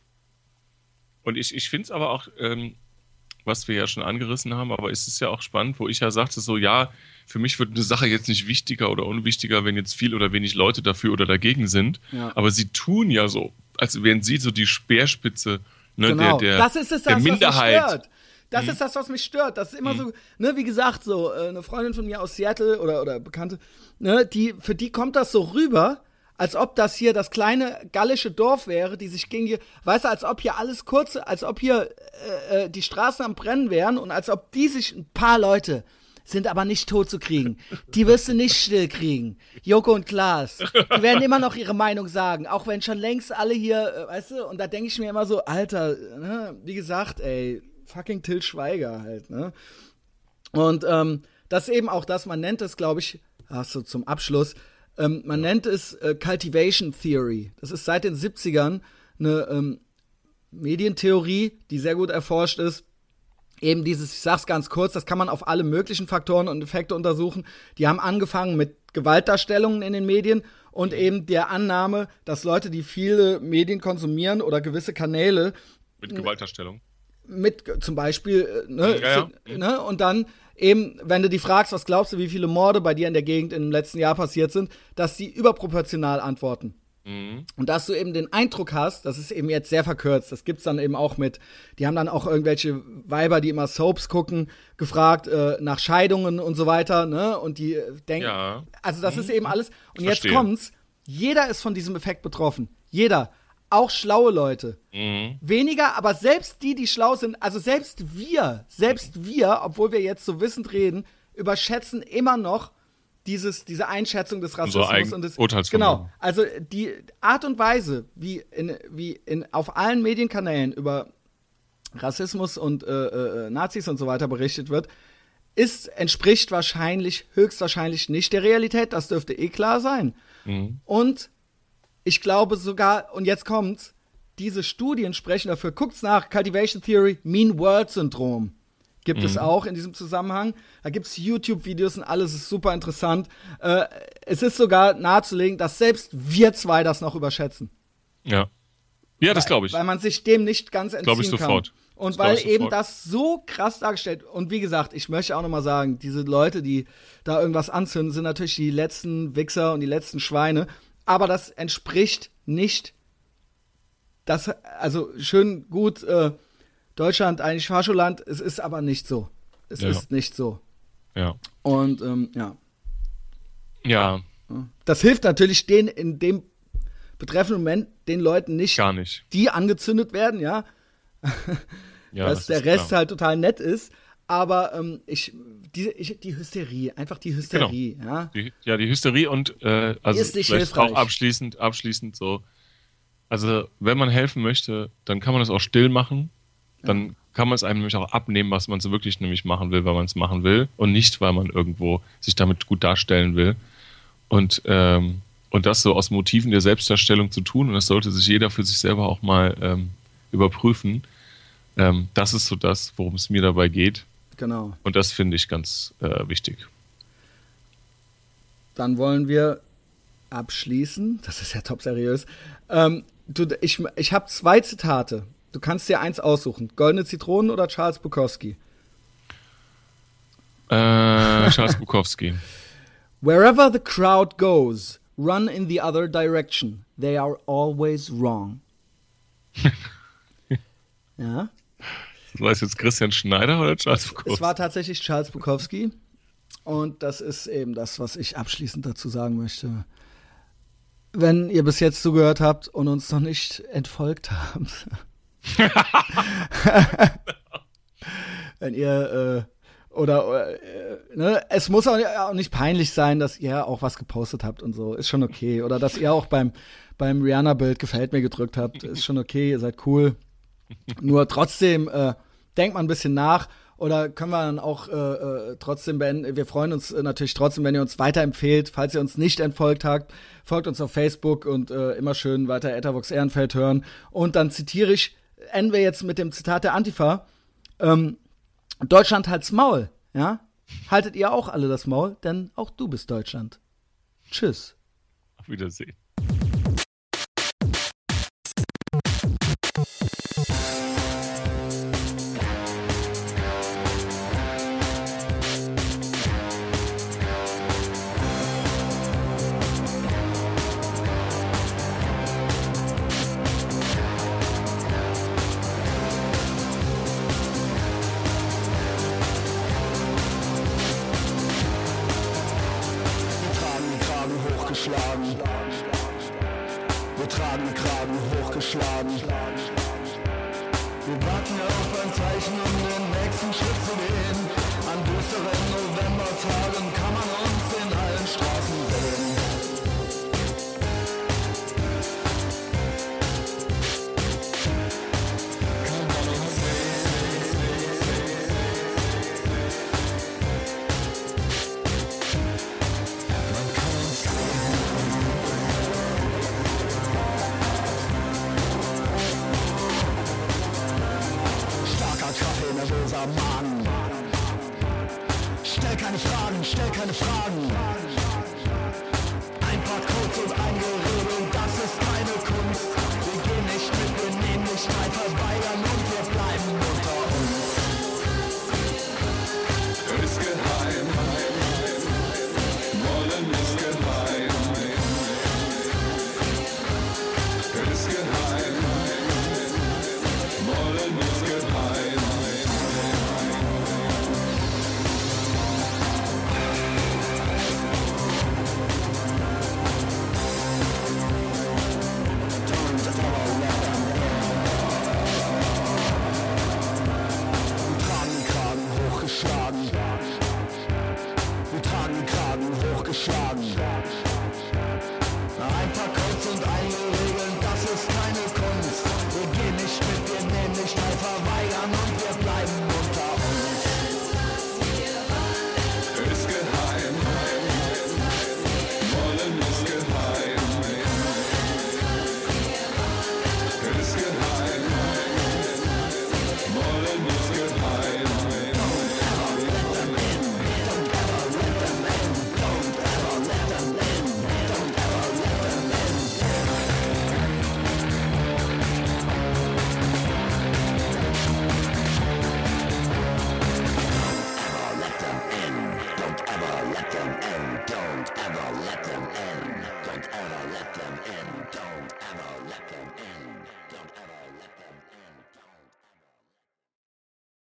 Und ich, ich finde es aber auch, ähm, was wir ja schon angerissen haben, aber es ist ja auch spannend, wo ich ja sagte, so ja, für mich wird eine Sache jetzt nicht wichtiger oder unwichtiger, wenn jetzt viel oder wenig Leute dafür oder dagegen sind, ja. aber sie tun ja so, als wären sie so die Speerspitze, ne, genau. der, der, das ist es, der das, Minderheit. Was mich stört. Das mhm. ist das, was mich stört. Das ist immer mhm. so, ne, wie gesagt, so eine Freundin von mir aus Seattle oder, oder Bekannte, ne, die, für die kommt das so rüber, als ob das hier das kleine gallische Dorf wäre, die sich gegen die, weißt du, als ob hier alles kurz, als ob hier äh, die Straßen am Brennen wären und als ob die sich, ein paar Leute sind aber nicht tot zu kriegen. Die wirst du nicht still kriegen. Joko und Klaas, die werden immer noch ihre Meinung sagen, auch wenn schon längst alle hier, äh, weißt du, und da denke ich mir immer so, Alter, ne, wie gesagt, ey, fucking Til Schweiger halt, ne. Und ähm, das ist eben auch das, man nennt es, glaube ich, hast du zum Abschluss, Ähm, man nennt es äh, Cultivation Theory. Das ist seit den siebzigern eine ähm, Medientheorie, die sehr gut erforscht ist. Eben dieses, ich sag's ganz kurz, das kann man auf alle möglichen Faktoren und Effekte untersuchen. Die haben angefangen mit Gewaltdarstellungen in den Medien und eben der Annahme, dass Leute, die viele Medien konsumieren oder gewisse Kanäle mit Gewaltdarstellung mit zum Beispiel, ne, ja, ja. ne, und dann eben, wenn du die fragst, was glaubst du, wie viele Morde bei dir in der Gegend im letzten Jahr passiert sind, dass die überproportional antworten. Mhm. Und dass du eben den Eindruck hast, das ist eben jetzt sehr verkürzt, das gibt's dann eben auch mit, die haben dann auch irgendwelche Weiber, die immer Soaps gucken, gefragt äh, nach Scheidungen und so weiter, ne, und die denken, ja. also das mhm. ist eben alles, und Verstehe. Jetzt kommt's, jeder ist von diesem Effekt betroffen, jeder. Auch schlaue Leute. Mhm. Weniger, aber selbst die, die schlau sind, also selbst wir, selbst wir, obwohl wir jetzt so wissend reden, überschätzen immer noch dieses, diese Einschätzung des Rassismus und des Urteilsvermögen. Genau. Also die Art und Weise, wie in, wie in auf allen Medienkanälen über Rassismus und äh, äh, Nazis und so weiter berichtet wird, ist, entspricht wahrscheinlich, höchstwahrscheinlich nicht der Realität. Das dürfte eh klar sein. Mhm. Und ich glaube sogar, und jetzt kommt's, diese Studien sprechen dafür, guckt's nach, Cultivation Theory, Mean World Syndrom gibt mhm. es auch in diesem Zusammenhang. Da gibt's YouTube-Videos und alles ist super interessant. Äh, es ist sogar nahezulegen, dass selbst wir zwei das noch überschätzen. Ja. Ja, das glaube ich. Weil man sich dem nicht ganz entziehen glaube ich kann. Sofort. Und das weil ich eben sofort. das so krass dargestellt, und wie gesagt, ich möchte auch noch mal sagen, diese Leute, die da irgendwas anzünden, sind natürlich die letzten Wichser und die letzten Schweine. Aber das entspricht nicht, das, also schön gut, äh, Deutschland eigentlich Fascholand, es ist aber nicht so. Es ja. ist nicht so. Ja. Und ähm, ja. Ja. Das hilft natürlich den in dem betreffenden Moment den Leuten nicht, Gar nicht. die angezündet werden, ja. ja dass das der Rest klar. halt total nett ist. Aber ähm, ich, die, ich, die Hysterie, einfach die Hysterie, genau. ja. Die, ja, die Hysterie und äh, also ist nicht vielleicht hilfreich. auch abschließend, abschließend so. Also wenn man helfen möchte, dann kann man das auch still machen. Dann ja. kann man es einem nämlich auch abnehmen, was man so wirklich nämlich machen will, weil man es machen will und nicht, weil man irgendwo sich damit gut darstellen will. Und ähm, und das so aus Motiven der Selbstdarstellung zu tun, und das sollte sich jeder für sich selber auch mal ähm, überprüfen. Ähm, das ist so das, worum es mir dabei geht. Genau. Und das finde ich ganz äh, wichtig. Dann wollen wir abschließen. Das ist ja top seriös. Ähm, du, ich ich habe zwei Zitate. Du kannst dir eins aussuchen. Goldene Zitronen oder Charles Bukowski? Äh, Charles Bukowski. Wherever the crowd goes, run in the other direction. They are always wrong. Ja. War es jetzt Christian Schneider oder Charles Bukowski? Es war tatsächlich Charles Bukowski. Und das ist eben das, was ich abschließend dazu sagen möchte. Wenn ihr bis jetzt zugehört habt und uns noch nicht entfolgt habt. Wenn ihr äh, oder äh, ne, es muss auch nicht peinlich sein, dass ihr auch was gepostet habt und so, ist schon okay. Oder dass ihr auch beim beim Rihanna-Bild gefällt mir gedrückt habt, ist schon okay, ihr seid cool. Nur trotzdem äh, denkt mal ein bisschen nach. Oder können wir dann auch äh, trotzdem beenden. Wir freuen uns äh, natürlich trotzdem, wenn ihr uns weiterempfehlt. Falls ihr uns nicht entfolgt habt, folgt uns auf Facebook und äh, immer schön weiter Etavox Ehrenfeld hören. Und dann zitiere ich, enden wir jetzt mit dem Zitat der Antifa. Ähm, Deutschland halt's Maul, ja? Haltet ihr auch alle das Maul, denn auch du bist Deutschland. Tschüss. Auf Wiedersehen. Wir tragen den Kragen hochgeschlagen. Wir warten auf ein Zeichen, um den nächsten Schritt zu gehen. An düsteren Novembertagen kann man uns in allen Straßen sehen. Kann man uns nervöser Magen. Stell keine Fragen, stell keine Fragen.